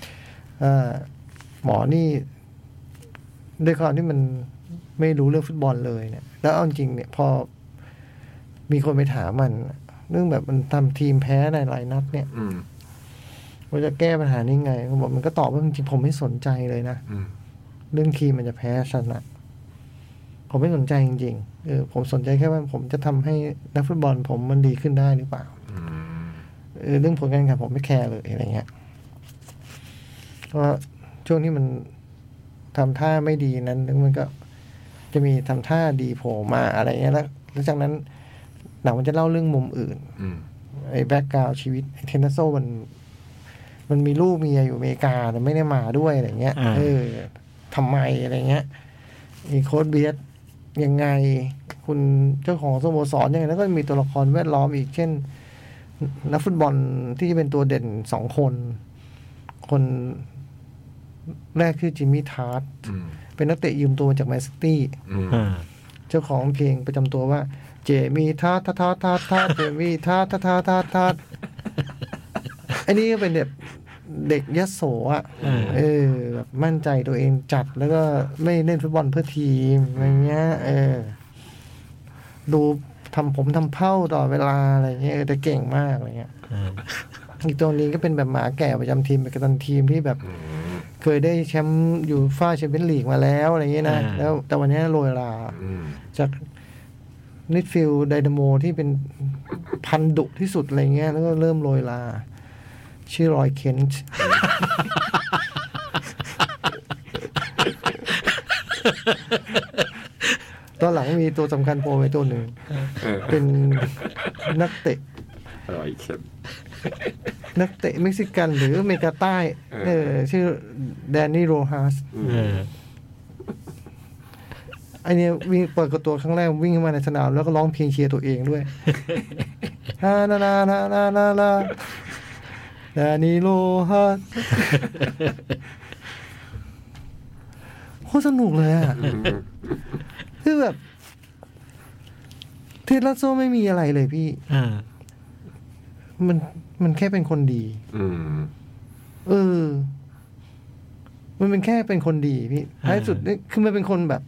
B: หมอนี่ด้วยความที่มันไม่รู้เรื่องฟุตบอลเลยเนี่ยแล้วเอาจริงเนี่ยพอมีคนไปถามมันเรื่องแบบมันทำทีมแพ้ในหลายนัดเนี่ยว่าจะแก้ปัญหานี้ไงผมบอกมันก็ตอบว่าจริงๆผมไม่สนใจเลยนะเรื่องทีมมันจะแพ้ชนะผมไม่สนใจจริงๆผมสนใจแค่ว่าผมจะทำให้นักฟุตบอลผมมันดีขึ้นได้หรือเปล่าเรื่องผลการแข่งขันผมไม่แคร์เลยอะไรเงี้ยเพราะช่วงที่มันทำท่าไม่ดีนั้นมันก็จะมีทำท่าดีโผล่มาอะไรเงี้ยแล้วจากนั้นหนังมันจะเล่าเรื่องมุมอื่นไอ้แบ็กกราวด์ชีวิตเทนนิสโซมันมีลูกเมียอยู่อเมริกาแต่ไม่ได้มาด้วยอะไรเงี้ยทำไมอะไรเงี้ยมีโค้ชเบียดยังไงคุณเจ้าของสโมสรยังไงแล้วก็มีตัวละครแวดล้อมอีกเช่นนักฟุตบอลที่จะเป็นตัวเด่น2 คนแรกคือจิมมี่ทาร์ตเป็นนักเตะยืมตัวมาจากแมนซิตี้เจ้าของเพลงประจำตัวว่าเจมี่ทาร์เจมี่ทาร์อันนี้ก็เป็นแบบเด็กยโสอ่ะแบบมั่นใจตัวเองจัดแล้วก็ไม่เล่นฟุตบอลเพื่อทีมอะไรเงี้ยดูทำเผ้าต่อเวลาอะไรเงี้ยแต่เก่งมากอะไรเงี้ยอีกตัวนี้ก็เป็นแบบหมาแก่ประจำทีมเป็นกัปตันทีมที่แบบเคยได้แชมป์ยูฟ่าแชมเปี้ยนลีกมาแล้วอะไรเงี้ยนะแล้วแต่วันนี้โรยลาจากมิดฟิลด์ไดนาโมที่เป็นพันดุที่สุดอะไรเงี้ยแล้วก็เริ่มโรยลาชื่อรอยเคนต์ตอนหลังมีตัวสำคัญโผล่ไปตัวหนึ่งเป็นนักเตะ
C: รอยเคนต์
B: นักเตะเม็กซิกันหรืออเมริกาใต้ชื่อแดนนี่โรฮาสไอเนี้ยวิ่งเปิดกระตัวครั้งแรกวิ่งมาในสนามแล้วก็ร้องเพลงเชียร์ตัวเองด้วยฮานานานานานานาแดนนี่โรฮาสโคตรสนุกเลยอ่ะคือแบบเทสลาโซไม่มีอะไรเลยพี่มันแค่เป็นคนดีมันเป็นแค่เป็นคนดีพี่ท้ายสุดนี่คือมันเป็นคนแบบ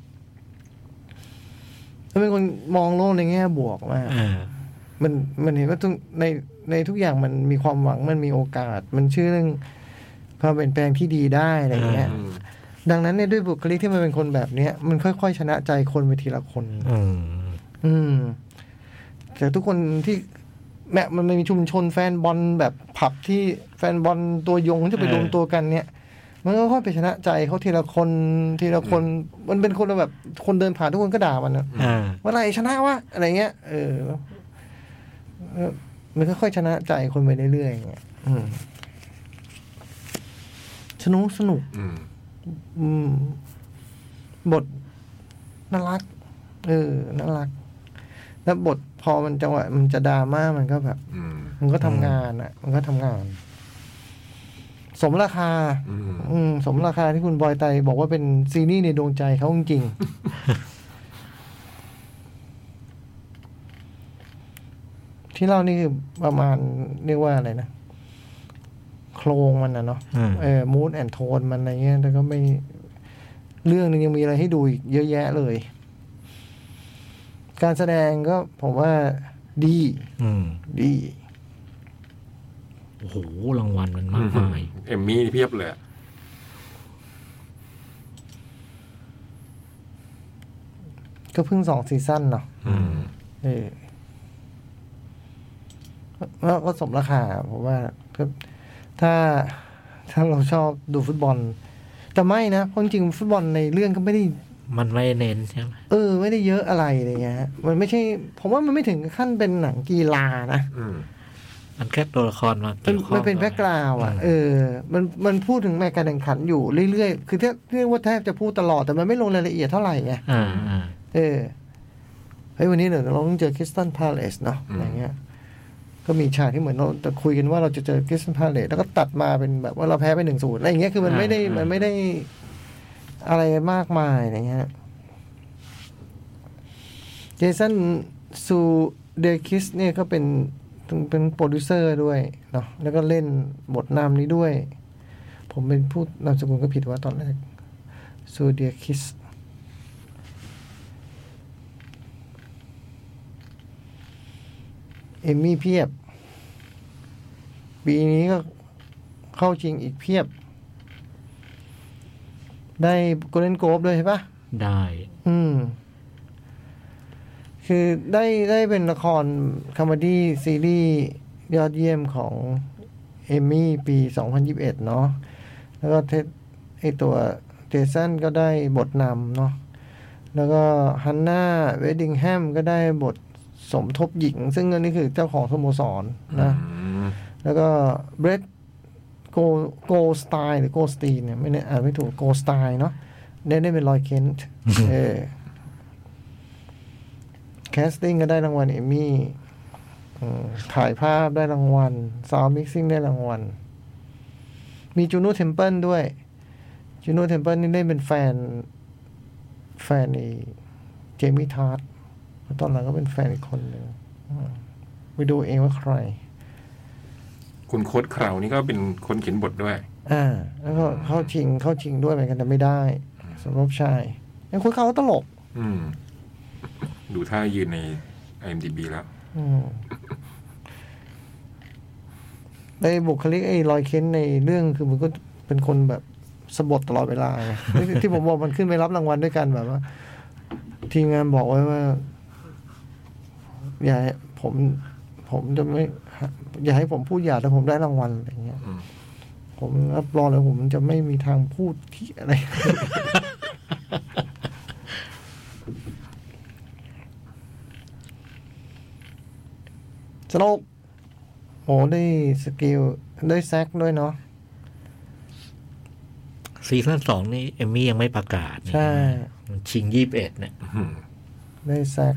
B: มันเป็นคนมองโลกในแง่บวกมากมันเห็นว่าในทุกอย่างมันมีความหวังมันมีโอกาสมันเชื่อเรื่องความเปลี่ยนแปลงที่ดีได้อะไรอย่างเงี้ยดังนั้นเนี่ยด้วยบุคลิกที่มันเป็นคนแบบเนี้ยมันค่อยๆชนะใจคนไปทีละคนแต่ทุกคนที่แม้มันมีชุมชนแฟนบอลแบบผับที่แฟนบอลตัวยงที่ไปรวมตัวกันเนี่ยมันก็ค่อยไปชนะใจเขาทีละคนมันเป็นคนแบบคนเดินผ่านทุกคนก็ด่ามันนะว่าอะไรชนะวะอะไรเงี้ยมันก็ค่อยชนะใจคนไปเรื่อยๆอย่างเงี้ยสนุกบทน่ารักน่ารักแล้วบทพอมันจังหวะมันจะดราม่ามันก็แบบมันก็ทำงานอ่ะมันก็ทำงานสมราคาสมราคาที่คุณบอยไตบอกว่าเป็นซีรีส์ในดวงใจเขาจริงๆที่เล่านี่คือประมาณเรียกว่าอะไรนะโครงมันนะเนาะมูดแอนโทนมันอะไรเงี้ยแต่ก็ไม่เรื่องนึงยังมีอะไรให้ดูอีกเยอะแยะเลยการแสดงก็ผมว่าดีดี
D: โอ้โหรางวัลมันมากมาย
C: เอมมี่เพียบเลย
B: ก็เพิ่ง2 ซีซั่นเนาะแล้วก็สมราคาผมว่าถ้าเราชอบดูฟุตบอลแต่ไม่นะเพราะจริงฟุตบอลในเรื่องก็ไม่ได้
D: มันไม่เน้นใช่ไหม
B: ไม่ได้เยอะอะไรอะไรเงี้ยมันไม่ใช่ผมว่ามันไม่ถึงขั้นเป็นหนังกีฬานะ
D: มันแค่ตัวละครมา
B: มันเป็นแบ็คกราวด์อ่ะมันพูดถึงแม้การแข่งขันอยู่เรื่อยๆคือเรียกว่าแทบจะพูดตลอดแต่มันไม่ลงรายละเอียดเท่าไหร่ไงวันนี้เราต้องเจอคริสตัลพาเลซเนาะอะไรเงี้ยก็มีฉากที่เหมือนเราจะคุยกันว่าเราจะเจอคริสตัลพาเลซแล้วก็ตัดมาเป็นแบบว่าเราแพ้ไป 1-0 อะไรอย่างเงี้ยคือมันไม่ได้อะไรมากมายอะไรเงี้ยเจสันซูเดคิสเนี่ยก็เป็นโปรดิวเซอร์ด้วยเนาะแล้วก็เล่นบทนำนี้ด้วยผมเป็นพูดนามสกุลก็ผิดว่าตอนแรกซูเดคิสเอมมี่เพียบปีนี้ก็เข้าชิงอีกเพียบได้โกลเด้นโกลบด้วยใช่ปะ
D: ได้
B: คือได้เป็นละครคอมเมดี้ซีรีส์ยอดเยี่ยมของเอมมี่ปี 2021 เนาะแล้วก็ตัวเจสันก็ได้บทนำเนาะแล้วก็ฮันน่าเวดดิงแฮมก็ได้บทสมทบหญิงซึ่งอันนี้คือเจ้าของสโมสรนะแล้วก็เบรดโกสไตล์หรือโกสตีนเนี่ยไม่แน่อ่านไม่ถูกโกสไตล์เนาะได้เป็นลอยเคนต์แคสติ้งก็ได้รางวัลเอมมี่ถ่ายภาพได้รางวัลซาวด์มิกซิ่งได้รางวัลมีจูโน่เทมเพิลด้วยจูโน่เทมเพิลนี่ได้เป็นแฟนในเจมี่ทาร์ตตอนหลังก็เป็นแฟนอีกคนหนึ่งไปดูเองว่าใคร
C: คุณโค้ดคราวนี่ก็เป็นคนเขียนบทด้วย
B: แล้วก็เข้าชิงด้วยเหมือนกันแต่ไม่ได้สำหรับชายยังคุยเขาตลก
C: ดูท่ายืนใน IMDb แล้ว
B: ในบุคลิกไอ้ลอยเค้นในเรื่องคือมันก็เป็นคนแบบสบถตลอดเวลาไง ที่ผมบอกมันขึ้นไปรับรางวัลด้วยกันแบบว่าทีมงานบอกไว้ว่าอย่าผมจะไม่อย่าให้ผมพูดแต่ผมได้รางวัลอะไรเงี้ยผมรับรองเลยผมจะไม่มีทางพูดที่อะไร สนุกโอ้ได้สกิลได้แซกด้วยเนาะ
D: ซีซั่น 2นี่เอมมี่ยังไม่ประกาศ
B: ใช่
D: มันชิง21เนี่ย
B: ได้แซก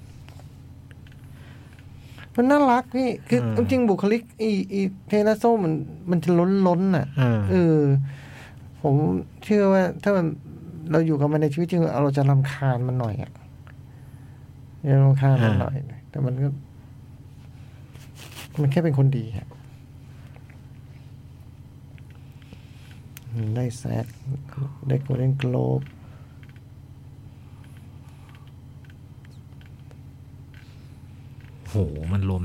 B: มันน่ารักพี่คือจริงบุคลิกอีเทเลโซมันจะล้นน่ะผมเชื่อว่าถ้ามันเราอยู่กับมันในชีวิตจริงเราจะรำคาญมันหน่อยรำคาญมันหน่อยแต่มันแค่เป็นคนดีครับได้แซกได้โกลเด้นโกลบ
D: โหมันรวม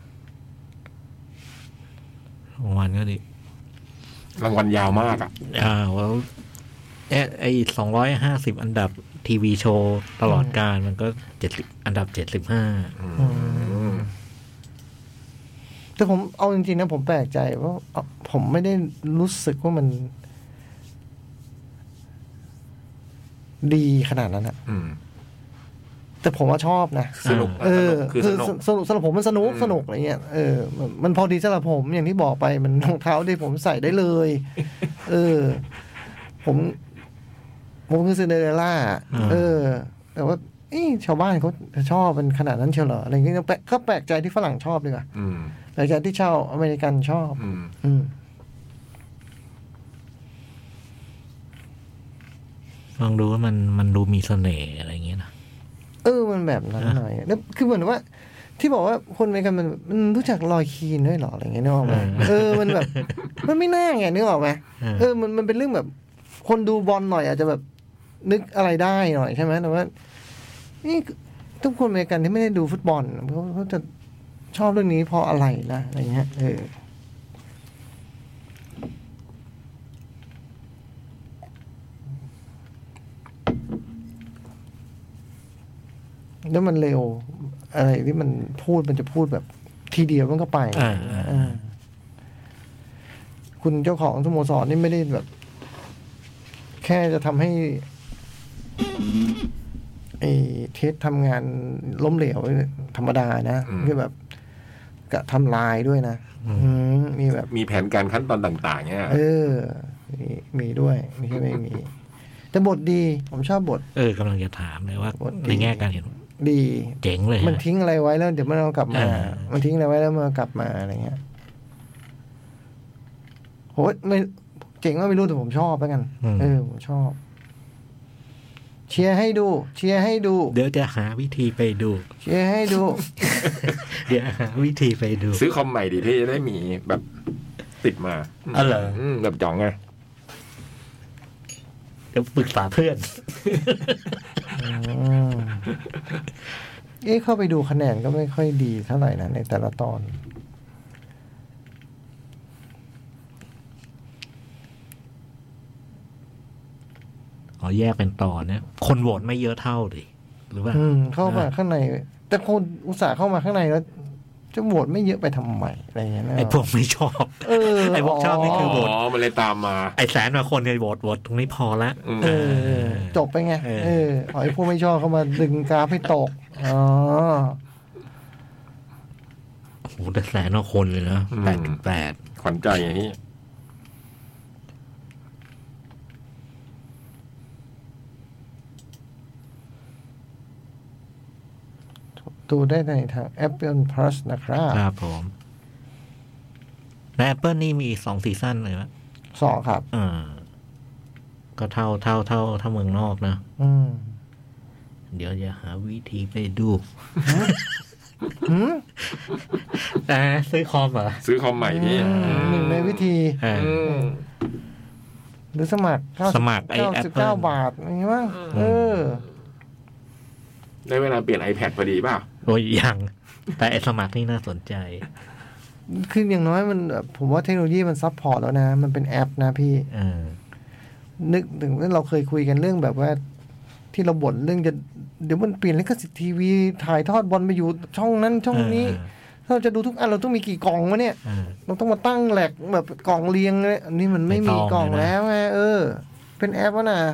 D: รางวัลก็ดิ
C: รางวัลยาวมาก
D: แล้วไอ้250อันดับทีวีโชว์ตลอดกาลมันก็70อันดับ75
B: แต่ผมเอาจริงๆนะผมแปลกใจว่าผมไม่ได้รู้สึกว่ามันดีขนาดนั้นอะแต่ผมว่าชอบนะ
C: สนุก
B: คือสำหรับผมมันสนุกอะไรเงี้ยมันพอดีสำหรับผมอย่างที่บอกไปมันรองเท้าที่ผมใส่ได้เลยผมคือซินเดอเรลล่าแต่ว่าชาวบ้านเขาชอบเป็นขนาดนั้นเชียวเหรออะไรเงี้ยก็แปลกใจที่ฝรั่งชอบดีกว่าแปลกใจที่ชาวอเมริกันชอบ
D: ลองดูว่ามันดูมีเสน่ห์อะไรเงี้ยนะ
B: มันแบบนั้นหน่อยแล้วคือเหมือนว่าที่บอกว่าคนอเมริกันมันรู้จักลอยคีนด้วยหรออะไรเงี้ยนึกออกไหมมันแบบมันไม่น่าไงนึกออกไหมมันเป็นเรื่องแบบคนดูบอลหน่อยอาจจะแบบนึกอะไรได้หน่อยใช่ไหมแต่ว่านี่ทุกคนอเมริกันที่ไม่ได้ดูฟุตบอลเขาจะชอบเรื่องนี้เพราะอะไรล่ะอะไรเงี้ยแล้วมันเร็วอะไรที่มันจะพูดแบบทีเดียวมันก็ไปคุณเจ้าของสโมสรนี่ไม่ได้แบบ แค่จะทำให้ไอ้เทสทำงานล้มเหลวธรรมดานะคือแบบกะทำลายด้วยนะมีแบบ
C: มีแผนการขั้นตอนต่างๆเนี่ย
B: มีด้วยไม่ใช่ไม่มีแต่บทดีผมชอบบท
D: กำลังจะถามเลยว่าในแง่การเห็น
B: ดี
D: เจ๋งเลย
B: มันทิ้งอะไรไว้แล้วเดี๋ยวมันเอากลับมามันทิ้งอะไรไว้แล้วมันกลับมาอะไรเงี้ยโหไม่เจ๋งว่าไม่รู้แต่ผมชอบแล้วกันผมชอบเชียร์ให้ดู
D: เดี๋ยวจะหาวิธีไปดู
B: เชียร์ให้ดู
D: เดี๋ยวหาวิธีไปดู
C: ซื้อคอมใหม่ดิที่จะได้มีแบบติดมา
D: เหรอ
C: แบบจ่องไง
D: เดี๋ยวปรึกษาเพื่อน
B: เข้าไปดูคะแนนก็ไม่ค่อยดีเท่าไหร่นะในแต่ละตอน
D: แยกเป็นตอนเนี่ยคนโหวตไม่เยอะเท่าดิหรือว่า
B: เข้ามาข้างในแต่คนอุตส่าห์เข้ามาข้างในแล้วจะโหวตไม่เยอะไปทำไมอะไรเงี้ย
D: ไอ้พวกไม่ชอบไอ้พวกชอบนี่คือโหวต
C: มันเลยตามมา
D: ไอ้แสนกว่าคนเนี่ยโหวตตรงนี้พอละ
B: จบไปไงไอ้พวกไม่ชอบเข้ามาดึงกราฟให้ตก
D: โอ้โหแต่แสนกว่าคนเลยนะ8.8
C: ขวัญใจอย่างนี้
B: ดูได้ในทาง Apple Plus นะครับ
D: ครับผมใน Apple นี่มี2ซีซั่นเลยมั้ย
B: 2ครับ
D: ก็เท่าเมืองนอกนะเดี๋ยวจะหาวิธีไปดูซื้อคอมเหรอ
C: ซื้อคอมใหม่นี่
B: หนึ่งในวิธีหรือสมัคร
D: ไอ้
B: Apple บาทอย่างงี้มั้ง
C: ได้เวลาเปลี่ยน iPad พอดีป่ะ
D: โอ้ยยังแต่ไอ้สมัครนี่น่าสนใจ
B: คืออย่างน้อยมันผมว่าเทคโนโลยีมันซัพพอร์ตแล้วนะมันเป็นแอปนะพี่นึกถึงเราเคยคุยกันเรื่องแบบว่าที่เราบ่นเรื่องจะเดี๋ยวมันเปลี่ยนลิขสิทธิ์ทีวีถ่ายทอดบอลไปอยู่ช่องนั้นช่องนี้เราจะดูทุกอันเราต้องมีกี่กล่องวะเนี่ยเราต้องมาตั้งแหลกแบบกล่องเรียงเลยอันนี้มันไม่มีกล่องแล้วไงเป็นแอปวะนะ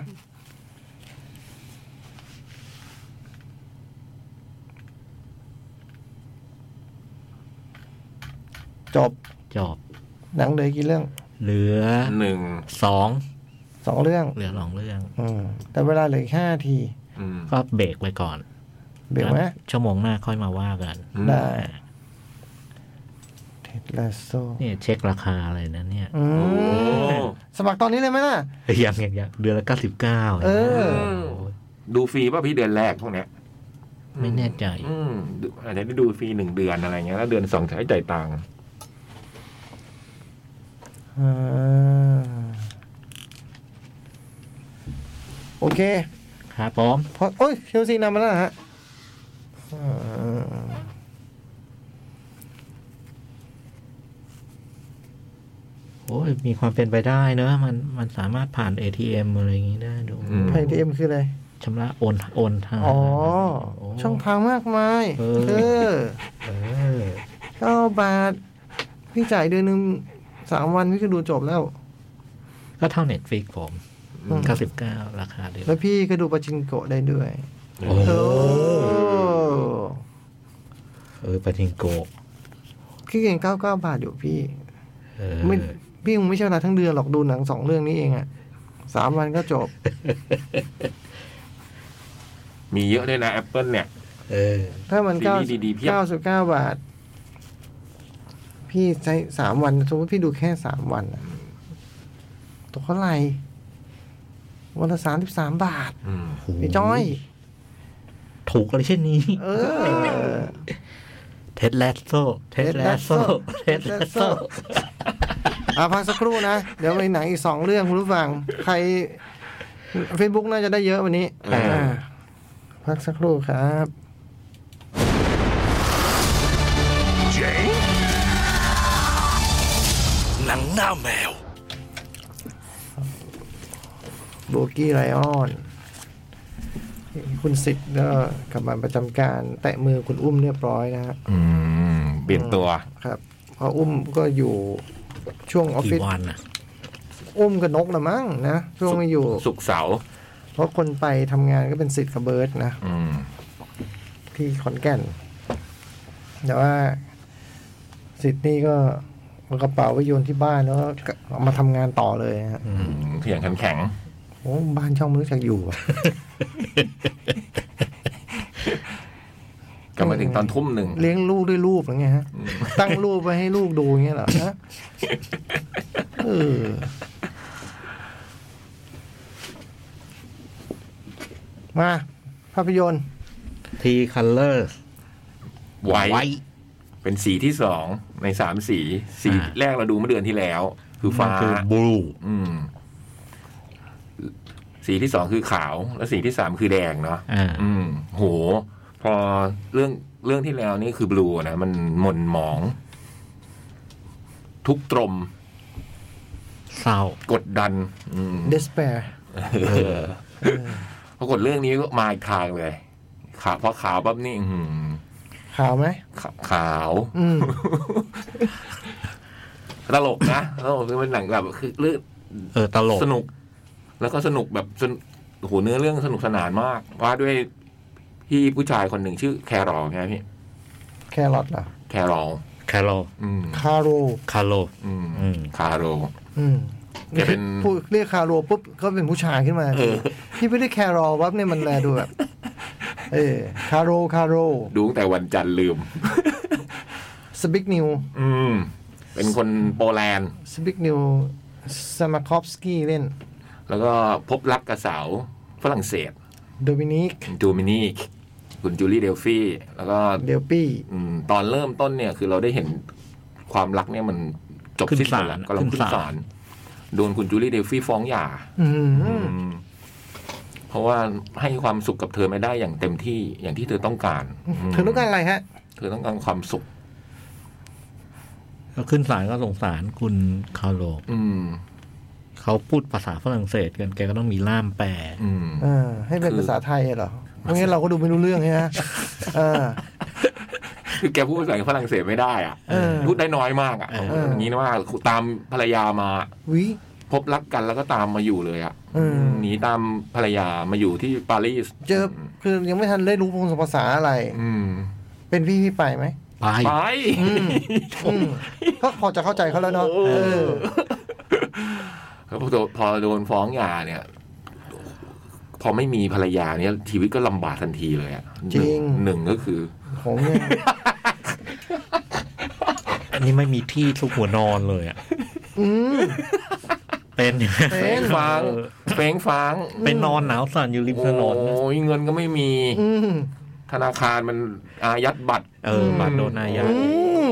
B: จบหนังเหลือกี่เรื่อง
D: เหลือ
B: 2เรื่อง
D: เหลือ2เรื่อง
B: แต่เวลาเหลือ5 นาที
D: ก็เบรกไว้ก่อน
B: เบรกไหม
D: ชั่วโมงหน้าค่อยมาว่ากัน
B: ได้เท็ดลาโซ
D: นี่เช็คราคาอะไรนะเนี่ย
B: สมัครตอนนี้เลยไหมล่ะ
D: ยังเดือนละ99
C: ดูฟรีป่ะพี่เดือนแรกพวกเนี้ย
D: ไม่แน่ใจ
C: อาจจะได้ดูฟรี1 เดือนอะไรเงี้ยแล้วเดือน2ใช้จ่ายตังค์
B: โอเค
D: ครับผม
B: โอ้ยเชลซีนำมาแล้วฮะ
D: โอ้ยมีความเป็นไปได้เนอะมันสามารถผ่าน ATM อะไรอย่างงี้ได้ดู
B: ผ่าน ATM คืออะไร
D: ชำระโอนทาง
B: ช่องทางมากมาย9 บาทพี่จ่ายเดือนนึง3 วันพี่ก็ดูจบแล้ว
D: ก็เท่า Netflix ผม99ราคาเดียว
B: แล้วพี่ก็ดูปาจิงโกะได้ด้วย
D: ปาจิงโกะ
B: พี่เก่ง99 บาทอยู่พี่ไม่พี่คงไม่ใช่เวลาทั้งเดือนหรอกดูหนัง2 เรื่องนี้เองอ่ะ3 วันก็จบ
C: มีเยอะเลยนะ Apple เนี่ย
B: ถ้ามัน99 บาทพี่ใช้3 วันสมมติพี่ดูแค่3 วันตกเท่าไหร่วันละ33 บาทไอ้จ้อย
D: ถูกอะไรเช่นนี้เท็ดแลสโซเท็ดแลสโซเท็ดแลสโซ
B: พักสักครู่นะเดี๋ยวมีหนังอีก2เรื่องคุณผู้ฟังใคร Facebook น่าจะได้เยอะวันนี้พักสักครู่ครับ
A: หนังหน้าแมว
B: โบกี้ไลออนคุณสิทธิ์ก็กลับมาประจำการแตะมือคุณอุ้มเรียบร้อยนะฮะ
C: เปลี่ยนตัว
B: ครับเพราะอุ้มก็อยู่ช่วงออฟฟิศอุ้มกับนกนะมั้งนะช่วงไม่อยู่
C: ศุกร์เสาร์
B: เพราะคนไปทำงานก็เป็นสิทธิ์กับเบิร์ดนะที่ขอนแก่นแต่ว่าสิทธิ์นี่ก็เอากระเป๋าไปโยนที่บ้านแล้วก็เอามาทำงานต่อเลยฮะ
C: เถียงแข็ง
B: โอ้บ้านช่องไม่รู้จักอยู่
C: กลับมาถึงตอนทุ่มหนึ่ง
B: เลี้ยงลูกด้วยรูปอะไรเงี้ยฮะตั้งรูปไปให้ลูกดูอย่างเงี้ยเหรอฮะมาภาพยนตร์
D: ทีคัลเลอร์
C: ไวเป็นสีที่2ใน3สีแรกเราดูเมื่อเดือนที่แล้วคือฟ้า
D: คือบลู
C: สีที่2คือขาวแล้วสีที่3คือแดงเนาะโหพอเรื่องที่แล้วนี่คือบลูนะมันหม่นหมองทุกตรม
D: เศร้าก
C: ดดัน
B: despair
C: ปรากฏเรื่องนี้ก็มาอีกทางเลยพอขาวปั๊บนี่
B: ขาวไหม
C: ขาวตลกนะแล้วเป็นหนังแบบคือเรื่อง
D: ตลก
C: สนุกแล้วก็สนุกแบบโหเนื้อเรื่องสนุกสนานมากว่าด้วยพี่ผู้ชายคนหนึ่งชื่อแครอลไงพี่
B: แครอทเหรอ
C: แครอล
B: คาโรคาโรแกเป็นผู้เรียกคาโรปุ๊บก็เป็นผู้ชายขึ้นมาที่ไม่ได้แครอลวับเนี่ยมันแลดูแบบคาโร
C: ดูตั้งแต่วันจันทร์ลืม
B: สบิกนิว
C: เป็นคนโปแลนด์
B: สบิกนิวซามาคอฟสกี้เล่น
C: แล้วก็พบรักกับสาวฝรั่งเศส
B: โดมินิก
C: คุณจูลี่เดลฟี่แล้วก็
B: เดลปี้
C: ตอนเริ่มต้นเนี่ยคือเราได้เห็นความรักเนี่ยมันจบสิ้นไปแล้วก็เราขึ้นศาลโดนคุณจูลี่เดลฟี่ฟ้องหย่าเพราะว่าให้ความสุขกับเธอไม่ได้อย่างเต็มที่อย่างที่เธอต้องการ
B: เธอต้องการอะไรฮะ
C: เธอต้องการความสุข
D: แล้วขึ้นศาลก็สงสารคุณคาร์โลเขาพูดภาษาฝรั่งเศสกันแกก็ต้องมีล่ามแปล
B: ให้เป็นภาษาไทยเหรอไม่งั้นเราก็ดูไม่รู้เรื่องใช่ไหม
C: คือแกพูดภาษาฝรั่งเศสไม่ได้อ่ะพูดได้น้อยมากอ่ะอย่างนี้นะว่าตามภรรยามาพบรักกันแล้วก็ตามมาอยู่เลยอ่ะหนีตามภรรยามาอยู่ที่ปารีส
B: เจอคือยังไม่ทันได้รู้ภาษาอะไรเป็นพี่ไปไหม
C: ไป
B: ก็พอจะเข้าใจเขาแล้วเนาะ
C: พอโดนฟ้องหย่าเนี่ยพอไม่มีภรรยาเนี่ยชีวิตก็ลำบากทันทีเลยอ่ะ
B: จริง
C: หนึ่งก็คือ
B: ผมเนี่ย
D: อันนี้ไม่มีที่ซุกหัวนอนเลยอ่ะเป็น
C: ฟัง
D: เป็นนอนหนาวสั่นอยู่ริมถนน
C: โอ้ยเงินก็ไม่มีธนาคารมันอายัดบัตร
D: บัตรโดนอายัด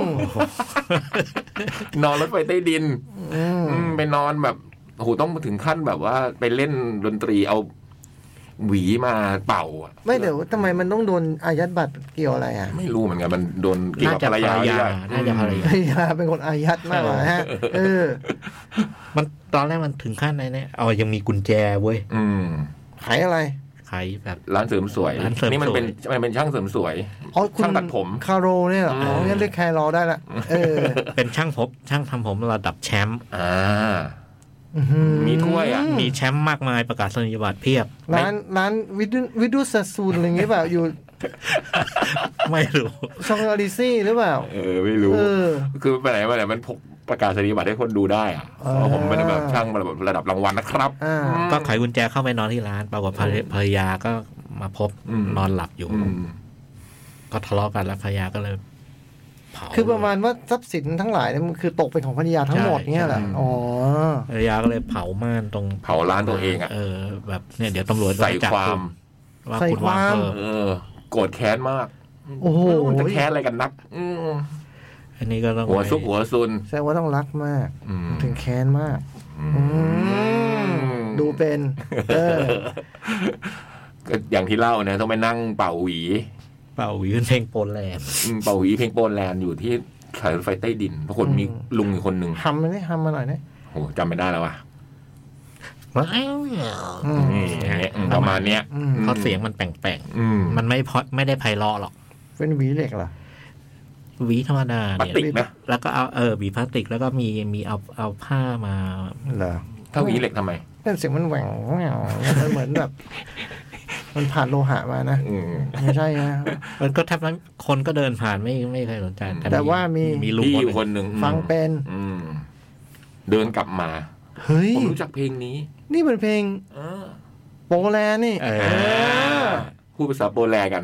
C: นอนรถไฟใต้ดินไปนอนแบบโอ้โหต้องถึงขั้นแบบว่าไปเล่นดนตรีเอาหวีมาเป่า
B: ไม่เดี๋ยวทำไมมันต้องโดนอายัดบัตรเกี่ยวอะไร
C: ไม่รู้เหมือนกันมันโดนเกี่ยวกับภรรยา
D: น่าจะภรรยา
B: เป็นคนอายัดมากกว่าฮะ
D: มันตอนแรกมันถึงขั้นไหนเนี่ยยังมีกุญแจเว้ย
B: ขายอะไร
D: ขายแบบ
C: ร้านเสริมสวยนี่มันเป็นช่างเสริมสวยช่างตัดผม
B: คาโรเนี่ยเหรองั้นเรียกแครอได้ละ
D: เป็นช่างทำผมระดับแชมป์
C: มีถ้วย
D: มีแชมป์มากมายประกาศนียบัตรเพียบ
B: ร้านวิดูซัสซูนอะไรเงี้ยแบบอยู่
D: ไม่รู้
B: ชองอาริซี่หรือเปล่า
C: ไม่รู้คือไปไหนมาไหนมันพกประกาศนียบัตรให้คนดูได้ผมเป็นแบบช่างระดับรางวัลนะครับ
D: ก็ไขกุญแจเข้าไปนอนที่ร้านปรากฏภรรยาก็มาพบนอนหลับอยู่ก็ทะเลาะกันแล้วภรรยาก็เลย
B: คือประมาณว่าทรัพย์สินทั้งหลายเนี่ยมันคือตกเป็นของภรรยาทั้งหมดเนี่ยแหละ
D: ภรรยาก็เลยเผาม่านตรง
C: เผาร้านตัวเอง
D: แบบเนี่ยเดี๋ยวตำรวจ
C: ใส่ความ
D: ว่าคุณวาง
C: โกรธแค้นมาก
B: โอ้โห
C: มันจะแค้นอะไรกันนัก
D: อันนี้ก็ต้อง
C: หัวซุกหัวซุน
B: แสดงว่าต้องรักมากถึงแค้นมากดูเป็น
C: ก็อย่างที่เล่านะต้องไปนั่งเป่าหวี
D: เพลงโปแลนด์
C: เป่าหวีเพลงโปแลนด์อยู่ที่สายรถไฟใต้ดินปรากฏมีลุงอีกคนหนึ่ง
B: ทำมันได้ทำมาหน่อยนะ
C: โอ้จำไม่ได้แล้วว่ะประมาณเนี้ย
D: เพราะเสียงมันแปลกๆมันไม่ได้ไพเราะหรอก
B: เป็นหวีเหล็กเหรอ
D: หวีธรรมดาเนี่ยแล้วก็เอาหวีพลาสติกแล้วก็มีเอาผ้ามา
B: เหรอ
C: ถ้าหวีเหล็กทำไม
B: เป็นเสียงมันแหว่งมันเหมือนแบบมันผ่านโลหะมานะไม่ใช่นะ
D: มันก็แทบนั้นคนก็เดินผ่านไม่เคยสนใจ
B: แต่ว่า
C: มีลุงคนหนึ่ง
B: ฟังเป็น
C: เดินกลับมา
B: เฮ้ย
C: ผมรู้จักเพลงนี้
B: นี่เป็นเพลงโปแลนด์นี่
C: พูดภาษาโปแลนด์กัน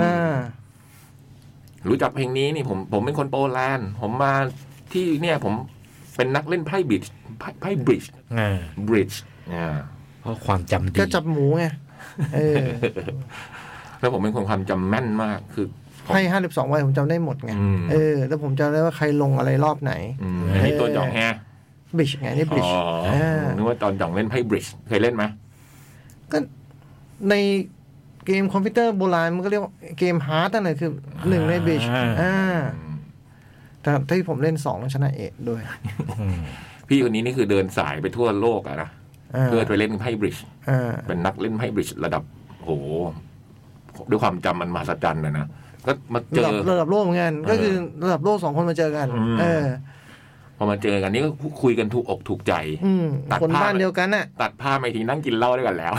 C: รู้จักเพลงนี้นี่ผมเป็นคนโปแลนด์ผมมาที่เนี่ยผมเป็นนักเล่นไพ่บริดจ์
D: เพราะความจำดี
B: ก็จับหมูไง
C: แล้วผมเป็นคนความจำแม่นมากคือ
B: ให้52 วันผมจำได้หมดไงแล้วผมจำได้ว่าใครลงอะไรรอบไหน
C: นี่ตัวจ่องแฮ
B: บริดจ์ไงนี่บริดจ์
C: นึกว่าตอนจ่องเล่นไพ่บริดจ์เคยเล่นไหม
B: ก็ในเกมคอมพิวเตอร์โบราณมันก็เรียกว่าเกมฮาร์ดนั่นแหละคือ1ในบริดจ์แต่ที่ผมเล่น2ชนะเอกด้วย
C: พี่คนนี้นี่คือเดินสายไปทั่วโลกอะนะเพื่อไปเล่นไพ่บริดจ์เป็นนักเล่นไพ่บริดจ์ระดับโหด้วยความจำมันมหัศจรรย์เลยนะก็มาเจอ
B: ระดับโลกเหมือนกันก็คือระดับโลก2คนมาเจอกัน
C: พอมาเจอกันนี่ก็คุยกันถูกอกถูกใจ
B: ตัดคนบ้านเดียวกันน่ะ
C: ตัดผ้าไม่ทีนั่งกินเหล้าด้วยกันแล้ว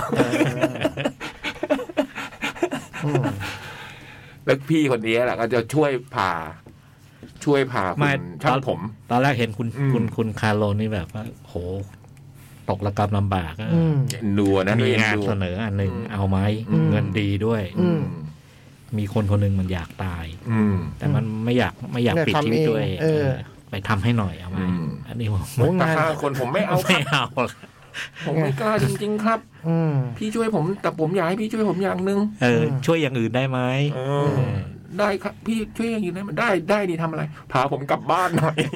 C: แล้วพี่คนนี้แหละก็จะช่วยพาคุณช่างผม
D: ตอนแรกเห็นคุณคาร์โลนี่แบบว่าโหตกระกำลำบาก
C: ดูนะ
D: มีงานเสนออันหนึ่งเอาไหมเงินดีด้วยมีคนคนหนึ่งมันอยากตายแต่มันไม่อยากปิดชีวิตด้วยไปทำให้หน่อยเอาไหมอันนี้
C: ผมงานคนผมไม่เอาผมไม่กล้าจริงๆครับพี่ช่วยผมแต่ผมอยากให้พี่ช่วยผมอย่างนึง
D: ช่วยอย่างอื่นได้ไหม
C: ได้ครับพี่ช่วยอย่างอื่นได้ไหมได้ดีทำอะไรพาผมกลับบ้านหน่อย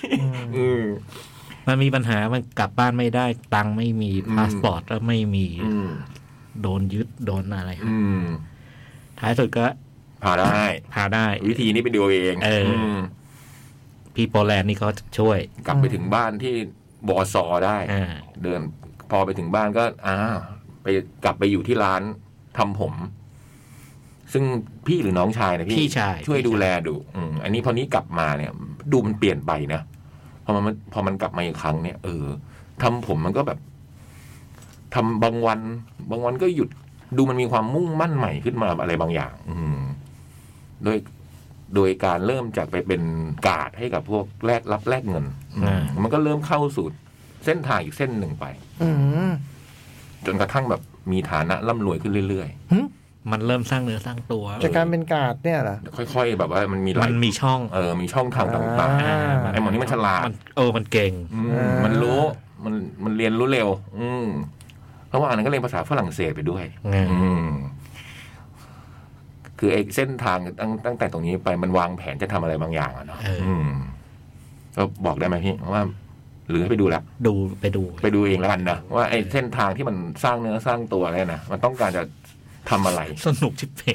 D: มันมีปัญหามันกลับบ้านไม่ได้ตังค์ไม่มีพาสปอร์ตแล้วไม่มีโดนยึดโดนอะไรท้ายสุดก็
C: พาได้วิธีนี้ไปดูเอง
D: พี่โปแลนด์นี่เขาช่วย
C: กลับไปถึงบ้านที่บส.ได้เดินพอไปถึงบ้านก็ไปกลับไปอยู่ที่ร้านทำผมซึ่งพี่หรือน้องชายนะพี่ช่วยดูแลดูอันนี้พอนี้กลับมาเนี่ยดูมันเปลี่ยนไปนะพอมันกลับมาอีกครั้งเนี่ยทำผมมันก็แบบทำบางวันก็หยุดดูมันมีความมุ่งมั่นใหม่ขึ้นมาอะไรบางอย่างโดยการเริ่มจากไปเป็นการ์ดให้กับพวกแลกเงินมันก็เริ่มเข้าสู่เส้นทางอีกเส้นหนึ่งไปจนกระทั่งแบบมีฐานะร่ำรวยขึ้นเรื่อย
D: ๆมันเริ่มสร้างเนื้อสร้างตัว
B: จากการเป็นการ์ดเนี่ยเหรอ
C: ค่อยๆแบบว่ามัน
D: มีช่อง
C: มีช่องทางต่างๆไอ้หมอนี่มันฉลาด
D: มันเก่ง
C: มันรู้มันเรียนรู้เร็วเพราะว่าอันนั้นก็เรียนภาษาฝรั่งเศสไปด้วยคือไอ้เส้นทางตั้งแต่ตรงนี้ไปมันวางแผนจะทำอะไรบางอย่างอ่ะเนาะก็บอกได้ไหมพี่ว่าหรือให้ไปดูแล้ว
D: ไป
C: ดูเองแล้วกันนะว่าไอ้เส้นทางที่มันสร้างเนื้อสร้างตัวอะไรนะมันต้องการจะทำอะไร
D: สนุกชิบเพ่ง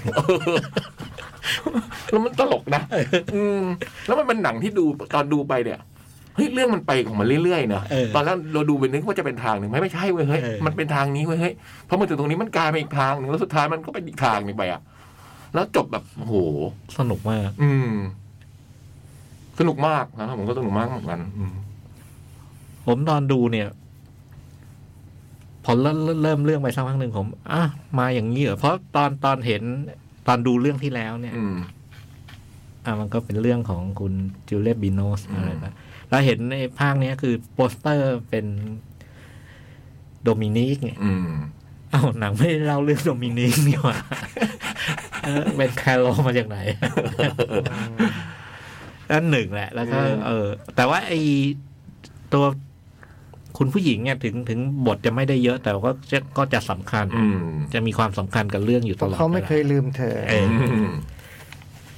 C: แล้วมันตลกนะแล้วมันเป็นหนังที่ดูตอนดูไปเนี่ยเฮ้ยเรื่องมันไปของมันเรื่อยๆเนอะตอนแรกเราดูไปนึกว่าจะเป็นทางหนึ่งไม่ใช่เว้ยเฮ้ยมันเป็นทางนี้เว้ยเฮ้ยพอมาถึงตรงนี้มันกลายไปอีกทางหนึ่งแล้วสุดท้ายมันก็เป็นอีกทางนึงไปอ่ะแล้วจบแบบโห
D: สนุกมาก
C: สนุกมากนะผมก็สนุกมากเหมือนกัน
D: ผมตอนดูเนี่ยพอเริ่มเรื่องไปสักพักหนึ่งผมมาอย่างนี้เหรอเพราะตอนเห็นตอนดูเรื่องที่แล้วเนี่ยมันก็เป็นเรื่องของคุณจูเลียบิโนสอะไรนะแล้วเห็นในภาคนี้คือโปสเตอร์เป็นโดมินิกเนี่ยหนังไม่ได้เล่าเรื่องโดมินิกนี่หว่าเป็นแคโรมาจากไหนนั่นหนึ่งแหละแล้วก็แต่ว่าไอตัวคุณผู้หญิงเนี่ยถึงบทจะไม่ได้เยอะแต่ก็จะสำคัญจะมีความสำคัญกับเรื่องอยู่ตลอด
B: เขาไม่เคยลืมเธอ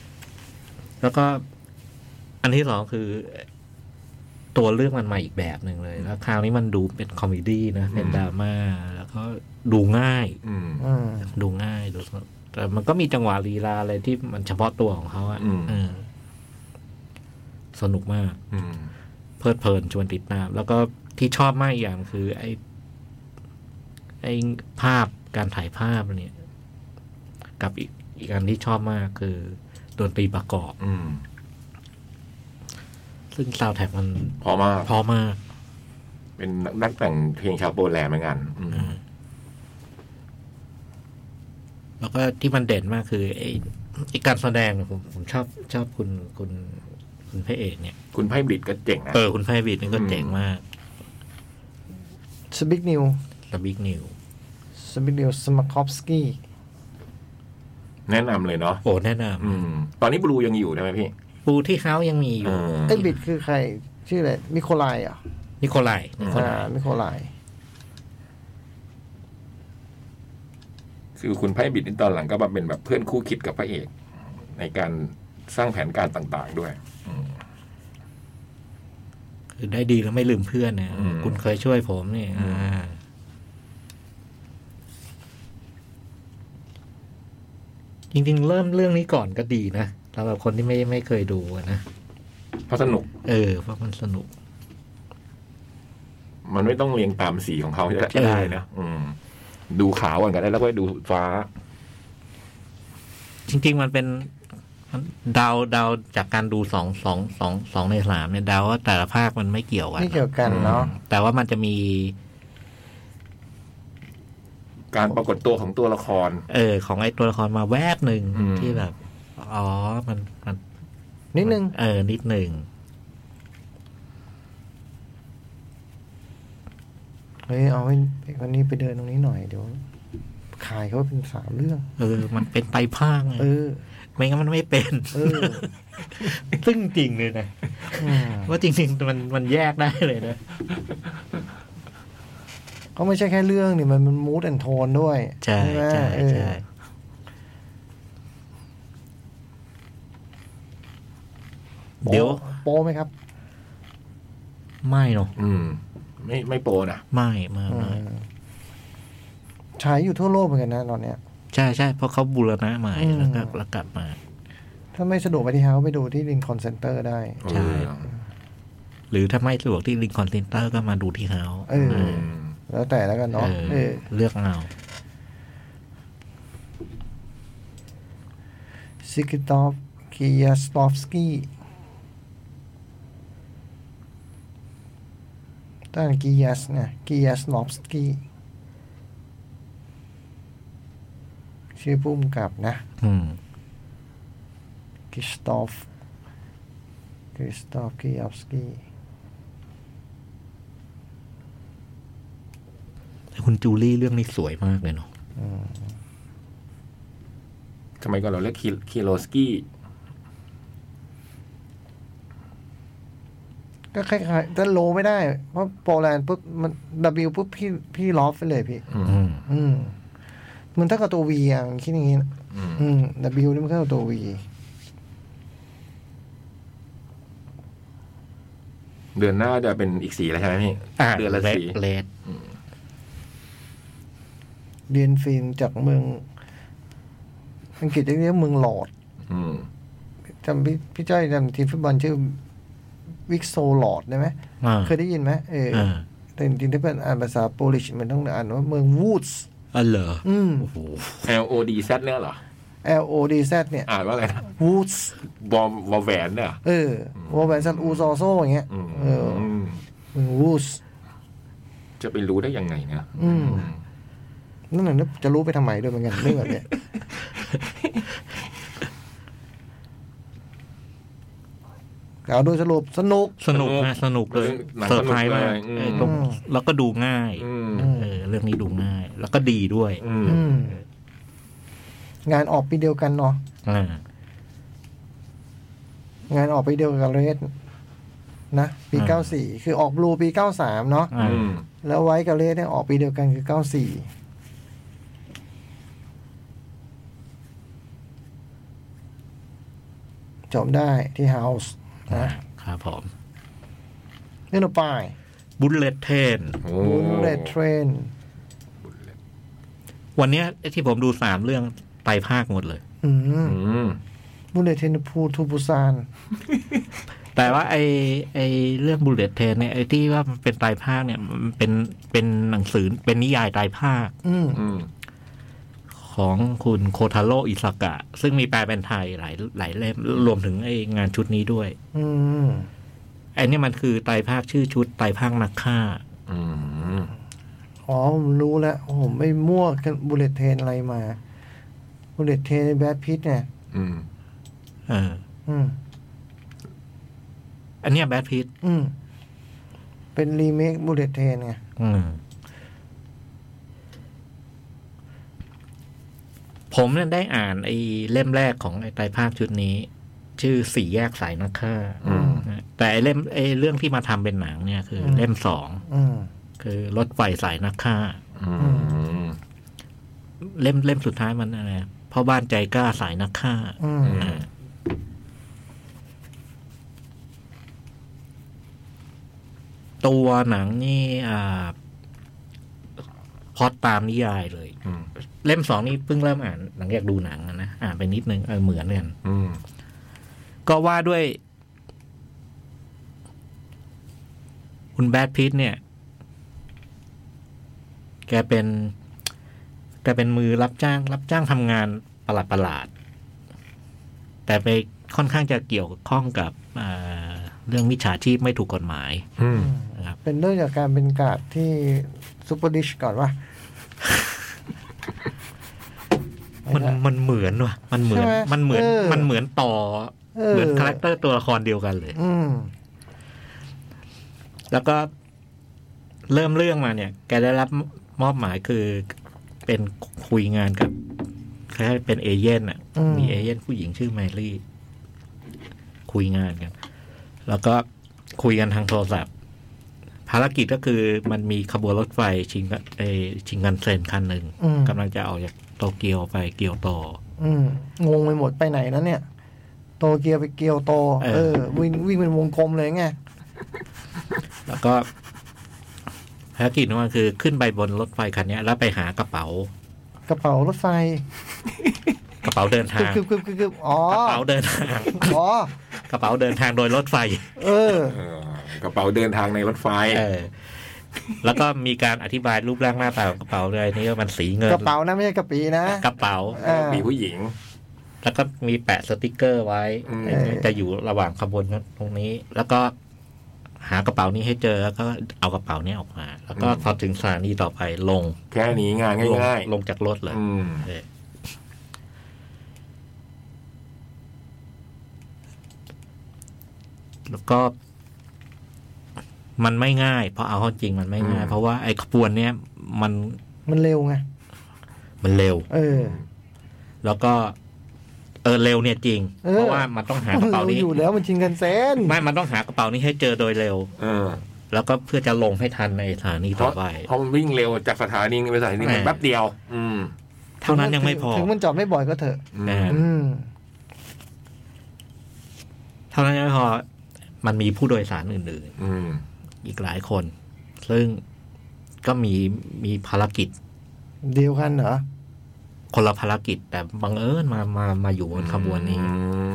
D: แล้วก็อันที่สองคือตัวเรื่องมันมาอีกแบบหนึ่งเลยแล้วคราวนี้มันดูเป็นคอมเมดี้นะเป็นดราม่าแล้วก็ดูง่ายดูง่ายดูแต่มันก็มีจังหวะลีลาอะไรที่มันเฉพาะตัวของเขาอ่ะสนุกมากเพลิดเพลินชวนติดตามแล้วก็ที่ชอบมากอย่างคือไอ้ภาพการถ่ายภาพเนี่ยกับอีกอันที่ชอบมากคือดนตรีประกอบซึ่งซาวด์แทร็กมัน
C: พอมาก เป็นนักแต่งเพลงชาวโปแลนด์เหมือนกัน
D: แล้วก็ที่มันเด่นมากคือไอ้การแสดงผมชอบคุณพระเอกเนี่ย
C: คุณไพ่บลิดก็เจ๋งนะ
D: คุณไพ่บลิดนี่ก็เจ๋งมาก
B: สบิ๊กนิวสมาคอฟสกี้
C: แนะนำเลยเนาะ
D: แนะน
C: ำตอนนี้บลูยังอยู่ใช่ไหมพี่
D: บลูที่เฮายังมีอยู่
B: ไอ้บิดคือใครชื่ออะไรนิโคลาย
D: นิโคลาย
C: คือคุณไพ่บิดนี่ตอนหลังก็มาเป็นแบบเพื่อนคู่คิดกับพระเอกในการสร้างแผนการต่างๆด้วย
D: คือได้ดีแล้วไม่ลืมเพื่อนนะคุณเคยช่วยผมนี่จริงๆเริ่มเรื่องนี้ก่อนก็ดีนะสำหรับคนที่ไม่เคยดูนะ
C: เพราะสนุก
D: เพราะมันสนุก
C: มันไม่ต้องเรียงตามสีของเขาจะได้นะดูขาวก่อนก็ได้แล้วก็ดูฟ้า
D: จริงๆมันเป็นดาวจากการดู2 ใน 3เนี่ยดาวว่าแต่ละภาคมันไม่เกี่ยว
B: กันเนาะ
D: แต่ว่ามันจะมี
C: การปรากฏตัวของตัวละคร
D: ของไอ้ตัวละครมาแวบหนึ่งที่แบบมัน
B: นิดนึง
D: นิดหนึ่ง
B: เอาไว้วันนี้ไปเดินตรงนี้หน่อยเดี๋ยวขายเขาเป็น3 เรื่อง
D: มันเป็นไตรภาคไงไม่งั้นมันไม่เป็นซึ่งจริงเลยนะว่าจริงๆมันแยกได้เลยนะ
B: เขาไม่ใช่แค่เรื่องนี่มันมูดแอนโทนด้วย
D: ใช่เดี๋ยว
B: โปไหมครับ
D: ไม่เนาะ
C: ไม่โปนะ
D: ไม่
B: ฉายอยู่ทั่วโลกเหมือนกันนะตอนเนี้ย
D: ใช่เพราะเขาบูรณะใหม่แล้วก็กลับมา
B: ถ้าไม่สะดวกไปที่เฮาไปดูที่ลิงคอล์นเซ็นเตอร์ได้
D: ใช่หรือถ้าไม่สะดวกที่ลิงคอล์นเซ็นเตอร์ก็มาดูที่เฮา
B: แล้วแต่แล้วกันเนาะ
D: เลือกเอา
B: ซิกิตอฟคียาสตอฟสกี้ตั้งกียัสนะกียัสนอฟสกี้ชื่อผู้กำกับนะคริสตอฟกียัฟสกี้
D: คุณจูลี่เรื่องนี้สวยมากเลยเนาะ
C: ทำไมก็เราเรียกคิโลสกี้
B: ก็คล้ายๆแต่โลไม่ได้เพราะโปแลนด์ปุ๊บมัน W ปุ๊บพี่ลอฟไปเลยพี่มันถ้ากับตัว V อย่างคิดอย่างงี้W นี่มันก็ตัว V
C: เดือนหน้าจะเป็นอีกสีแล้วใช่ไหมพี่เดือนละสี
D: เลด
B: เรียนฟิล์มจากเมืองอังกฤษเรียกเมืองหลอดจำพี่จ้อยจำทีมฟุตบอลชื่อวิกโซลอดได้ไหมเคยได้ยินไหมแต่จริงๆถ้าเป็นอ่านภาษาโปลิชมันต้องอ่านว่าเมืองวูดส์
D: เหรอ
C: LODZ เนี่ยเหรอ
B: LODZ เนี่ย
C: อ่านว่าอะไรนะ
B: วูดส์
C: วอลแวนเนี่ยว
B: อลแวนซันอูซอโซอย่างเงี้ยเมืองวูดส์
C: จะไปรู้ได้ยังไงเนี่ย
B: นั่นแหละจะรู้ไปทำไมด้วยเหมือนกันเรื่องแบบเนี้ยเอาโดยสรุปสนุก
D: เลยเซอร์ไพรส์มากแล้วก็ดูง่ายเรื่องนี้ดูง่ายแล้วก็ดีด้วย
B: งานออกปีเดียวกันเนาะงานออกปีเดียวกับเรดนะปี94คือออกบลูปี93เนาะแล้วไว้กับเรดเนี่ยออกปีเดียวกันคือ94 ชมได้ที่ House
D: นะครับผม
B: เล่นออกไป
D: บุลเลตเทน
B: Bullet Train
D: วันนี้ที่ผมดู3เรื่องไตรภาคหมดเลย
B: Bullet Train to Busan
D: แต่ว่าไอเรื่องบุลเลตเทนเนี่ยไอที่ว่ามันเป็นไตรภาคเนี่ยมันเป็นหนังสือเป็นนิยายไตรภาคของคุณโคทาโร่อิซากะซึ่งมีแปลเป็นไทยหลายเล่มรวมถึงไองานชุดนี้ด้วยไอนี่มันคือไตรภาคชื่อชุดไตรภาคนักฆ่า
B: อ๋อผมรู้แล้วผมไม่มั่วกันบุลเลตเทนอะไรมาบุลเลตเทนในแบทพิทเนี่ย
D: อันเนี้ยแบทพิท
B: เป็นรีเมคบุลเลตเทนไง
D: ผมเนี่ยได้อ่านไอ้เล่มแรกของไอ้ไตรภาคชุดนี้ชื่อ4แยกสายนักฆ่าแต่ไอ้เรื่องที่มาทำเป็นหนังเนี่ยคือเล่ม2คือรถไฟสายนักฆ่าเล่มสุดท้ายมันอะไรพ่อบ้านใจกล้าสายนักฆ่าตัวหนังนี่พอตามนิยายเลยเล่ม2นี่เพิ่งเริ่มอ่านหลังจากดูหนังนะอ่านไปนิดนึงเหมือนกันก็ว่าด้วยคุณแบทพิทเนี่ยแกเป็นมือรับจ้างทำงานประหลาดแต่ไปค่อนข้างจะเกี่ยวข้องกับเรื่องมิจฉาชีพไม่ถูกกฎหมายนะครับ
B: เป็นเรื่องจากการเป็นกาดที่ซุปเปอร์ดิชก่อนว่า
D: มันเหมือนว่ะมันเหมือนต่อเหมือนคาแรคเตอร์ตัวละครเดียวกันเลยแล้วก็เริ่มเรื่องมาเนี่ยแกได้รับมอบหมายคือเป็นคุยงานกับคล้ายๆเป็นเอเย่นอ่ะมีเอเย่นผู้หญิงชื่อแมรี่คุยงานกันแล้วก็คุยกันทางโทรศัพท์ภารกิจก็คือมันมีขบวนรถไฟชิงกันเซ็นคันหนึ่งกำลังจะออกจากโตเกียวไปเกียวโต
B: งงไปหมดไปไหนนะเนี่ยโตเกียวไปเกียวโตวิ่งเป็นวงกลมเลยไง
D: แล้วก็ภารกิจของมันคือขึ้นไปบนรถไฟคันนี้แล้วไปหากระเป๋าร
B: ถไฟ
D: กระเป๋าเดินทาง
B: อ๋อก
D: ระเป๋าเดินทางกระเป๋าเดินทางโดยรถไฟ
C: กระเป๋าเดินทางในรถไฟ
D: แล้วก็มีการอธิบายรูปร่างหน้าตาของกระเป๋าเลยนี่มันสีเงิน
B: กระเป๋านะไม่ใช่กระปีนะ
D: กระเป๋า
C: ปีผู้หญิง
D: แล้วก็มีแปะสติกเกอร์ไว้จะอยู่ระหว่างขบวนตรงนี้แล้วก็หากระเป๋านี้ให้เจอแล้วก็เอากระเป๋านี้ออกมาแล้วก็พอถึงสถานีต่อไปลง
C: แค่นี้งานง่าย
D: ๆลงจากรถเลยแล้วก็มันไม่ง่ายเพราะเอาจริงมันไม่ง่ายเพราะว่าไอ้ขบวนเนี้ย
B: มันเร็วไง
D: มันเร็ว
B: แล้ว
D: ก็เร็วเนี่ยจริงเพราะว่ามันต้องหากระเป๋านี้
B: อยู่แล้วมันชิงกันเซ็น
D: ไม่มันต้องหากระเป๋านี้ให้เจอโดยเร็วแล้วก็เพื่อจะลงให้ทันในสถานีต่อไป
C: เพราะมันวิ่งเร็วจากสถานีไปสถานีมันแป๊บเดียว
D: เท่านั้นยังไม่พอ
B: ถึงมันจอดไม่บ่อยก็เถอะ
D: เท่านั้นยังไม่พอมันมีผู้โดยสารอื่นๆอีกหลายคนซึ่งก็มีภารกิจ
B: เดียวกันเหรอ
D: คนละภารกิจแต่บังเอิญมาอยู่บนขบวนนี้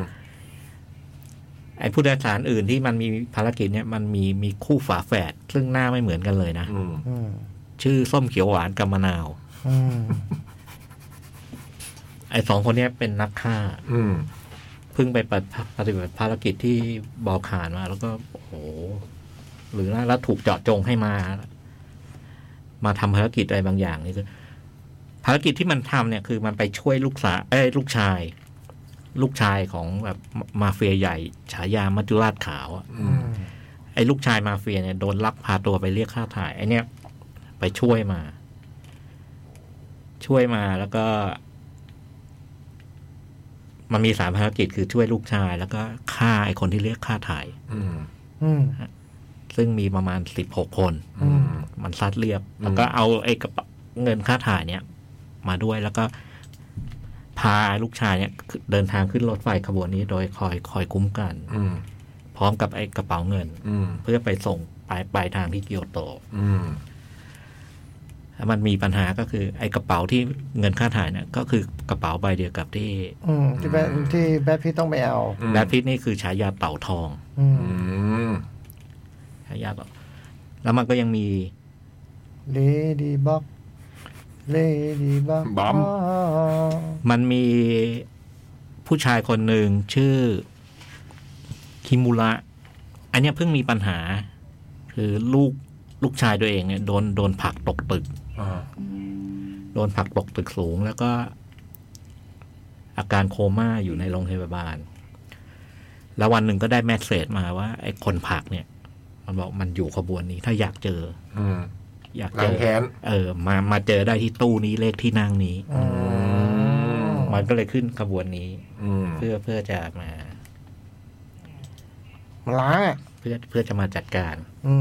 D: ไอ้ผู้โดยสารอื่นที่มันมีภารกิจเนี่ยมันมีคู่ฝาแฝดซึ่งหน้าไม่เหมือนกันเลยนะชื่อส้มเขียวหวานกับมะนาวไอ้2คนนี้เป็นนักฆ่าเพิ่งไปปฏิบัติภารกิจที่บอลข่านมาแล้วก็โอ้โหหรือแล้วถูกเจาะจงให้มาทำภารกิจอะไรบางอย่างนี่คือภารกิจที่มันทำเนี่ยคือมันไปช่วยลูกชายของแบบมาเฟียใหญ่ฉายามัจจุราชขาวไอ้ลูกชายมาเฟียเนี่ยโดนลักพาตัวไปเรียกค่าถ่ายไอ้เนี่ยไปช่วยมาแล้วก็มันมี3ภารกิจคือช่วยลูกชายแล้วก็ฆ่าไอ้คนที่เรียกค่าถ่ายซึ่งมีประมาณ16 คนมันซัดเรียบแล้วก็เอาไอ้เงินค่าถ่ายเนี่ยมาด้วยแล้วก็ภพาลูกชายเนี่ยเดินทางขึ้นรถไฟขบวนนี้โดยคอยคุ้มกันพร้อมกับไอ้กระเป๋าเงินเพื่อไปส่งปลายทางที่เกียวโตมันมีปัญหาก็คือไอ้กระเป๋าที่เงินค่าถ่ายเนี่ยก็คือกระเป๋าใบเดียวกับที่
B: แบทพิทต้องไปเอา
D: แบทพิทนี่คือฉายาเต่าทองฉายาเต่าแล้วมันก็ยังมี
B: เลดี้บ็อก
C: บอม
D: มันมีผู้ชายคนหนึ่งชื่อคิมุระอันนี้เพิ่งมีปัญหาคือลูกชายตัวเองเนี่ยโดนผลักตกตึกโดนผลักตกตึกสูงแล้วก็อาการโคม่าอยู่ในโรงพยาบาลแล้ววันหนึ่งก็ได้แมสเสจมาว่าไอ้คนผลักเนี่ยมันบอกมันอยู่ขบวนนี้ถ้าอยากเจออยากเจอมาเจอได้ที่ตู้นี้เลขที่นั่งนี้มันก็เลยขึ้นขบวนนี้เพื่อจะมา
B: ล้าง
D: เพื่อจะมาจัดการ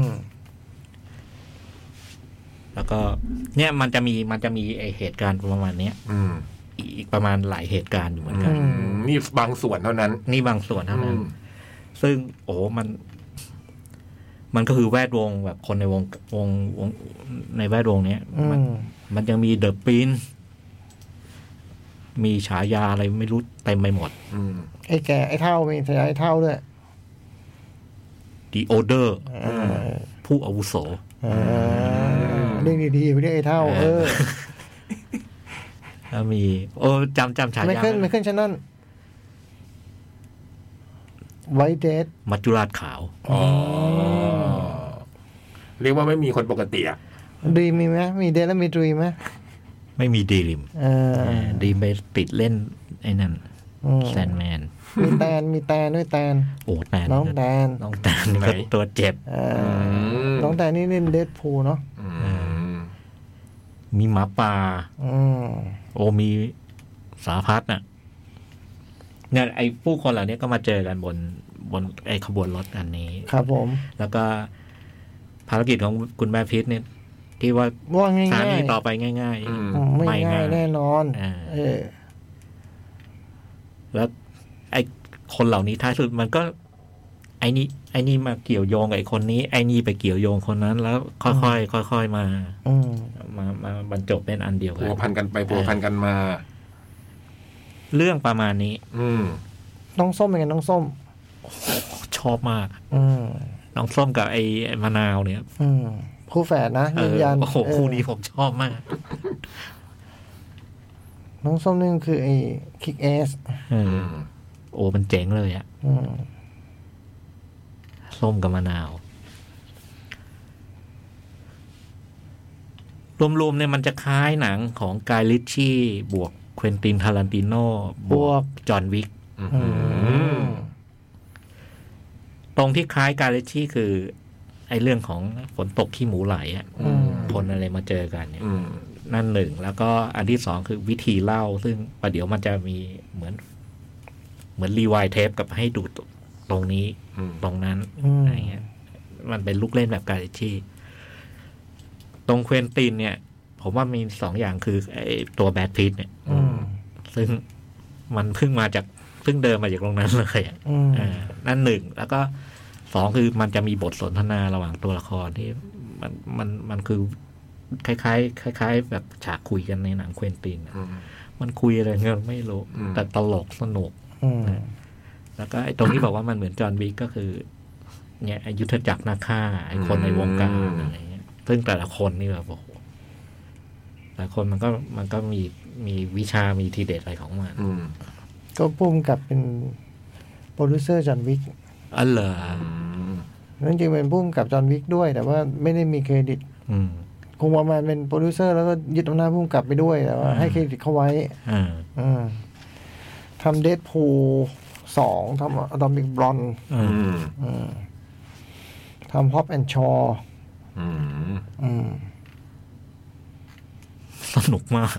D: แล้วก็เนี่ยมันจะมีไอเหตุการณ์ประมาณเนี้ยอีกประมาณหลายเหตุการณ์อยู่เหมือนกัน
C: นี่บางส่วนเท่านั้น
D: นี่บางส่วนเท่านั้นซึ่งโอ้มันก็คือแวดวงแบบคนในวงในแวดวงเนี้ยมันยังมีเดอะปินมีฉายาอะไรไม่รู้เต็มไปหมด
B: ไอ้แก่ไอ้เท่ามีฉายาไอ้เท่าด้วย
D: The Order ผู้อาวุโส
B: เรื่องดีๆไม่ได้ไอ้เท่า
D: แล้วมีจำฉายา
B: ไม่ขึ้นชั้นนั่นไวท์เดด
D: มัจจุราชขาว
C: เรียกว่าไม่มีคนปกติอ่ะ
B: ดีมีไหมมีเดดแล้วมีดรีมไหม
D: ไม่มีดีริมดีมไปติดเล่นไอ้นั่นแซนแมน
B: มีแตนด้วยแตน
D: โอ้แตน
B: น้องแตน
D: นี่ก็ตัวเจ็บ
B: น้องแตนนี่เล่นเดดพูลเนาะ
D: มีหมาป่าโอ้มีสารพัดน่ะเนี่ยไอ้ผู้คนเหล่านี้ก็มาเจอกันบนไอ้ขบวนรถอันนี้
B: ครับผม
D: แล้วก็ภารกิจของคุณแม่พิษเนี่ยที่ว่า
B: ง่ายๆ
D: สถานีต่อไปง่าย
B: ๆไม่ง่ายแน่นอน
D: แล้วไอ้คนเหล่านี้ท้ายสุดมันก็ไอ้นี่มาเกี่ยวโยงกับไอ้คนนี้ไอ้นี่ไปเกี่ยวโยงคนนั้นแล้วค่อยๆมาบรรจบเป็นอันเดียวกัน
C: พัวพันกันไปพัวพันกันมา
D: เรื่องประมาณนี้
B: น้องส้มเป็นไงน้องส้ม
D: ชอบมากน้องส้มกับไอ้มะนาวเนี่ย
B: คู่แฝดนะยืนยัน
D: โอ้โหคู่นี้ผมชอบมาก
B: น้องส้มนี่คือไอ้คิกแอส
D: โอ้มันเจ๋งเลยอ่ะส้มกับมะนาวรวมๆเนี่ยมันจะคล้ายหนังของกายริชชี่บวกเควินตินทารันติโนบวกจอห์นวิกตรงที่คล้ายกายริชชี่คือไอ้เรื่องของฝนตกขี้หมูไหลอ่ะคนอะไรมาเจอกันเนี่ยนั่นหนึ่งแล้วก็อันที่สองคือวิธีเล่าซึ่งประเดี๋ยวมันจะมีเหมือนรีไวด์เทปกับให้ดูตรงนี้ตรงนั้นอะไรเงี้ยมันเป็นลูกเล่นแบบกาลิชี่ตรงเควินตินเนี่ยผมว่ามีสองอย่างคือไอ้ตัวแบทพิทเนี่ยซึ่งมันเพิ่งเดินมาจากตรงนั้นเลยนั่นหนึ่งแล้วก็สองคือมันจะมีบทสนทนาระหว่างตัวละครที่มันคือคล้ายแบบฉากคุยกันในหนังเควินตินมันคุยอะไรเงี้ยไม่รู้แต่ตลกสนุกแล้วก็ไอ้ตรงที่บอกว่ามันเหมือนจอห์นวิกก็คือเนี่ยยุทธจักรนักฆ่าไอ้คนในวงการอะไรเงี้ยซึ่งแต่ละคนนี่แบบโอ้โหแต่ละคนมันก็มีวิชามีทีเด็ดอะไรของมัน
B: ก็พุ่มกับเป็นโปรดิวเซอร์จอห์นวิก
D: อ๋อเหรอ
B: นั่นจริงเป็นพุ่มกับจอห์นวิกด้วยแต่ว่าไม่ได้มีเครดิตคงประมาณเป็นโปรดิวเซอร์แล้วก็ยึดอำนาจพุ่มกับไปด้วยแต่ว่าให้เครดิตเขาไว้ทำเดดพูล2ทำอะตอมิกบลอนด์ทำฮอปแอนด์ชอว์
D: สนุกมาก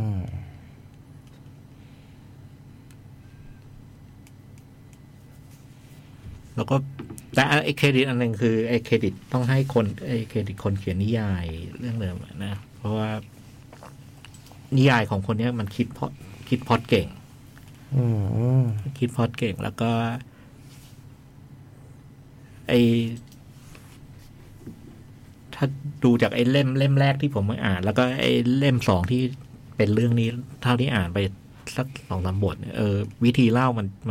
D: แล้วก็แต่ไอ้เครดิตอันหนึ่งคือไอ้เครดิตต้องให้คนไอ้เครดิตคนเขียนนิยายเรื่องเดิมนะเพราะว่านิยายของคนนี้มันคิดพล็อตเก่งคิดพล็อตเก่งแล้วก็ถ้าดูจากไอ้เล่มแรกที่ผมอ่านแล้วก็ไอ้เล่ม2ที่เป็นเรื่องนี้เท่าที่อ่านไปสัก 2-3 บทวิธีเล่า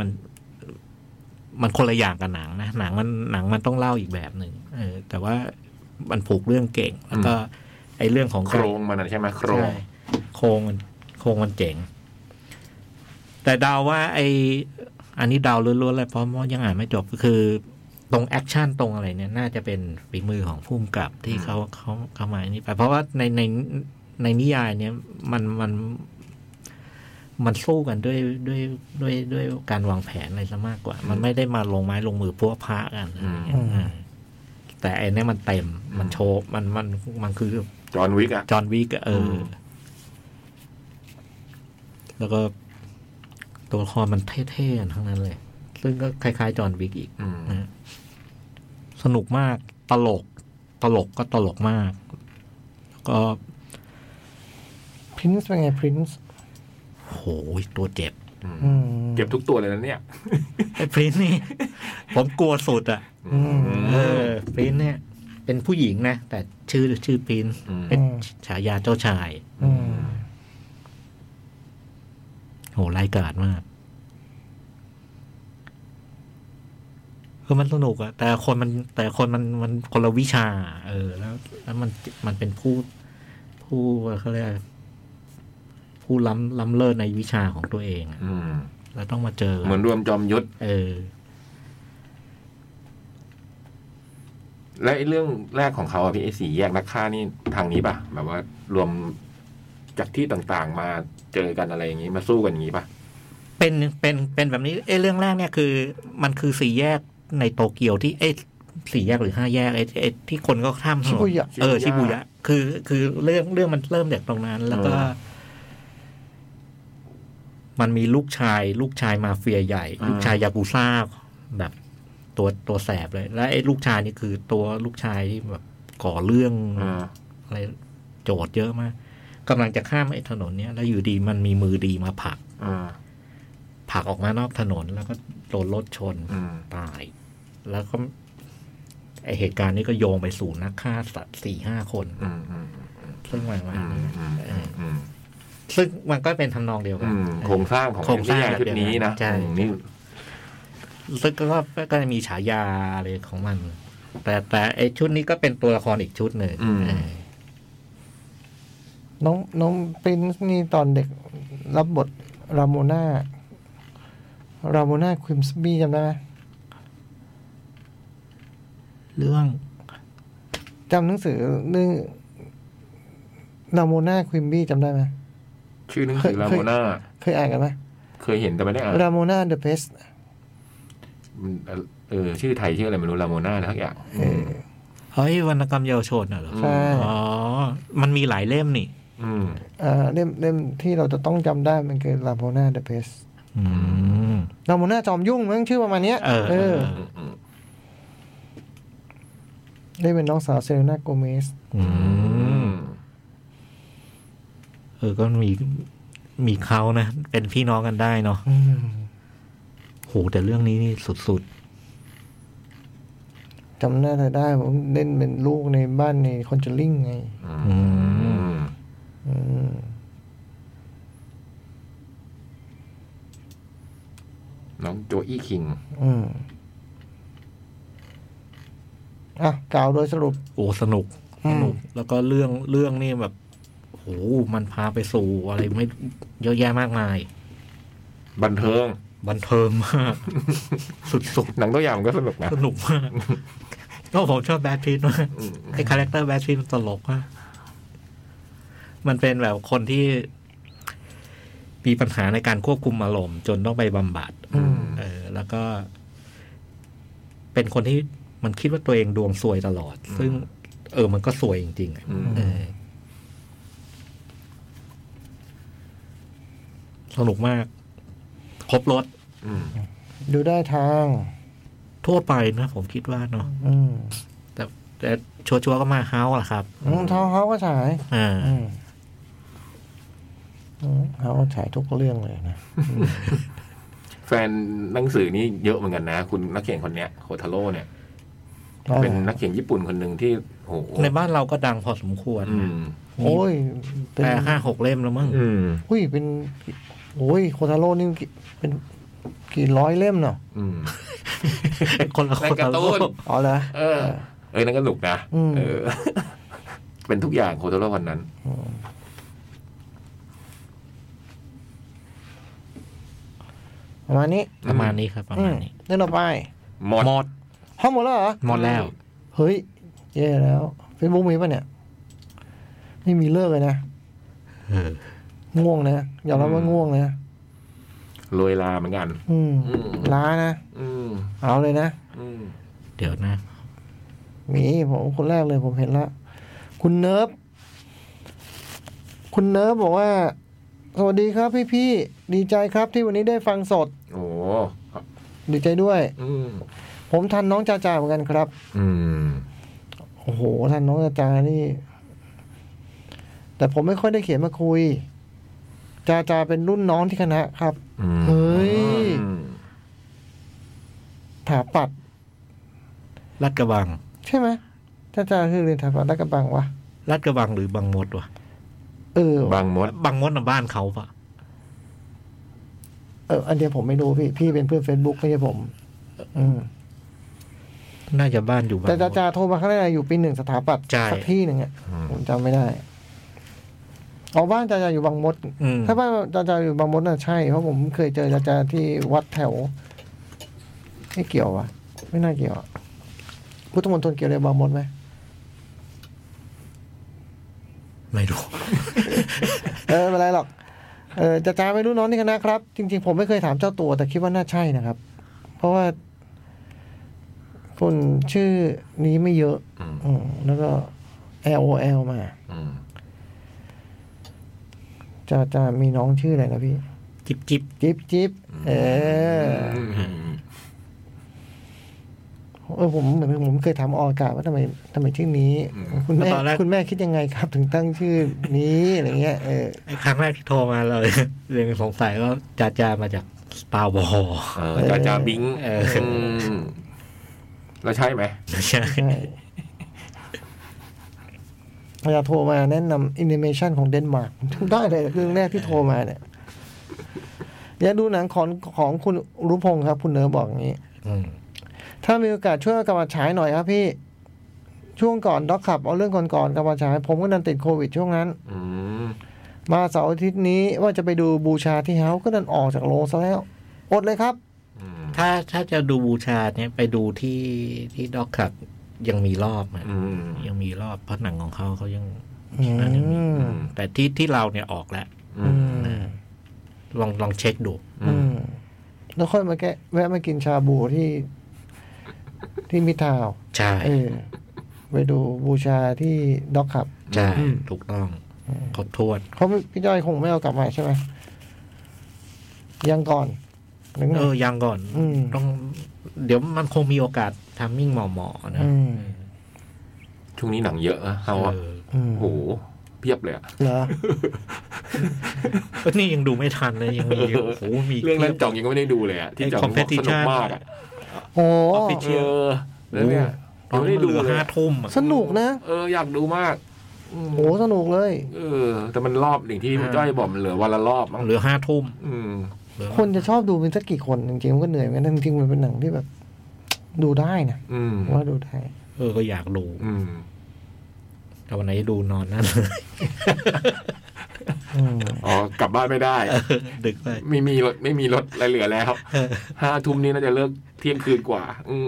D: มันคนละอย่างกับหนังนะหนังมันต้องเล่าอีกแบบหนึ่งแต่ว่ามันผูกเรื่องเก่งแล้วก็ไอ้เรื่องของ
C: โครงมันใช่ไหมโครง
D: มันเจ๋งแต่เดาว่าอันนี้เดาล้วนๆเลยเพราะว่ายังอ่านไม่จบก็คือตรงแอคชั่นตรงอะไรเนี่ยน่าจะเป็นฝีมือของผู้กำกับที่เขามาอันนี้ไปเพราะว่าในนิยายเนี่ยมันสู้กันด้วยการวางแผนอะไรซะมากกว่ามันไม่ได้มาลงไม้ลงมือพัวพะกันแต่ไอ้นี่มันเต็มมันโชว์มันคือ
C: จอห์นวิก
D: แล้วก็ตัวละครมันเท่ๆทั้งนั้นเลยซึ่งก็คล้ายๆจอห์นวิกอีกนะสนุกมากตลกก็ตลกมากแล้วก็
B: Prince เป็นไง Prince
D: โหตัวเจ็บ
C: ทุกตัวเลยนะเนี่ย
D: ไอ้ Prince นี่ผมกลัวสุดอ่ะPrince เนี่ยเป็นผู้หญิงนะแต่ชื่อ Prince เป็นฉายาเจ้าชายโหร้ายกาจมากคือมันสนุกอะแต่คนมันคนละวิชาแล้วมันเป็นผู้เขาเรียกผู้ล้ำเลิศในวิชาของตัวเองแล้วต้องมาเจอ
C: เหมือนรวมจอมยุทธและไอ้เรื่องแรกของเขาอะพี่ไอ้4แยกนักฆ่านี่ทางนี้ป่ะแบบว่ารวมจากที่ต่างๆมาเจอกันอะไรอย่างนี้มาสู้กันอย่างนี้ป่ะ
D: เป็นแบบนี้เรื่องแรกเนี่ยคือมันคือ4แยกในโตเกียวที่4แยกหรือ5แยกที่คนก็ข้ามถนนชิบุยะคือเรื่องมันเริ่มจากตรงนั้นแล้วก็มันมีลูกชายมาเฟียใหญ่ลูกชายยากุซ่าแบบตัวแสบเลยและไอ้ลูกชายนี่คือตัวลูกชายที่แบบก่อเรื่องอะไรโจทย์เยอะมากกำลังจะข้ามไอ้ถนนเนี้ยแล้วอยู่ดีมันมีมือดีมาผลักออกมานอกถนนแล้วก็โดนรถชนตายแล้วก็ไอเหตุการณ์นี้ก็โยงไปสู่นักฆ่าสัตว์ 4-5 คนซึ่งมันก็เป็นทำนองเดียวกัน
C: โครงสร้างของชุดนี้นะนี่
D: ซึ่งก็จะมีฉายาอะไรของมันแต่ไอชุดนี้ก็เป็นตัวละครอีกชุดหนึ่ง
B: น้องปรินซ์นี่ตอนเด็กรับบทราโมนาควิมส์บี้จำได้ไหม
D: เรื่อง
B: จำหนังสือเรื่องราโมนาควิมบี้จำได้ไหม
C: ชื่อหนังสือราโมนา
B: เคยอ่านกันไหม
C: เคยเห็นแต่ไม่ได้อ่าน
B: ราโมนาเดอะเพส
C: ชื่อไทยชื่ออะไรไม่รู้ราโมนาอะไรทั้งอย่าง
D: เฮ้ยวรรณกรรมเยาวชนเหรอ
B: ใช่
D: มันมีหลายเล่มนี่
B: เล่มที่เราจะต้องจำได้มันคือราโมนาเดอะเพสราโมนาจอมยุ่งมั้งชื่อประมาณนี้ได้เป็นน้องสาวเซเลน่าโกเมส
D: ก็มีเขานะเป็นพี่น้องกันได้เนาะโหแต่เรื่องนี้นี่สุด
B: จำได้ผมเล่นเป็นลูกในบ้านในคอนเจอริ่งไง
C: น้องโจอี้คิง
B: กล่าวโดยสรุป
D: สนุกแล้วก็เรื่องนี่แบบโหมันพาไปสู่อะไรไม่เยอะแยะมากมาย
C: บันเทิง
D: มากสุด
C: หนังตัวอย่างก็สนุกนะ
D: สนุกมากก็ผมชอบแบทพีทมากไอ้คาแรคเตอร์แบทพีทมันตลกมากมันเป็นแบบคนที่มีปัญหาในการควบคุมอารมณ์จนต้องไปบำบัดแล้วก็เป็นคนที่มันคิดว่าตัวเองดวงซวยตลอดซึ่งมันก็ซวยจริงๆสนุกมากครบรส
B: ดูได้ทาง
D: ทั่วไปนะผมคิดว่าเนาะแต่ชัวร์ก็มาเฮาส์ล่ะครับ
B: เฮาส์ก็ฉายเฮาส์ฉายทุกเรื่องเลยนะ
C: แฟนหนังสือนี่เยอะเหมือนกันนะคุณนักเขียนคนเนี้ยโคทาโร่เนี่ยเป็นนักเขียนญี่ปุ่นคนหนึ่งที่โห
D: ในบ้านเราก็ดังพอสมควร
B: โอ้ย
D: แปล5-6 เล่มแล้วมั้ง
B: อุ้ยเป็นโอ้ยโคทาโร่นี่เป็นกี่ร้อยเล่มเนาะ
D: คนละโคทาโร่
B: อ๋อเหรอ
C: นั่นก็หนุกนะเป็นทุกอย่างโคทาโร่วันนั้น
B: ประมาณนี้
D: ครับประมาณนี้
B: เรื่องต่อไป
C: หมด
B: ห้องหมดแล้วเหรอ
D: หมดแล้ว
B: เฮ้ยแย่แล้วเฟซบุ๊กมีป่ะเนี่ยไม่มีเลิกเลยนะง่วงนะอย่าเล่าว่าง่วงนะ
C: โรยลาเหมือนกัน
B: ล้านะเอาเลยนะ
D: เดี๋ยวนะ
B: มีผมคนแรกเลยผมเห็นละคุณเนิร์ฟบอกว่าสวัสดีครับพี่ดีใจครับที่วันนี้ได้ฟังสด
C: โอ้
B: ดีใจด้วยผมทันน้องจาจาเหมือนกันครับโอ้โหทันน้องจาจานี่แต่ผมไม่ค่อยได้เขียนมาคุยจาจาเป็นรุ่นน้องที่คณะครับเฮ้ยถาปัด
D: ลาดกระบัง
B: ใช่ไหมจาจาคือเรียนถาปัดลาดกระบังวะ
D: ลาดกระบังหรือบางมดวะ
C: บางมด
D: น่ะบ้านเขาปะ
B: อันเดียวผมไม่รู้พี่เป็นเพื่อน Facebook ไม่ใช่ผม
D: น่าจะบ้านอยู่
B: แต่จาโทรมาครั้งแรกอยู่ปี 1สถาปัตย์สักที่หนึ่งอ่ะผมจำไม่ได้บ้านจาอยู่บางมดถ้าบ้านจาอยู่บางมดน่ะใช่เพราะผมเคยเจอจาที่วัดแถวไม่เกี่ยววะไม่น่าเกี่ยวพุทธมณฑลเกี่ยวอะไรบางมดไหม
D: ไม่รู้
B: ไม่เป็นไรหรอกจาไม่รู้น้องที่คณะครับจริงๆผมไม่เคยถามเจ้าตัวแต่คิดว่าน่าใช่นะครับเพราะว่าคนชื่อนี้ไม่เยอะแล้วก็ LOL มาจะมีน้องชื่ออะไรนะพี่จิ๊บผมเคยถามอากาศว่าทำไมชื่อนี้คุณแม่คิดยังไงครับถึงตั้งชื่อนี้อะไรเงี้ย
D: ครั้งแรกที่โทรมาเลยยังสงสัยว่าจามาจาก Star Wars
C: จาบิงแล้วใช่ไหม
D: ใช่
B: จะโทรมาแนะนำแอนิเมชันของเดนมาร์กได้เลยเรื่องแรกที่โทรมาเนี่ยอยากดูหนังของคุณรุพงศ์ครับคุณเนอบอกอย่างนี้ถ้ามีโอกาสช่วยกลับมาฉายหน่อยครับพี่ช่วงก่อนด็อกขับเอาเรื่องก่อนกลับมาฉายผมก็ดันติดโควิดช่วงนั้นมาเสาร์อาทิตย์นี้ว่าจะไปดูบูชาที่เฮาก็ดันออกจากโรงซะแล้วอดเลยครับ
D: ถ้าจะดูบูชาเนี่ยไปดูที่ด็อกขับยังมีรอบยังมีรอบเพราะหนังของเขายังแต่ที่เราเนี่ยออกแล้วลองเช็คดู
B: แล้วค่อยมาแวะมากินชาบูที่มิตรทาวน์
D: ใช่
B: ไปดูบูชาที่ด็อกขับ
D: ใช่ถูกต้องครบถ้วน
B: เขาพี่จ้อยคงไม่เอากลับมาใช่ไหมยังก่อน
D: ยังก่อนต้องเดี๋ยวมันคงมีโอกาสทำมิ่งหมอๆนะ
C: ช่วงนี้หนังเยอะนะเขาโหเพียบเลย
B: เหรอ
D: นี่ยังดูไม่ทันเลยยังมีโอ้มี
C: เรื่องนั้นจ่องยังไม่ได้ดูเลยอ่ะที่จ่องสนุกมากอ่ะ
B: โอ้
C: แล้วเนี่ย
D: ไม่ได้ดู5 ทุ่ม
B: สนุกนะ
C: อยากดูมาก
B: โอ้สนุกเลย
C: แต่มันรอบอย่างที่พี่จ้อยบอกมันเหลือวันละรอบมั้ง
D: เหลือ5 ทุ่ม
B: คนจะชอบดูเป็นสักกี่คนจริงๆมันก็เหนื่อยเหมือนกันจริงๆมันเป็นหนังที่แบบดูได้นะว่าดูได้
D: ก็อยากดูแต่วันไหนดูนอนนั่นเลย
C: กลับบ้านไม่ได้
D: ดึกไป
C: ไม่มีรถอะไรเหลือแล้ว5 ทุ่มนี้น่าจะเลิกเที่ยงคืนกว่า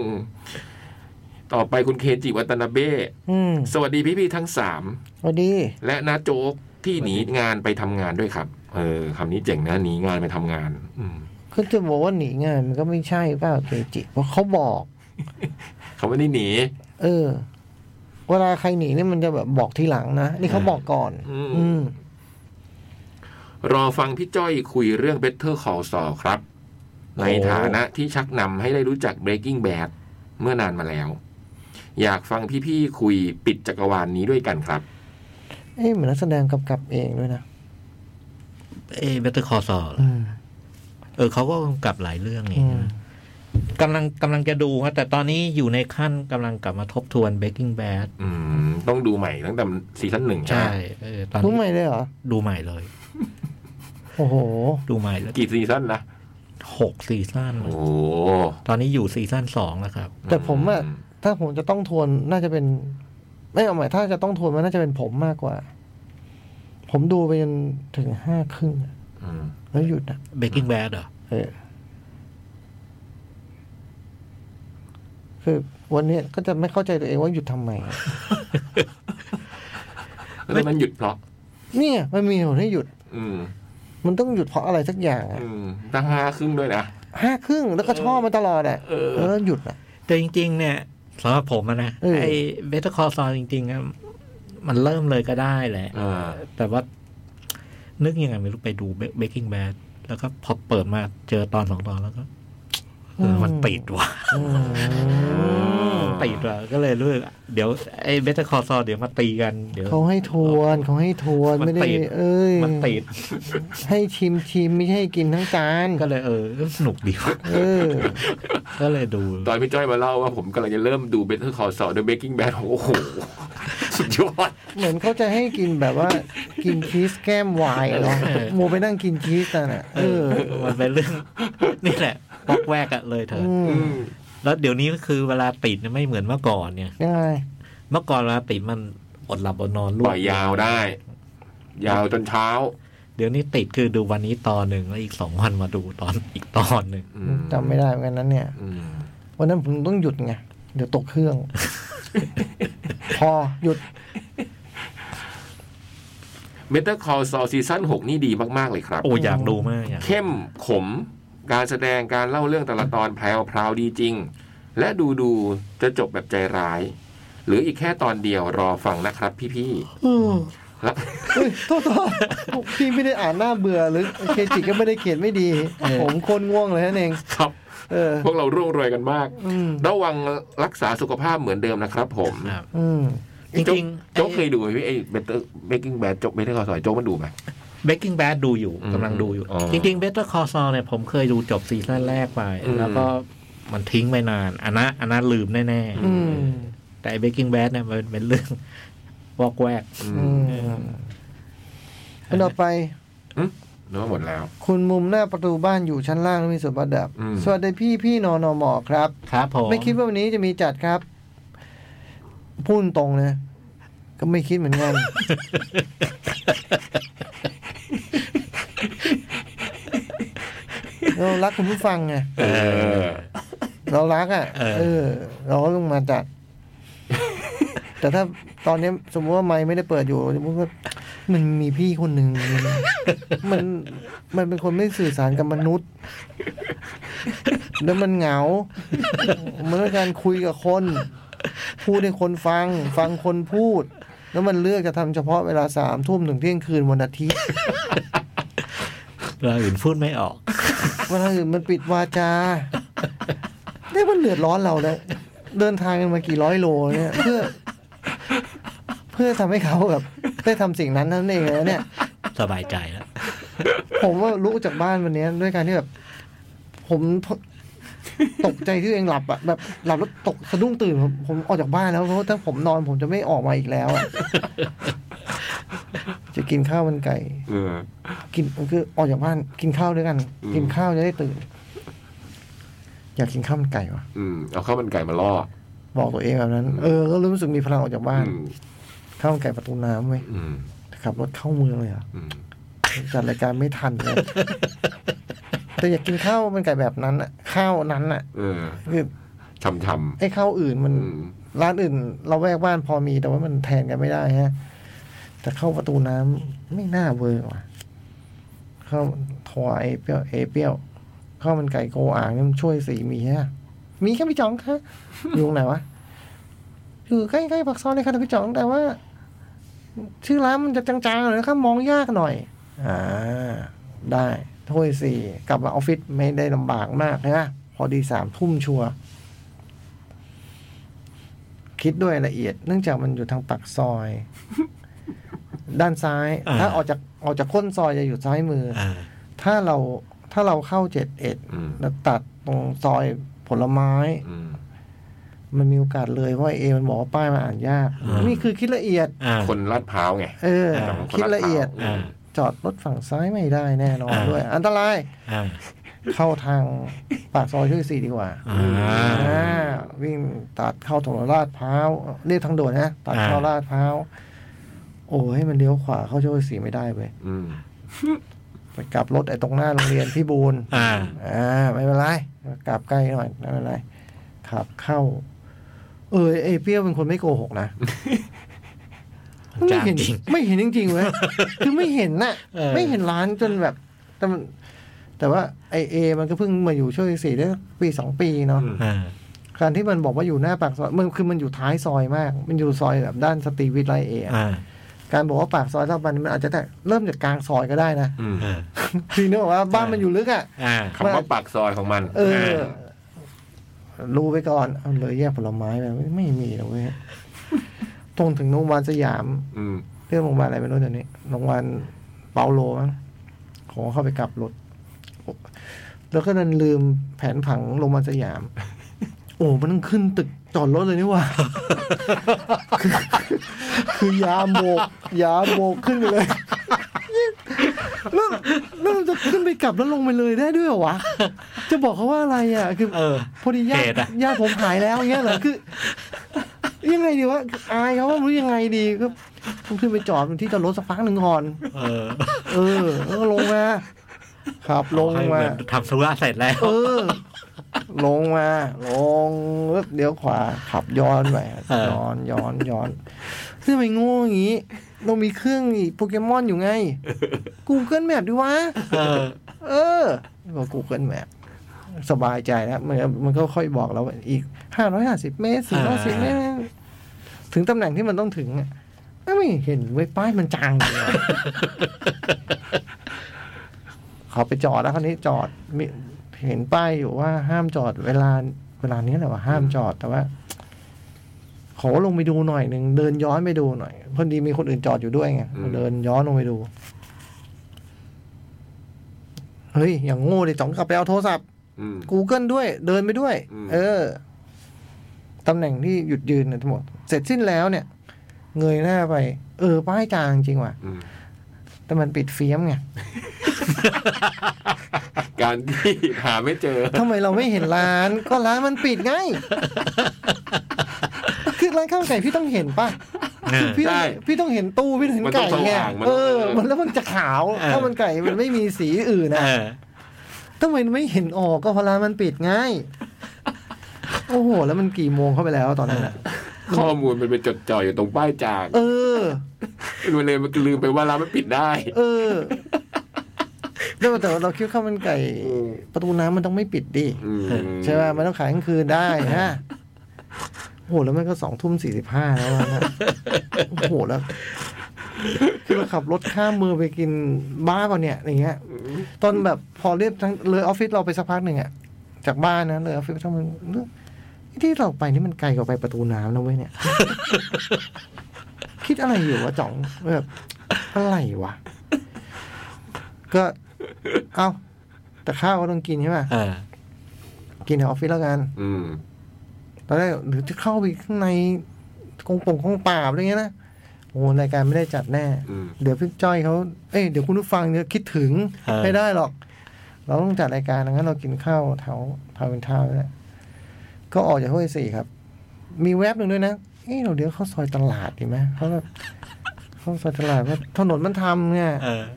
C: ต่อไปคุณเคจิวัตนาเบ้สวัสดีพี่ๆทั้ง3
B: สวัสดี
C: และน้าโจ๊กที่หนีงานไปทำงานด้วยครับคำนี้เจ๋งนะหนีงานไปทำงาน
B: เขาจะบอกว่าหนีงานมันก็ไม่ใช่เปล่าเคจิเพราะเขาบอก
C: เขาไม่ได้หนี
B: เวลาใครหนีนี่มันจะแบบบอกทีหลังนะนี่เขาบอกก่อน
C: รอฟังพี่จ้อยคุยเรื่อง Better Call Saul ครับในฐานะที่ชักนำให้ได้รู้จัก Breaking Bad เมื่อนานมาแล้วอยากฟังพี่ๆคุยปิดจักรวาล นี้ด้วยกันครับ
B: เหมือนนักแสดงกำกับเองด้วยนะ
D: Better Call Saul เขาก็กำกับหลายเรื่องนี่กำลังจะดูครับแต่ตอนนี้อยู่ในขั้นกำลังกลับมาทบทวน Breaking Bad
C: ต้องดูใหม่ตั้งแต่ซีซั่น 1ใช่
B: ตอนนี้ดูใหม่เลยเหรอ
D: ดูใหม่เลย
B: โอ้โห
C: ดูใหม่แล้วกี่ซีซั่นนะ
D: 6ซีซั่นโอ้ตอนนี้อยู่ซีซั่น2แล้วครับ
B: แต่ผมอะถ้าผมจะต้องทวนน่าจะเป็นไม่เอาหมายถ้าจะต้องทวนมันน่าจะเป็นผมมากกว่าผมดูไปจนถึง5 ครึ่งแล้วหยุดอะ
D: Breaking Bad เหรอ
B: คือวันนี้ก็จะไม่เข้าใจตัวเองว่าหยุดทำไม
C: แล้วมันหยุดเพราะ
B: เนี่ยมันมีเหตุให้หยุดมันต้องหยุดเพราะอะไรสักอย่าง
C: ตั้ง5 ครึ่งด้วยนะ
B: 5 ครึ่งแล้วก็ชอบมาตลอดอ่ะแล้วหยุดอ่ะ
D: แต่จริงๆเนี่ยสำหรับผมนะไอ้ Better Call Saul จริงๆมันเริ่มเลยก็ได้แหละแต่ว่านึกยังไงไม่รู้ไปดู Breaking Bad แล้วก็พอเปิดมาเจอตอน2 ตอนแล้วก็มันติดว่ะติดว่ะก็เลยรู้เดี๋ยวไอ้เบต้าคอซอเดี๋ยวมาตีกันเดี๋ยว
B: เขาให้ทวนไม่ได้
D: มันติด
B: ให้ชิมไม่ใช่กินทั้งจาน
D: ก็เลยสนุกดีว่ะก็เลยดู
C: ตอนพี่จ้อยมาเล่าว่าผมกำลังจะเริ่มดูเบต้าคอซอ The Breaking Bad โอ้โหสุดยอด
B: เหมือนเขาจะให้กินแบบว่ากินชีสแก้มไวน์เนาะโมไปนั่งกินชีสน่ะ
D: มันเป็นเรื่องนี่แหละปอกแวกอะเลยเธอแล้วเดี๋ยวนี้ก็คือเวลาติดไม่เหมือนเมื่อก่อนเนี่ยเมื่อก่อนเวลาติดมันอดหลับอดนอน
C: ปล่อยยาวได้ยาวจนเช้า
D: เดี๋ยวนี้ติดคือดูวันนี้ตอนหนึ่งแล้วอีก2 วันมาดูตอนอีกตอนหนึ่ง
B: จำไม่ได้เหมือนกันนั้นเนี่ยวันนั้นผมต้องหยุดไงเดี๋ยวตกเครื่องพอหยุด
C: Better Call Saul ซีซั่น 6นี่ดีมากๆเลยครับ
D: โอ้อยากดูมาก
C: เข้มขมการแสดงการเล่าเรื่องแต่ละตอนแพรวดีจริงและดูจะจบแบบใจร้ายหรืออีกแค่ตอนเดียวรอฟังนะครับพี่ๆ
B: แล้วโทษพี่ไม่ได้อ่านหน้าเบื่อหรือเคจิก็ไม่ได้เขียนไม่ดีผมคนง่วงเลยนั่นเอง
C: ครับพวกเราร่วงรวยกันมากระวังรักษาสุขภาพเหมือนเดิมนะครับผมจริงๆโจ๊กเคยดูไหมพี่ไอ้ Breaking Bad โจ๊กไม่ได้ขอสอยโจ๊กมันดูไหม
D: Breaking Bad ดูอยู่กำลังดูอยู่จริงๆ Better Call Saul เนี่ยผมเคยดูจบซีซั่นแรกไปแล้วก็มันทิ้งไปนานอันนั้นลืมแน่ๆแต่ Breaking Bad เนี่ยมันเป็นเรื่องวอกแวก
B: อันต่อไป
C: นึกว่าหมดแล้ว
B: คุณมุมหน้าประตูบ้านอยู่ชั้นล่างมีส่วนประดับสวัสดีพี่นอนหมอครับ
D: ครับผม
B: ไม่คิดว่าวันนี้จะมีจัดครับพูดตรงนะก็ไม่คิดเหมือนกันเรารักคุณผู้ฟังไงเรารักอ่ะเราก็ต้องมาจัดแต่ถ้าตอนนี้สมมติว่าไมค์ไม่ได้เปิดอยู่มันมีพี่คนหนึ่งมันเป็นคนไม่สื่อสารกับมนุษย์แล้วมันเหงามันต้องการคุยกับคนพูดให้คนฟังคนพูดแล้วมันเลือกจะทำเฉพาะเวลา 3 ทุ่มถึงเที่ยงคืนวันอาทิตย์
D: เวลาอื่นพูดไม่ออก
B: เวลาอื่นมันปิดวาจาได้มันเดือดร้อนเราเลยเดินทางกันมากี่ร้อยโลเนี่ยเพื่อทำให้เขาแบบได้ทำสิ่งนั้นนั่นเองแล้วเนี่ย
D: สบายใจแล้ว
B: ผมว่าลุกจากบ้านวันนี้ด้วยการที่แบบผมตกใจที่ตัวเองหลับอ่ะแบบหลับแล้วตกสะดุ้งตื่นผมออกจากบ้านแล้วเพราะถ้าผมนอนผมจะไม่ออกมาอีกแล้วอ่ะจะกินข้าวมันไก่กินคือออกจากบ้านกินข้าวด้วยกันกินข้าวจะได้ตื่นอยากกินข้าวมันไก่วะ
C: เอาข้าวมันไก่มาล่อ
B: บอกตัวเองแบบนั้นก็รู้สึกมีพลังออกจากบ้านข้าวมันไก่ประตูน้ำเว้ยขับรถเข้าเมืองเลยอ่ะจัดรายการไม่ทันเลยแต่อยากกินข้าวมันไก่แบบนั้นอ่ะข้าวนั้นอ่ะคือ
C: ช่ำ
B: ไอ้ข้าวอื่นมันร้านอื่นเราแวกบ้านพอมีแต่ว่ามันแทนกันไม่ได้ฮะแต่ข้าวประตูน้ำไม่น่าเวิร์กว่ะข้าวถั่วเปรี้ยวข้าวมันไก่โกอ่างมันช่วยสีมีฮะมีแค่พี่จ๋องคะอยู่ตรงไหนวะอยู่ใกล้ๆปากซอยเลยค่ะพี่จ๋องแต่ว่าชื่อร้านมันจะจางๆหน่อยนะครับมองยากหน่อยได้ถ้วย4กลับมาออฟฟิศไม่ได้ลำบากมากนะพอดี 3 ทุ่มชัวร์คิดด้วยละเอียดเนื่องจากมันอยู่ทางปากซอยด้านซ้ายถ้าออกจากก้นซอยจะอยู่ซ้ายมือถ้าเราถ้าเราเข้า71แล้วตัดตรงซอยผลไม้มันมีโอกาสเลยเพราะเอมันบอกว่าป้ายมันอ่านยากนี่คือคิดละเอียด
C: คนลาดพร้าวไง
B: คิดละเอียดจอดรถฝั่งซ้ายไม่ได้แน่นอนด้วยอันตรายเข้าทางปากซอยช่วย4ดีกว่าวิ่งตัดเข้าถนนลาดพร้าวเรียกทางด่วนนะตัดเข้าลาดพร้าวโอ้ให้มันเลี้ยวขวาเข้าช่วย4ไม่ได้ไปไปกลับรถไอ้ตรงหน้าโรงเรียนพี่บูลไม่เป็นไรกลับใกล้หน่อยไม่เป็นไรขับเข้าไอ้เปรี้ยวเป็นคนไม่โกหกนะไม่เห็นจริงๆเว้ยคือไม่เห็นน่ะไม่เห็นร้านจนแบบแต่ว่าไอเอมันก็เพิ่งมาอยู่ช่วย4ได้ปี2ปีเนาะการที่มันบอกว่าอยู่หน้าปากซอยมันคือมันอยู่ท้ายซอยมากมันอยู่ซอยแบบด้านสตรีวิทย์ไลเอการบอกว่าปากซอยเท่าบันมันอาจจะแต่เริ่มจากกลางซอยก็ได้นะคือนึกว่าบ้านมันอยู่ลึกอ่ะ
C: คำว่าปากซอยของมัน
B: รู้ไปก่อนเอาเลยแยกผลไม้ไปไม่มีหรอกเว้ยตรงถึงโรงพยาบาลสยามเรื่องโรงพยาบาลอะไรไม่รู้เดี๋ยวนี้โรงพยาบาลเปาโลมั้งขอเข้าไปกลับรถแล้วก็ดันลืมแผนผังโรงพยาบาลสยามโอ้มันต้องขึ้นตึกจอดรถเลยนี่ว่าคือยาโบกขึ้นไปเลยแล้วมันจะขึ้นไปกลับแล้วลงไปเลยได้ด้วยเหรอวะจะบอกเขาว่าอะไรอ่ะคือพอดีญาติผมหายแล้วอย่างเงี้ยเหรอคือยังไงดีวะอายเขาว่ารู้ยังไงดีก็ต้องขึ้นไปจอดที่จอดรถสักพักหนึ่งก่อนแล้วก็ลงมาขับลงมา
D: ทำธุระเสร็จแล้ว
B: ลงเดี๋ยวขวาขับย้อนไปย้อนคือไปโง่อย่างงี้เรามีเครื่องโปเกมอนอยู่ไง Google Map ดิวะบอก Google Map สบายใจแล้วมันก็ค่อยบอกเราอีก550 เมตร410 เมตรถึงตำแหน่งที่มันต้องถึงไม่เห็นไว้ป้ายมันจางเลยเขาไปจอดแล้วคราวนี้จอดเห็นป้ายอยู่ว่าห้ามจอดเวลานี้แหละว่าห้ามจอดแต่ว่าขอลงไปดูหน่อยนึงเดินย้อนไปดูหน่อยพอดีมีคนอื่นจอดอยู่ด้วยไงเดินย้อนลงไปดูเฮ้ยอย่างโง่ดิจ่องกลับไปเอาโทรศัพท์Google ด้วยเดินไปด้วยตำแหน่งที่หยุดยืนทั้งหมดเสร็จสิ้นแล้วเนี่ยเงยหน้าไปป้ายจางจริงว่ะแต่มันปิดเฟี้ยมไง
C: การที่หาไม่เจอ
B: ทำไมเราไม่เห็นร้านก็ร้านมันปิดไงคือร้านข้าวไก่พี่ต้องเห็นป่ะพี่ต้องเห็นตู้พี่ต้องเห็นไก่ไงมันแล้วมันจะขาวถ้ามันไก่มันไม่มีสีอื่นนะทำไมไม่เห็นออกก็เพราะร้านมันปิดไงโอ้โหแล้วมันกี่โมงเข้าไปแล้วตอนนั้น
C: ข้อมูลมันไปจดจ่ออยู่ตรงป้ายจางมันเลยมันลืมไปว่าร้านมันปิดได้
B: แล้วแต่เราคิดข้าวมันไก่ประตูน้ำมันต้องไม่ปิดดิใช่ไหมมันต้องขายกลางคืนได้ฮะโอ้โหแล้วมันก็20:45แล้วนะโอ้โหแล้วคือเราขับรถข้ามเมืองไปกินบ้าก่อนเนี่ยอย่างเงี้ยตอนแบบพอเรียบทั้งเลยออฟฟิศเราไปสักพักหนึ่งอะจากบ้านนะเลยออฟฟิศทั้งมันที่เราไปนี่มันไกลกว่าไปประตูน้ำนะเว้ยเนี่ยคิดอะไรอยู่วะจ่องแบบอะไรวะก็แต่ข้าวก็ต้องกินใช่ไหมกินในออฟฟิศแล้วกันตอนแรกหรือจะเข้าไปข้างในของป่าอะไรเงี้ยนะโอ้รายการไม่ได้จัดแน่เดี๋ยวพี่จ้อยเขาเดี๋ยวคุณผู้ฟังเนี่ยคิดถึงไม่ได้หรอกเราต้องจัดรายการงั้นเรากินข้าวแถวทาวน์อินทาวน์แล้วก็ออกจากห้วย4ครับมีแวบหนึ่งด้วยนะเราเดี๋ยวเข้าซอยตลาดดีไหมเพราะว่าเข้าซอยตลาดว่าถนนมันทำไง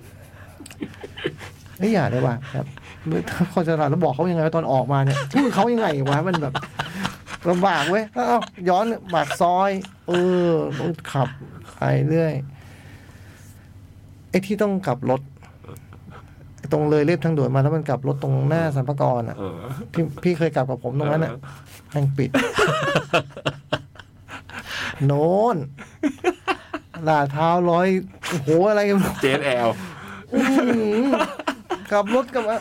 B: อย่าได้ว่ะครับเขาจะแล้วบอกเขายังไงตอนออกมาเนี่ยชื่อเขายังไงวะมันแบบลำบากเว้ยแล้วย้อนปากซอยต้องขับไปเรื่อยไอ้ที่ต้องกลับรถตรงเลยเรียบทางด่วนมาแล้วมันกลับรถตรงหน้าสรรพากรพี่เคยกลับกับผมตรงนั้นน่ะแม่งปิดโน่นลาดพร้าว100โอ้โหอะไรกัน
C: JL
B: กลับรถกับ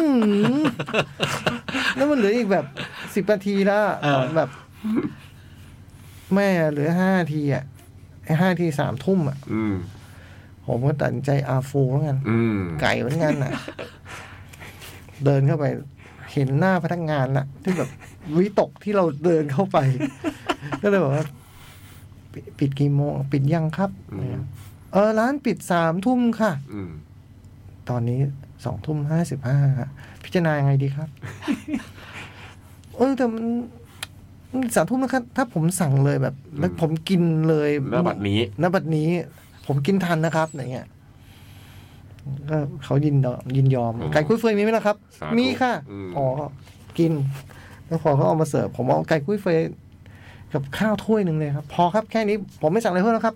B: แล้วมันเหลืออีกแบบ10 นาทีแล้วแบบแม่เหลือ5 นาทีอ่ะ5 นาที3 ทุ่มอ่ะผมก็ตัดใจอาฟูแล้วกันไก่เหมือนกันน่ะเดินเข้าไปเห็นหน้าพนักงานละที่แบบวิตกที่เราเดินเข้าไป ก็เลยบอกว่าปิดกี่โมงปิดยังครับร้านปิด3 ทุ่มค่ะตอนนี้2 ทุ่ม 55พิจารณายังไงดีครับ แต่มัน3 ทุ่มนะครับถ้าผมสั่งเลยแบบแล้วผมกินเลยณบัดนี้ผมกินทันนะครับอะไรเงี้ยก็เขายินยอมไก่กุ้ยเฟยมีไหมล่ะครับมีค่ะกินแล้วพอเขาเอามาเสิร์ฟผมเอาไก่กุ้ยเฟยกับข้าวถ้วยหนึ่งเลยครับพอครับแค่นี้ผมไม่สั่งอะไรเพิ่มแล้วครับ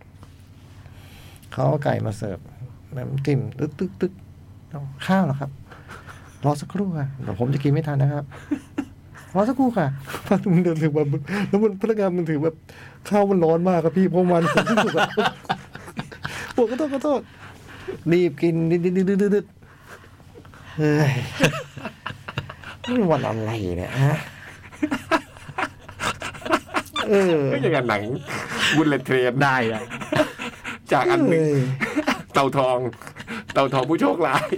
B: เขาเอาไก่มาเสิร์ฟน้ำจิ้มตึ๊กข้าวเหรอครับรอสักครู่ค่ะเดี๋ยวผมจะกินไม่ทันนะครับรอสักครู่ค่ะพอมันเดินถึงแบบแล้วมันพนักงานมันถือแบบข้าวมันร้อนมากครับพี่เพราะมันผมที่สุดอะผมก็โทษรีบกินดืดเฮ้ยนี่วันอะไรเนี่ยฮะ
C: ก็อย่างนั้นหนังบุลเลตเทรน
D: ได้อะ
C: จากอันหนึ่งเต่าทองผู้โชคร้าย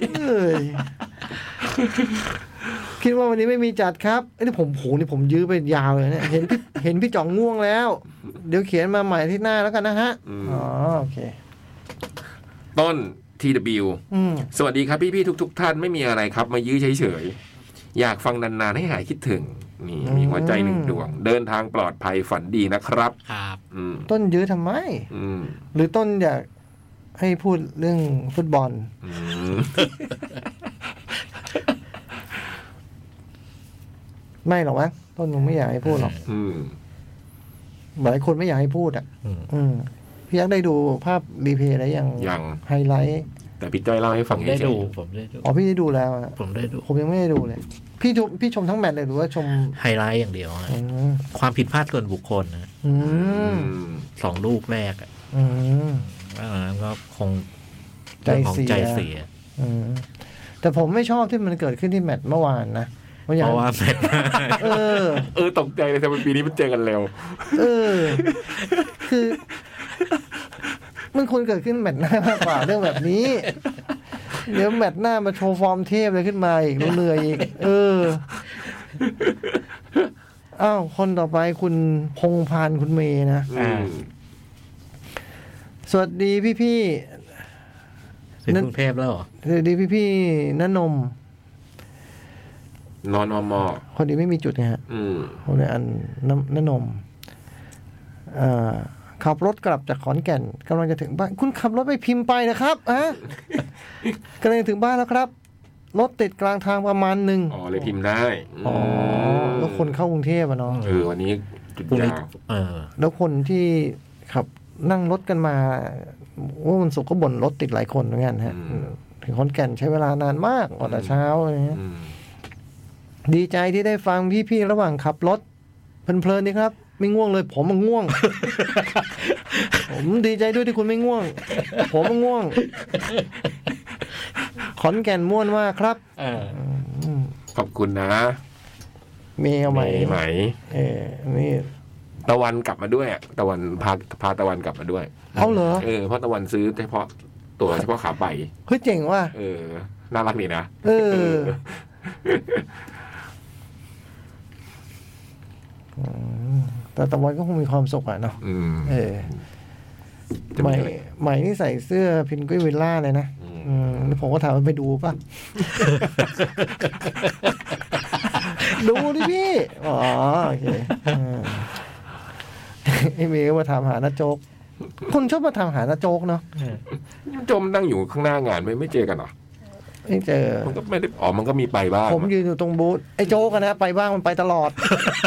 B: คิดว่าวันนี้ไม่มีจัดครับไอ้ที่ผมยื้อไปยาวเลยเนี่ยเห็นพี่จ่องง่วงแล้วเดี๋ยวเขียนมาใหม่ที่หน้าแล้วกันนะฮะโอเค
C: ต้น TW สวัสดีครับพี่ๆทุกท่านไม่มีอะไรครับมายื้อเฉยๆอยากฟังนานๆให้หายคิดถึงนี่มีหัวใจ1 ดวงเดินทางปลอดภัยฝันดีนะครับ
D: ครับ
B: ต้นยื้อทำไมหรือต้นอยากให้พูดเรื่องฟุตบอลไม่หรอกมั้งต้นมึงไม่อยากให้พูดหรอกหลายคนไม่อยากให้พูดอ่ะพี่ยักษ์ได้ดูภาพรีเพย์อะไรยังไฮไลท์
C: แต่พี่จ้อยเล่าให้ฟัง
D: ผมได้ดู
B: พี่ได้ดูแล้ว
D: ผมได้ดู
B: ผมยังไม่ได้ดูเลยพี่ชมทั้งแมตช์เลยหรือว่าชม
D: ไฮไลท์อย่างเดียวความผิดพลาดส่วนบุคคลนะ2 ลูกแรกแล้วก็คงใจเสีย
B: แต่ผมไม่ชอบที่มันเกิดขึ้นที่แมตช์เมื่อวานนะ
D: เพราะว่าแมตช์
C: ตกใจเลยทำไมปีนี้มันเจอกันเร็ว
B: คือมันควรเกิดขึ้นแมตช์หน้ามากกว่าเรื่องแบบนี้เดี๋ยวแมตช์หน้ามาโชว์ฟอร์มเทพเลยขึ้นมาอีกเหนื่อยอีกคนต่อไปคุณพงษ์พานคุณเมย์นะสวัสดีพี่ๆ
D: ถึงกรุงเทพแล้วเหรอ
B: สวัสดีพี่ๆณนม
C: นอนมอ
B: คนนี้ไม่มีจุดไงฮะคนนี้อันณนมขับรถกลับจากขอนแก่นกำลังจะถึงบ้านคุณขับรถไปพิมพ์ไปนะครับกำลังถึงบ้านแล้วครับรถติดกลางทางประมาณนึง
C: เลยพิมพ์ได้
B: แล้วคนเข้ากรุงเทพอะเนาะ
C: วันนี้จุดยาว
B: แล้วคนที่ขับนั่งรถกันมาว่ามันสุกก็บ่นรถติดหลายคนเหมือนกันฮะถึงขอนแก่นใช้เวลานานมากออกแต่เช้าอะไรเงี้ยดีใจที่ได้ฟังพี่ๆระหว่างขับรถเพลินๆดีครับไม่ง่วงเลยผมมันง่วง ผมดีใจด้วยที่คุณไม่ง่วงผมมันง่วงขอนแก่นม่วนมากครับ
C: ขอบคุณนะ
B: เมย์ไหมนี่
C: ตะวันกลับมาด้วยตะวันพาตะวันกลับมาด้วย
B: เอาเหรอ
C: เพราะตะวันซื้อเฉพาะตัวเฉพาะขาไป
B: เฮ้ยเจ๋งว่ะ
C: น่ารักดีนะ
B: แต่ตะวันก็คงมีความสุขอ่ะเนาะใหม่นี่ใส่เสื้อพินกุ้ยวิลล่าเลยนะผมก็ถามว่าไปดูป่ะ ดูดิพี่โอเคไอ้เมย์มาถามหาน้าโจ๊กคนชอบมาถามหาน้าโจ๊กเนาะ
C: จมนั่งอยู่ข้างหน้างานไม่เจอกันหรอ
B: ไม่เจอ
C: มันก็ไม่ได้มันก็มีไปบ้าง
B: ผมยืนอยู่ตรงบูธไอ้โจ๊กนะไปบ้างมันไปตลอด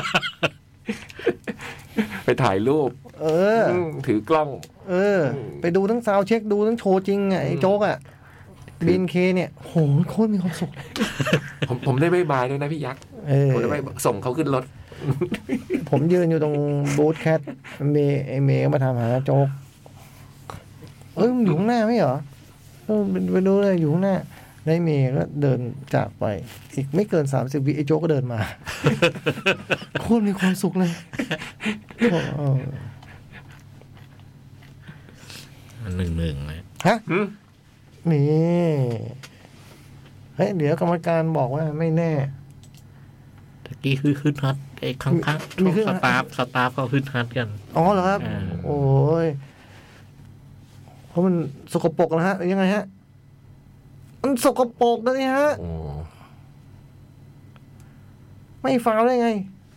C: ไปถ่ายรูปถือกล้อง
B: ไปดูทั้งซาวเช็คดูทั้งโชว์จริงไอ้โจ๊กอ่ะบีนเคเนี่ยโหโคตรมีความสุข
C: ผมได้บายด้วยนะพี่ยักษ์ผมได้ส่งเขาขึ้นรถ
B: ผมยืนอยู่ตรงบูธแคทเมย์มาถามหาโจ๊กมึงอยู่ข้างหน้าไม่เหรอไปดูเลยอยู่ข้างหน้าได้เมย์ก็เดินจากไปอีกไม่เกิน30 วิไอ้โจ๊กก็เดินมาโคตรมีความสุขเลย
D: 1-1เลย
B: ฮะนี่เฮ้ยเดี๋ยวกรรมการบอกว่าไม่แน่
D: ตะกี้คือขึ้นฮัทไอ้ข้างๆ
B: มีขึ้น
D: สตาฟเขาขึ้นฮัทกัน
B: อ๋อเหรอครับ โอ้ยเพราะมันสกปรกนะฮะหรือยังไงฮะมันสกปรกนะนี่ฮะ
C: โอ้
B: ไม่ฟาวได้ไง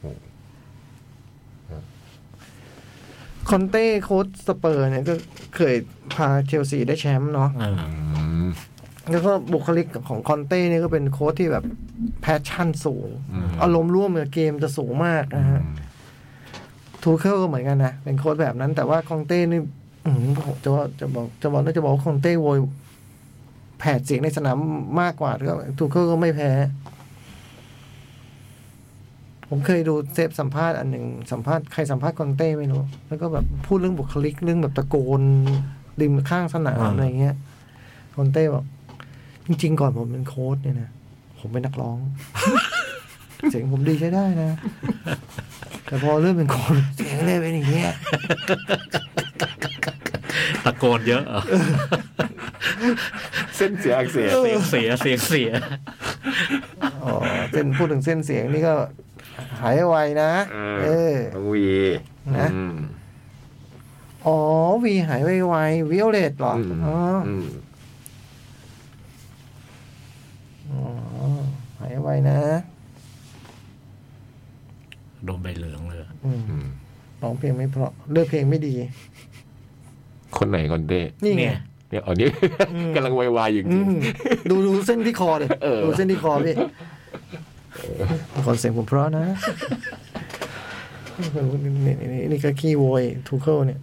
B: คอนเต้โค้ชสเปอร์เนี่ยก็เคยพาเชลซีได้แชมป์เนาะแล้วก็บุคลิกของคอนเต้เนี่ยก็เป็นโค้ชที่แบบแพชชั่นสูงอารมณ์ร่วมกับเกมจะสูงมากนะฮะทูเคิลก็เหมือนกันนะเป็นโค้ชแบบนั้น แต่ว่าคอนเต้นี่จะบอกคอนเต้โวยแผดเสียงในสนามมากกว่าทูเคิลก็ไม่แพ้ผมเคยดูเซฟสัมภาษณ์อันหนึ่งสัมภาษณ์ใครสัมภาษณ์คอนเต้ไม่รู้แล้วก็แบบพูดเรื่องบุคลิกเรื่องแบบตะโกนริมข้างสนามอะไรเงี้ยคอนเต้บอกจริงๆก่อนผมเป็นโค้ชเนี่ยนะผมเป็นนักร้อง เสียงผมดีใช้ได้นะแต่พอเริ่มเป็นโค้ชเสียงเลยเป็นอย่างเงี้ย
D: ตะโกนเยอะเหรอ
C: เส้นเสียงอักเสบ
D: เสียงเสีย
B: อ๋อเส้นพูดถึงเส้นเสียงนี่ก็หายไวนะ
C: วี
B: นะ อ๋อวีหายไววิโอเลตหรออ๋อหายไวนะ
D: โดนใบเหลืองเลย
B: ร้องเพลงไม่เพราะเลือกเพลงไม่ดี
C: คนไหนคอนเต้
B: นี่ไง
C: เนี่ยอันนี้กำลังวายๆอยู่
B: ดูเส้นที่คอเลยดูเส้นที่คอพี่คอนเสียงผมเพราะนะนี่ก็ขี้โวยทูเคิลเนี่ย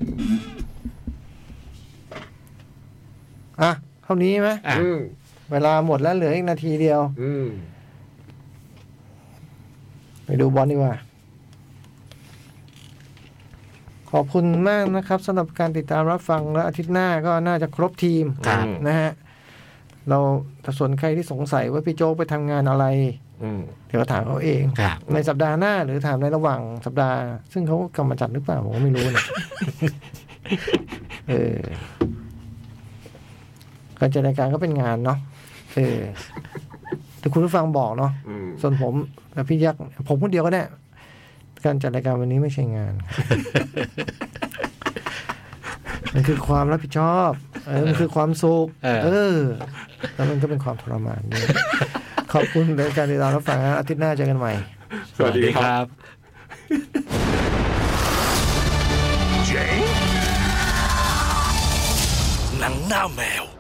B: อ่ะเท่านี้ไหมเวลาหมดแล้วเหลืออีกนาทีเดียวไปดูบอลดีกว่าขอบคุณมากนะครับสำหรับการติดตามรับฟังแล้วอาทิตย์หน้าก็น่าจะครบทีมนะฮะเราถ้าส่วนใครที่สงสัยว่าพี่โจ๊กไปทำงานอะไรเดี๋ยวถามเขาเองในสัปดาห์หน้าหรือถามในระหว่างสัปดาห์ซึ่งเขากำมาจัดหรือเปล่าผมก็ไม่รู้เนี่ยการจัดรายการก็เป็นงานเนาะแต่คุณผู้ฟังบอกเนาะส่วนผมและพี่ยักษ์ผมคนเดียวก็ได้การจัดรายการวันนี้ไม่ใช่งาน มันคือความรับผิดชอบมันคือความสุขแล้วมันก็เป็นความทรมานด้วย ขอบคุณในการติดตามรับฟังอาทิตย์หน้าเจอกันใหม่
C: สวัสดีครับ
A: หนังหน้าแมว